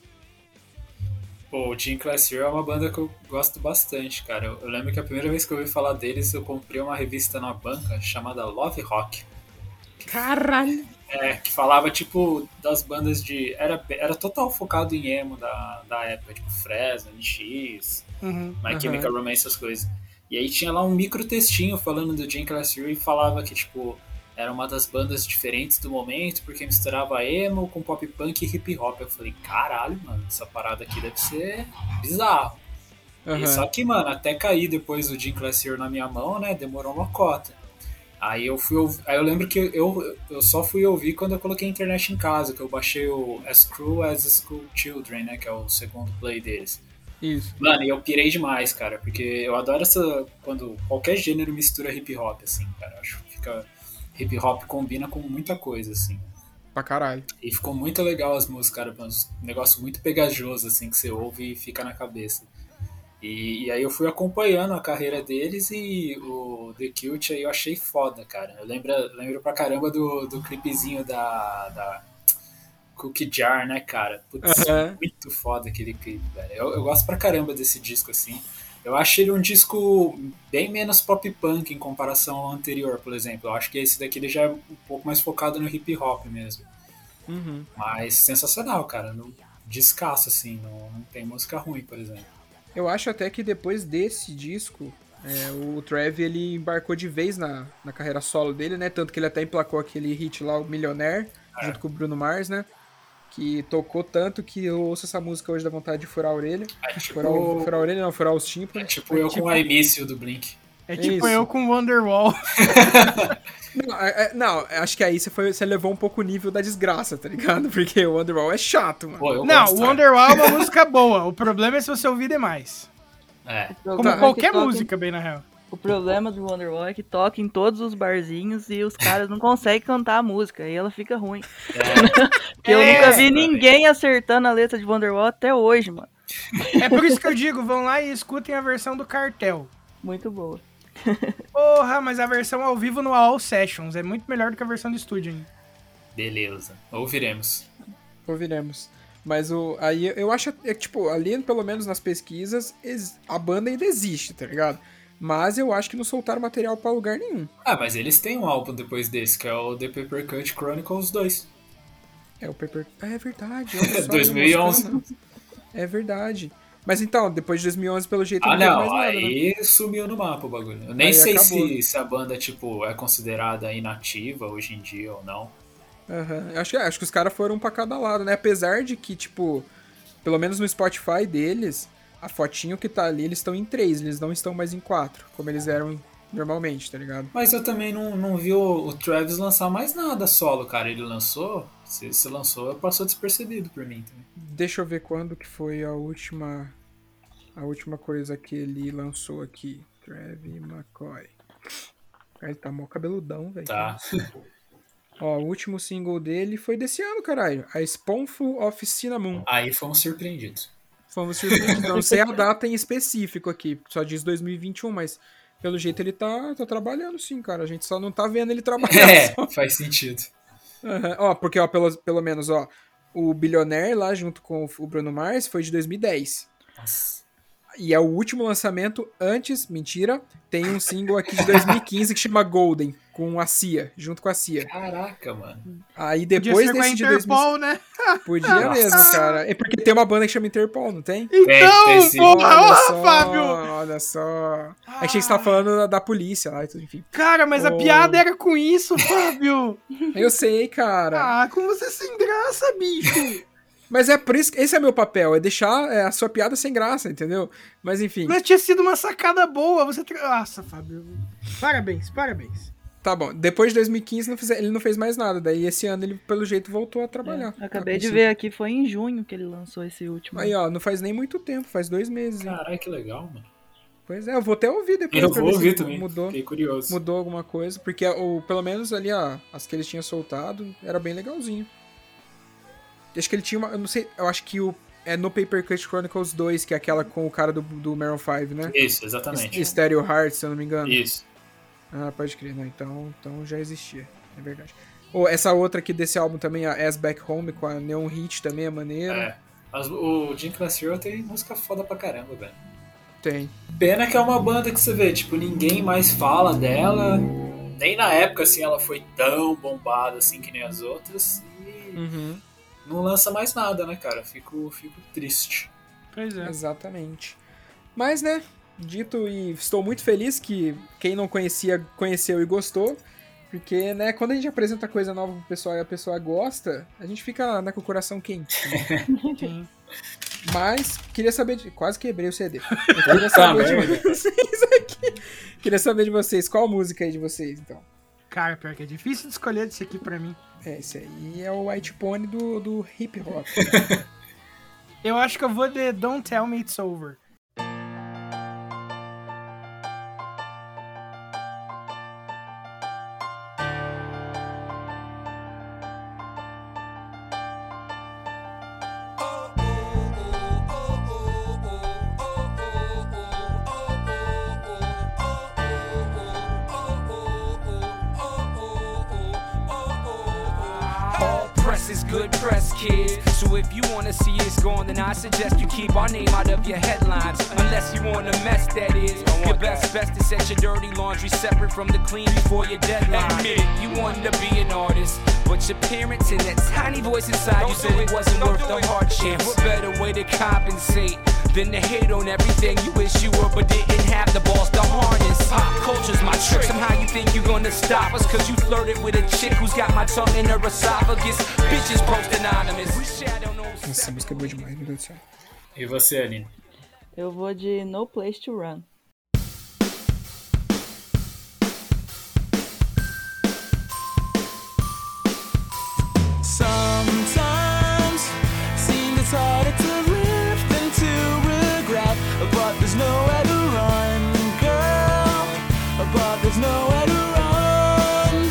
Pô, o Gin Class Hero é uma banda que eu gosto bastante, cara. Eu, eu lembro que a primeira vez que eu ouvi falar deles, eu comprei uma revista na banca chamada Love Rock. Caralho! É, que falava, tipo, das bandas de... Era, era total focado em emo da, da época, tipo Fresno, N X, uhum, My uhum. Chemical Romance, essas coisas. E aí tinha lá um micro textinho falando do Gin Class Hero e falava que, tipo, era uma das bandas diferentes do momento, porque misturava emo com pop punk e hip hop. Eu falei, caralho, mano, essa parada aqui deve ser bizarro. Uhum. E só que, mano, até cair depois do Gin Class Hero na minha mão, né, demorou uma cota. Aí eu fui ouvir, aí eu lembro que eu, eu só fui ouvir quando eu coloquei a internet em casa, que eu baixei o As Cruel as School Children, né, que é o segundo play deles. Isso. Mano, e eu pirei demais, cara, porque eu adoro essa, quando qualquer gênero mistura hip hop, assim, cara, eu acho que fica, hip hop combina com muita coisa, assim. Pra caralho. E ficou muito legal as músicas, cara. Um negócio muito pegajoso, assim, que você ouve e fica na cabeça. E, e aí eu fui acompanhando a carreira deles e o The Cute aí eu achei foda, cara. Eu lembro, lembro pra caramba do, do clipezinho da, da Cookie Jar, né, cara? Putz, Uhum. muito foda aquele clipe, velho. Eu, eu gosto pra caramba desse disco, assim. Eu acho ele um disco bem menos pop punk em comparação ao anterior, por exemplo. Eu acho que esse daqui ele já é um pouco mais focado no hip hop mesmo. Uhum. Mas sensacional, cara. No, descasso, assim. Não, não tem música ruim, por exemplo. Eu acho até que depois desse disco, é, o Trav ele embarcou de vez na, na carreira solo dele, né? Tanto que ele até emplacou aquele hit lá, o Millionaire, É. junto com o Bruno Mars, né? Que tocou tanto que eu ouço essa música hoje da vontade de furar a orelha. É tipo, Furar, o- furar a orelha, não, furar os é tímpanos. tipo eu com o I Miss You do Blink. É tipo Isso. eu com Wonderwall. Não, é- é- não, acho que aí você, foi, você levou um pouco o nível da desgraça, tá ligado? Porque o Wonderwall é chato, mano. Pô, eu Não, gosto, o cara. Wonderwall é uma música boa. O problema é se você ouvir demais. É. Como Tá. qualquer Que toca- música, bem na real. O problema do Wonderwall é que toca em todos os barzinhos e os caras não conseguem cantar a música, e ela fica ruim. Porque eu É, nunca vi exatamente. ninguém acertando a letra de Wonderwall até hoje, mano. É por isso que eu digo, vão lá e escutem a versão do Cartel. Muito boa. Porra, mas a versão ao vivo no All Sessions é muito melhor do que a versão do estúdio ainda. Beleza. Ouviremos. Ouviremos. Mas o, aí eu acho, é, tipo, ali pelo menos nas pesquisas, ex- a banda ainda existe, tá ligado? Mas eu acho que não soltaram material pra lugar nenhum. Ah, mas eles têm um álbum depois desse, que é o The Paper Cut Chronicles dois. É o Paper... É verdade. olha só, dois mil e onze. eu mostrando. É verdade. Mas então, depois de dois mil e onze, pelo jeito, Ah, não teve não. mais nada, né? Aí sumiu no mapa o bagulho. Eu nem Aí sei acabou. se, se a banda, tipo, é considerada inativa hoje em dia ou não. Aham. Eu Acho, que- acho que os caras foram pra cada lado, né? Apesar de que, tipo, pelo menos no Spotify deles, a fotinho que tá ali, eles estão em três, eles não estão mais em quatro, como eles eram normalmente, tá ligado? Mas eu também não, não vi o, o Travis lançar mais nada solo, cara. Ele lançou, se, se lançou, passou despercebido por mim também. Deixa eu ver quando que foi a última a última coisa que ele lançou aqui. Travis McCoy. Ele tá mó cabeludão, velho. Tá. Ó, o último single dele foi desse ano, caralho. A Spoonful of Cinnamon. Aí fomos surpreendidos. Fomos surpreendidos. Não sei a data em específico aqui. Só diz dois mil e vinte e um, mas pelo jeito ele tá, tá trabalhando sim, cara. A gente só não tá vendo ele trabalhar. É, só. faz sentido. Aham. Ó, porque, ó, pelo, pelo menos, ó, o Billionaire lá junto com o Bruno Mars foi de dois mil e dez. Nossa. E é o último lançamento antes, mentira, tem um single aqui de dois mil e quinze que chama Golden, com a Cia, junto com a Cia. Caraca, mano. Aí Podia depois ser com a desse de dois mil... Interpol, né? Podia Nossa. mesmo, cara. É porque tem uma banda que chama Interpol, não tem? Tem, tem Então, sim. porra, Olha ó, só, Fábio! olha só. Achei que você tava falando da, da polícia lá e tudo, enfim. Cara, mas a Oh. piada era com isso, Fábio! Eu sei, cara. Ah, como você é sem graça, bicho! Mas é por isso que esse é meu papel, é deixar é, a sua piada sem graça, entendeu? Mas enfim, Mas tinha sido uma sacada boa, você... Tra... Nossa, Fábio. Parabéns, parabéns. tá bom. Depois de dois mil e quinze não fiz- ele não fez mais nada, daí esse ano ele pelo jeito voltou a trabalhar. É, acabei A de princípio. ver aqui, foi em junho que ele lançou esse último. Aí, ó, não faz nem muito tempo, faz dois meses. hein? Caralho, que legal, mano. Pois é, eu vou até ouvir depois. Eu pra vou ver se ouvir também. Mudou, Fiquei curioso. mudou alguma coisa, porque o, pelo menos ali, ó, as que eles tinham soltado, era bem legalzinho. Acho que ele tinha uma, eu não sei, eu acho que o, é no Paper Cut Chronicles dois, que é aquela com o cara do, do Maroon cinco, né? Isso, exatamente. Stereo Heart, se eu não me engano. Isso. Ah, pode crer, não, então, então já existia, é verdade. Ou essa outra aqui desse álbum também, a As Back Home, com a Neon Hit também é maneira. É. Mas o Jim Class Hero tem música foda pra caramba, velho. Tem. Pena que é uma banda que você vê, tipo, ninguém mais fala dela. Nem na época, assim, ela foi tão bombada, assim, que nem as outras. E Uhum. não lança mais nada, né, cara? Fico, fico triste. Pois é. Exatamente. Mas, né, dito e estou muito feliz que quem não conhecia, conheceu e gostou. Porque, né, quando a gente apresenta coisa nova pro pessoal e a pessoa gosta, a gente fica, né, com o coração quente. Né? Sim. Mas, queria saber de... Quase quebrei o C D. Eu queria saber de merda. vocês aqui. Queria saber de vocês. Qual música aí de vocês, então? Cara, pior que é difícil de escolher desse aqui pra mim. É, esse aí é o White Pony do, do hip hop. Eu acho que eu vou de Don't Tell Me It's Over. good press, kids. So if you wanna see us gone, then I suggest you keep our name out of your headlines. Unless you wanna mess, that is. Your best best to set your dirty laundry separate from the clean before your deadline. Admit it, you wanted to be an artist, but your parents and that tiny voice inside you said it wasn't worth the hardship. What better way to compensate than to hate on everything you wish you were but didn't have the balls to harness? Pop culture's my trick. Somehow you think you're gonna stop us cause you flirted with a chick who's got my tongue in her esophagus. Bitches post anonymous. Essa música é boa demais, meu Deus do céu. E você, Aline? Eu vou de No Place to Run. Sometimes seems it's harder to live than to regret, but there's nowhere to run, girl, but there's nowhere to run.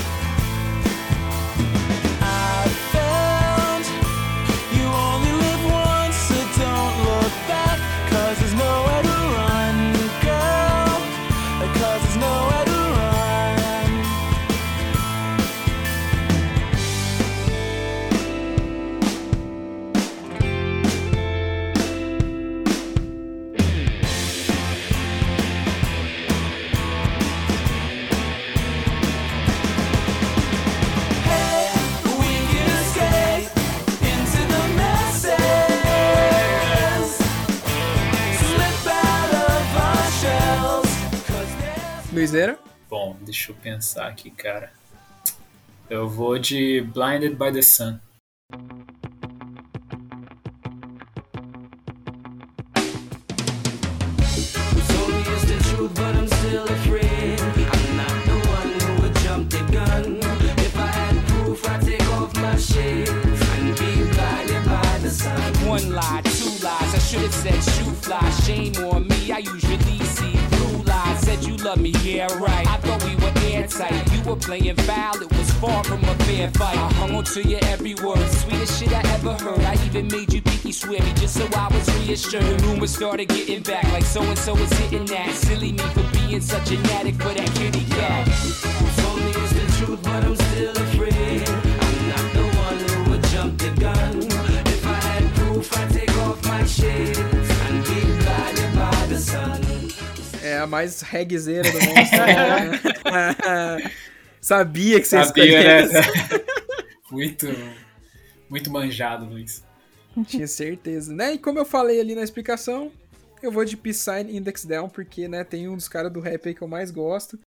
I found you only live once, so don't look back, cause there's nowhere to run, girl, cause there's nowhere to run. Luizeira? Bom, deixa eu pensar aqui, cara. Eu vou de Blinded by the Sun. One lie, two lies, I should have said shoe fly. Shame on me, I usually see blue lies. Said you love me, yeah right. I thought we were airtight. You were playing foul, it was far from a fair fight. I hung on to your every word, sweetest shit I ever heard. I even made you pinky swear me just so I was reassured. The rumors started getting back like so and so is hitting that. Silly me for being such an addict for that kitty cat. Told me it's the truth, but I'm still afraid. I'm not the one who would jump the gun. If I had proof, I'd take off my shades and be blinded by the sun. É a mais reggaezeira do monstro. Né? Sabia que você Sabia, escolhia né? Muito, muito manjado, Luiz. Tinha certeza, né? E como eu falei ali na explicação, eu vou de P-Sign Index Down, porque, né, tem um dos caras do rap aí que eu mais gosto.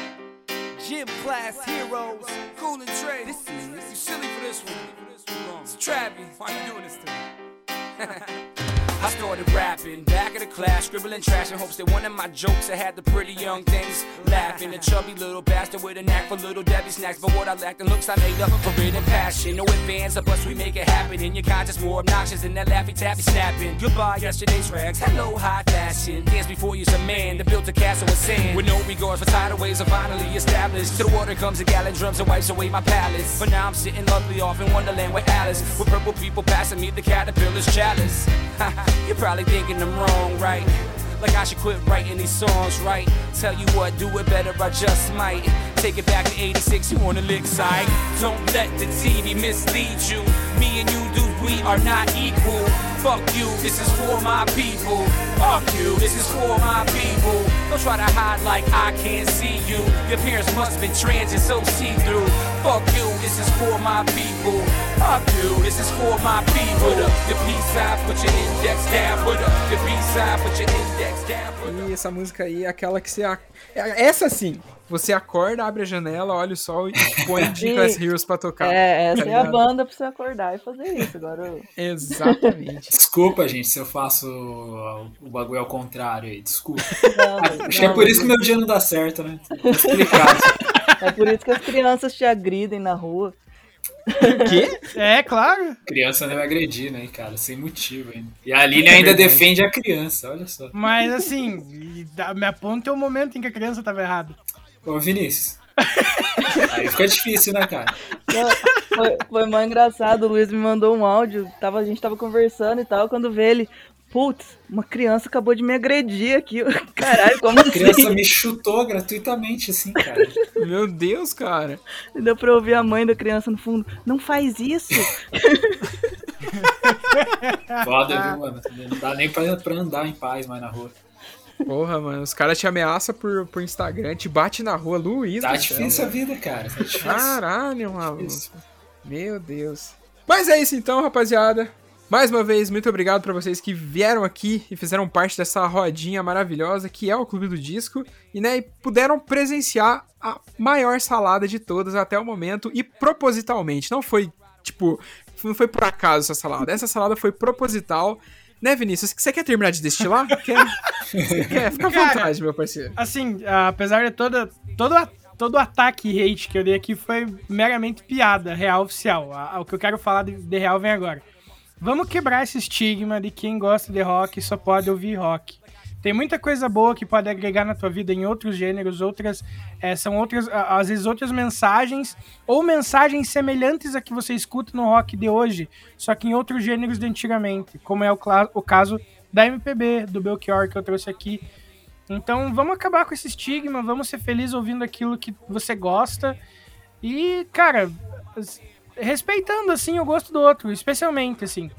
Gym class heroes, cool and Trey. This is you silly for this one. It's Travis. Why you doing this to me? I started rapping, back of the class, scribbling trash in hopes that one of my jokes that had the pretty young things laughing. A chubby little bastard with a knack for little Debbie snacks. But what I lacked, the looks I made up for it and passion. No advance of us, we make it happen. And your conscience more obnoxious than that laffy taffy snapping. Goodbye, yesterday's rags. Hello, high fashion. Dance before you's a man that built a castle of sand. With no regard for tidal waves are finally established. To the water comes a gallon drums and wipes away my palace. But now I'm sitting lovely off in Wonderland with Alice. With purple people passing me the caterpillar's chalice. You're probably thinking I'm wrong, right? Like I should quit writing these songs, right? Tell you what, do it better, I just might. Take it back to eighty-six, you on the lick side. Don't let the T V mislead you. Me and you, dude, we are not equal. Fuck you, this is for my people. Fuck you, this is for my people. Don't try to hide like I can't see you. Your parents must have been trans and so see-through. Fuck you, this is for my people. Fuck you, this is for my people. Put up the peace sign, put your index down. Put up the peace sign, put your index down. E essa música aí é aquela que você... Ac... Essa sim, você acorda, abre a janela, olha o sol e põe de Class Heroes pra tocar. É, essa tá é a banda pra você acordar e fazer isso. Agora eu... Exatamente. Desculpa, gente, se eu faço o bagulho ao contrário aí, desculpa. Não, Acho não, que é por isso que meu dia não dá certo, né? Tá explicado. É por isso que as crianças te agridem na rua. Quê? É, claro. Criança deve agredir, né, cara? Sem motivo ainda. E a Aline ainda defende a criança, olha só. Mas assim, me aponta o momento em que a criança tava errada. Ô, Vinícius. Aí fica difícil, né, cara? Foi, foi mais engraçado, o Luiz me mandou um áudio, tava, a gente tava conversando e tal, quando vê ele, putz, uma criança acabou de me agredir aqui. Caralho, como assim? A criança me chutou gratuitamente, assim, cara. Meu Deus, cara. Deu pra ouvir a mãe da criança no fundo. Não faz isso. Foda, viu, mano? Não dá nem pra, pra andar em paz mais na rua. Porra, mano, os caras te ameaçam por, por Instagram, te bate na rua, Luiz. Tá do difícil céu, a vida, cara. Tá difícil. Caralho, maluco. Meu Deus. Mas é isso então, rapaziada. Mais uma vez, muito obrigado pra vocês que vieram aqui e fizeram parte dessa rodinha maravilhosa que é o Clube do Disco e, né, e puderam presenciar a maior salada de todas até o momento e propositalmente. Não foi, tipo, não foi por acaso essa salada. Essa salada foi proposital. Né, Vinícius? Você quer terminar de destilar? Quer? Você quer? Fica à vontade, cara, meu parceiro. Assim, apesar de toda, todo, todo o ataque e hate que eu dei aqui foi meramente piada, real oficial. O que eu quero falar de, de real vem agora. Vamos quebrar esse estigma de quem gosta de rock só pode ouvir rock. Tem muita coisa boa que pode agregar na tua vida em outros gêneros, outras, é, são outras, às vezes outras mensagens, ou mensagens semelhantes a que você escuta no rock de hoje, só que em outros gêneros de antigamente, como é o, o caso da M P B, do Belchior, que eu trouxe aqui. Então vamos acabar com esse estigma, vamos ser felizes ouvindo aquilo que você gosta, e, cara, respeitando, assim, o gosto do outro, especialmente, assim.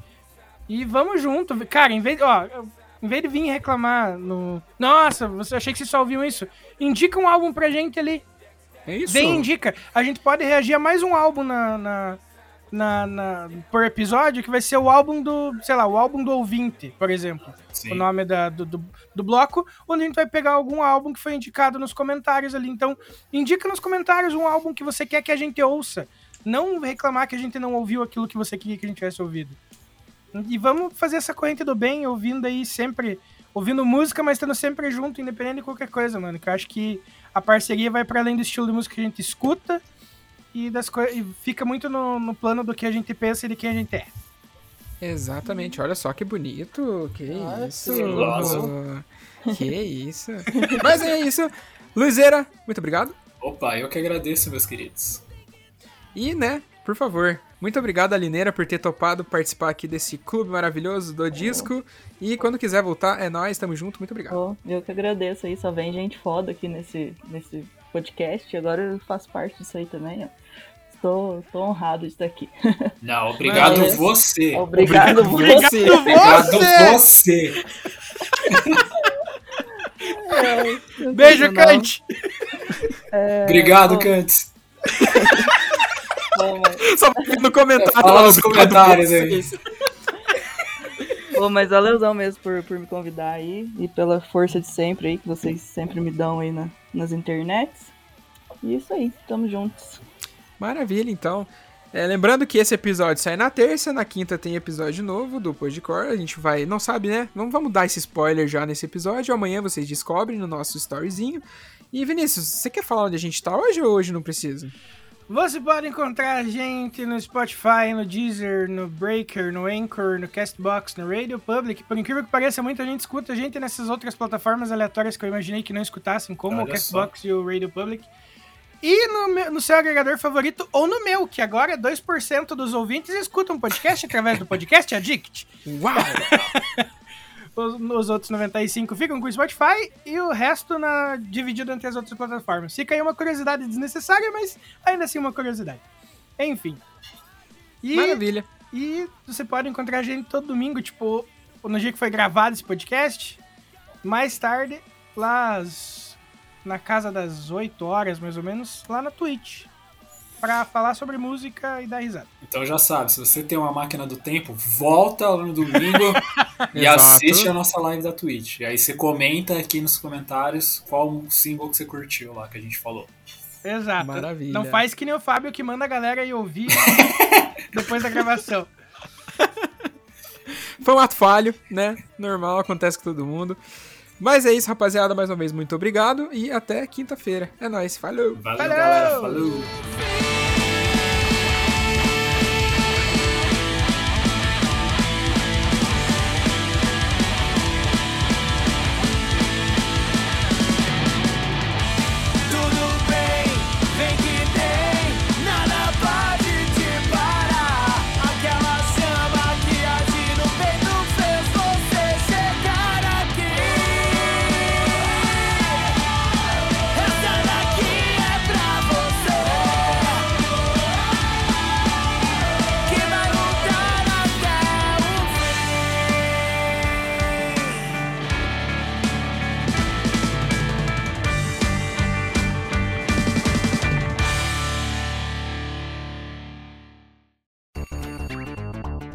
E vamos junto, cara, em vez de... Ó, Em vez de vir reclamar no... Nossa, você achei que vocês só ouviam isso. Indica um álbum pra gente ali. É isso. Vem, indica. A gente pode reagir a mais um álbum na, na, na, na, por episódio, que vai ser o álbum do... Sei lá, o álbum do ouvinte, por exemplo. Sim. O nome da, do, do, do bloco, onde a gente vai pegar algum álbum que foi indicado nos comentários ali. Então, indica nos comentários um álbum que você quer que a gente ouça. Não reclamar que a gente não ouviu aquilo que você queria que a gente tivesse ouvido. E vamos fazer essa corrente do bem, ouvindo aí sempre, ouvindo música, mas estando sempre junto, independente de qualquer coisa, mano. Que eu acho que a parceria vai para além do estilo de música que a gente escuta e, das co- e fica muito no, no plano do que a gente pensa e de quem a gente é. Exatamente, olha só que bonito, que ah, isso, que, que isso. Mas é isso, Luizeira, muito obrigado. Opa, eu que agradeço, meus queridos. E, né, por favor, muito obrigado, Alineira, por ter topado participar aqui desse clube maravilhoso do disco. E quando quiser voltar, é nóis, tamo junto, muito obrigado. Oh, eu que agradeço aí, só vem gente foda aqui nesse, nesse podcast. Agora eu faço parte disso aí também, ó. Estou, estou honrado de estar aqui. Não, obrigado Mas, você. Obrigado, obrigado você. Obrigado você. É, beijo, Kant. É, obrigado, oh. Kant. Só no comentário. Fala nos comentários aí. Pô, mas valeuzão mesmo por, por me convidar aí e pela força de sempre aí que vocês sempre me dão aí na, nas internets. E isso aí, tamo juntos. Maravilha, então. É, lembrando que esse episódio sai na terça, na quinta tem episódio novo do Podcore. A gente vai, não sabe, né? Não vamos dar esse spoiler já nesse episódio. Amanhã vocês descobrem no nosso storyzinho. E Vinícius, você quer falar onde a gente tá hoje ou hoje não precisa? Você pode encontrar a gente no Spotify, no Deezer, no Breaker, no Anchor, no Castbox, no Radio Public. Por incrível que pareça, muita gente escuta a gente nessas outras plataformas aleatórias que eu imaginei que não escutassem, como Olha o Castbox só. E o Radio Public. E no, meu, no seu agregador favorito, ou no meu, que agora dois por cento dos ouvintes escutam podcast através do Podcast Addict. Uau! Os, os outros noventa e cinco ficam com o Spotify e o resto na, dividido entre as outras plataformas. Fica aí uma curiosidade desnecessária, mas ainda assim uma curiosidade. Enfim. E, Maravilha. E você pode encontrar a gente todo domingo, tipo, no dia que foi gravado esse podcast. Mais tarde, lá as, na casa das oito horas, mais ou menos, lá na Twitch. Pra falar sobre música e dar risada. Então já sabe, se você tem uma máquina do tempo, volta lá no domingo e assiste a nossa live da Twitch. E aí você comenta aqui nos comentários qual o símbolo que você curtiu lá, que a gente falou. Exato. Maravilha. Não faz que nem o Fábio que manda a galera ir ouvir depois da gravação. Foi um ato falho, né? Normal, acontece com todo mundo. Mas é isso, rapaziada. Mais uma vez, muito obrigado e até quinta-feira. É nóis, falou! Valeu, falou. galera, falou!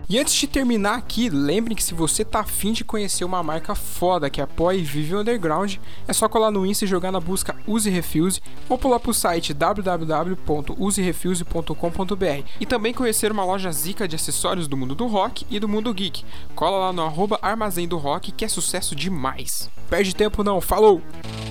E antes de terminar aqui, lembrem que se você tá afim de conhecer uma marca foda que apoia e vive o underground, é só colar no Insta e jogar na busca Use Refuse ou pular pro site w w w ponto use refuse ponto com ponto b r e também conhecer uma loja zica de acessórios do mundo do rock e do mundo geek. Cola lá no arroba Armazém do Rock que é sucesso demais. Perde tempo não, falou!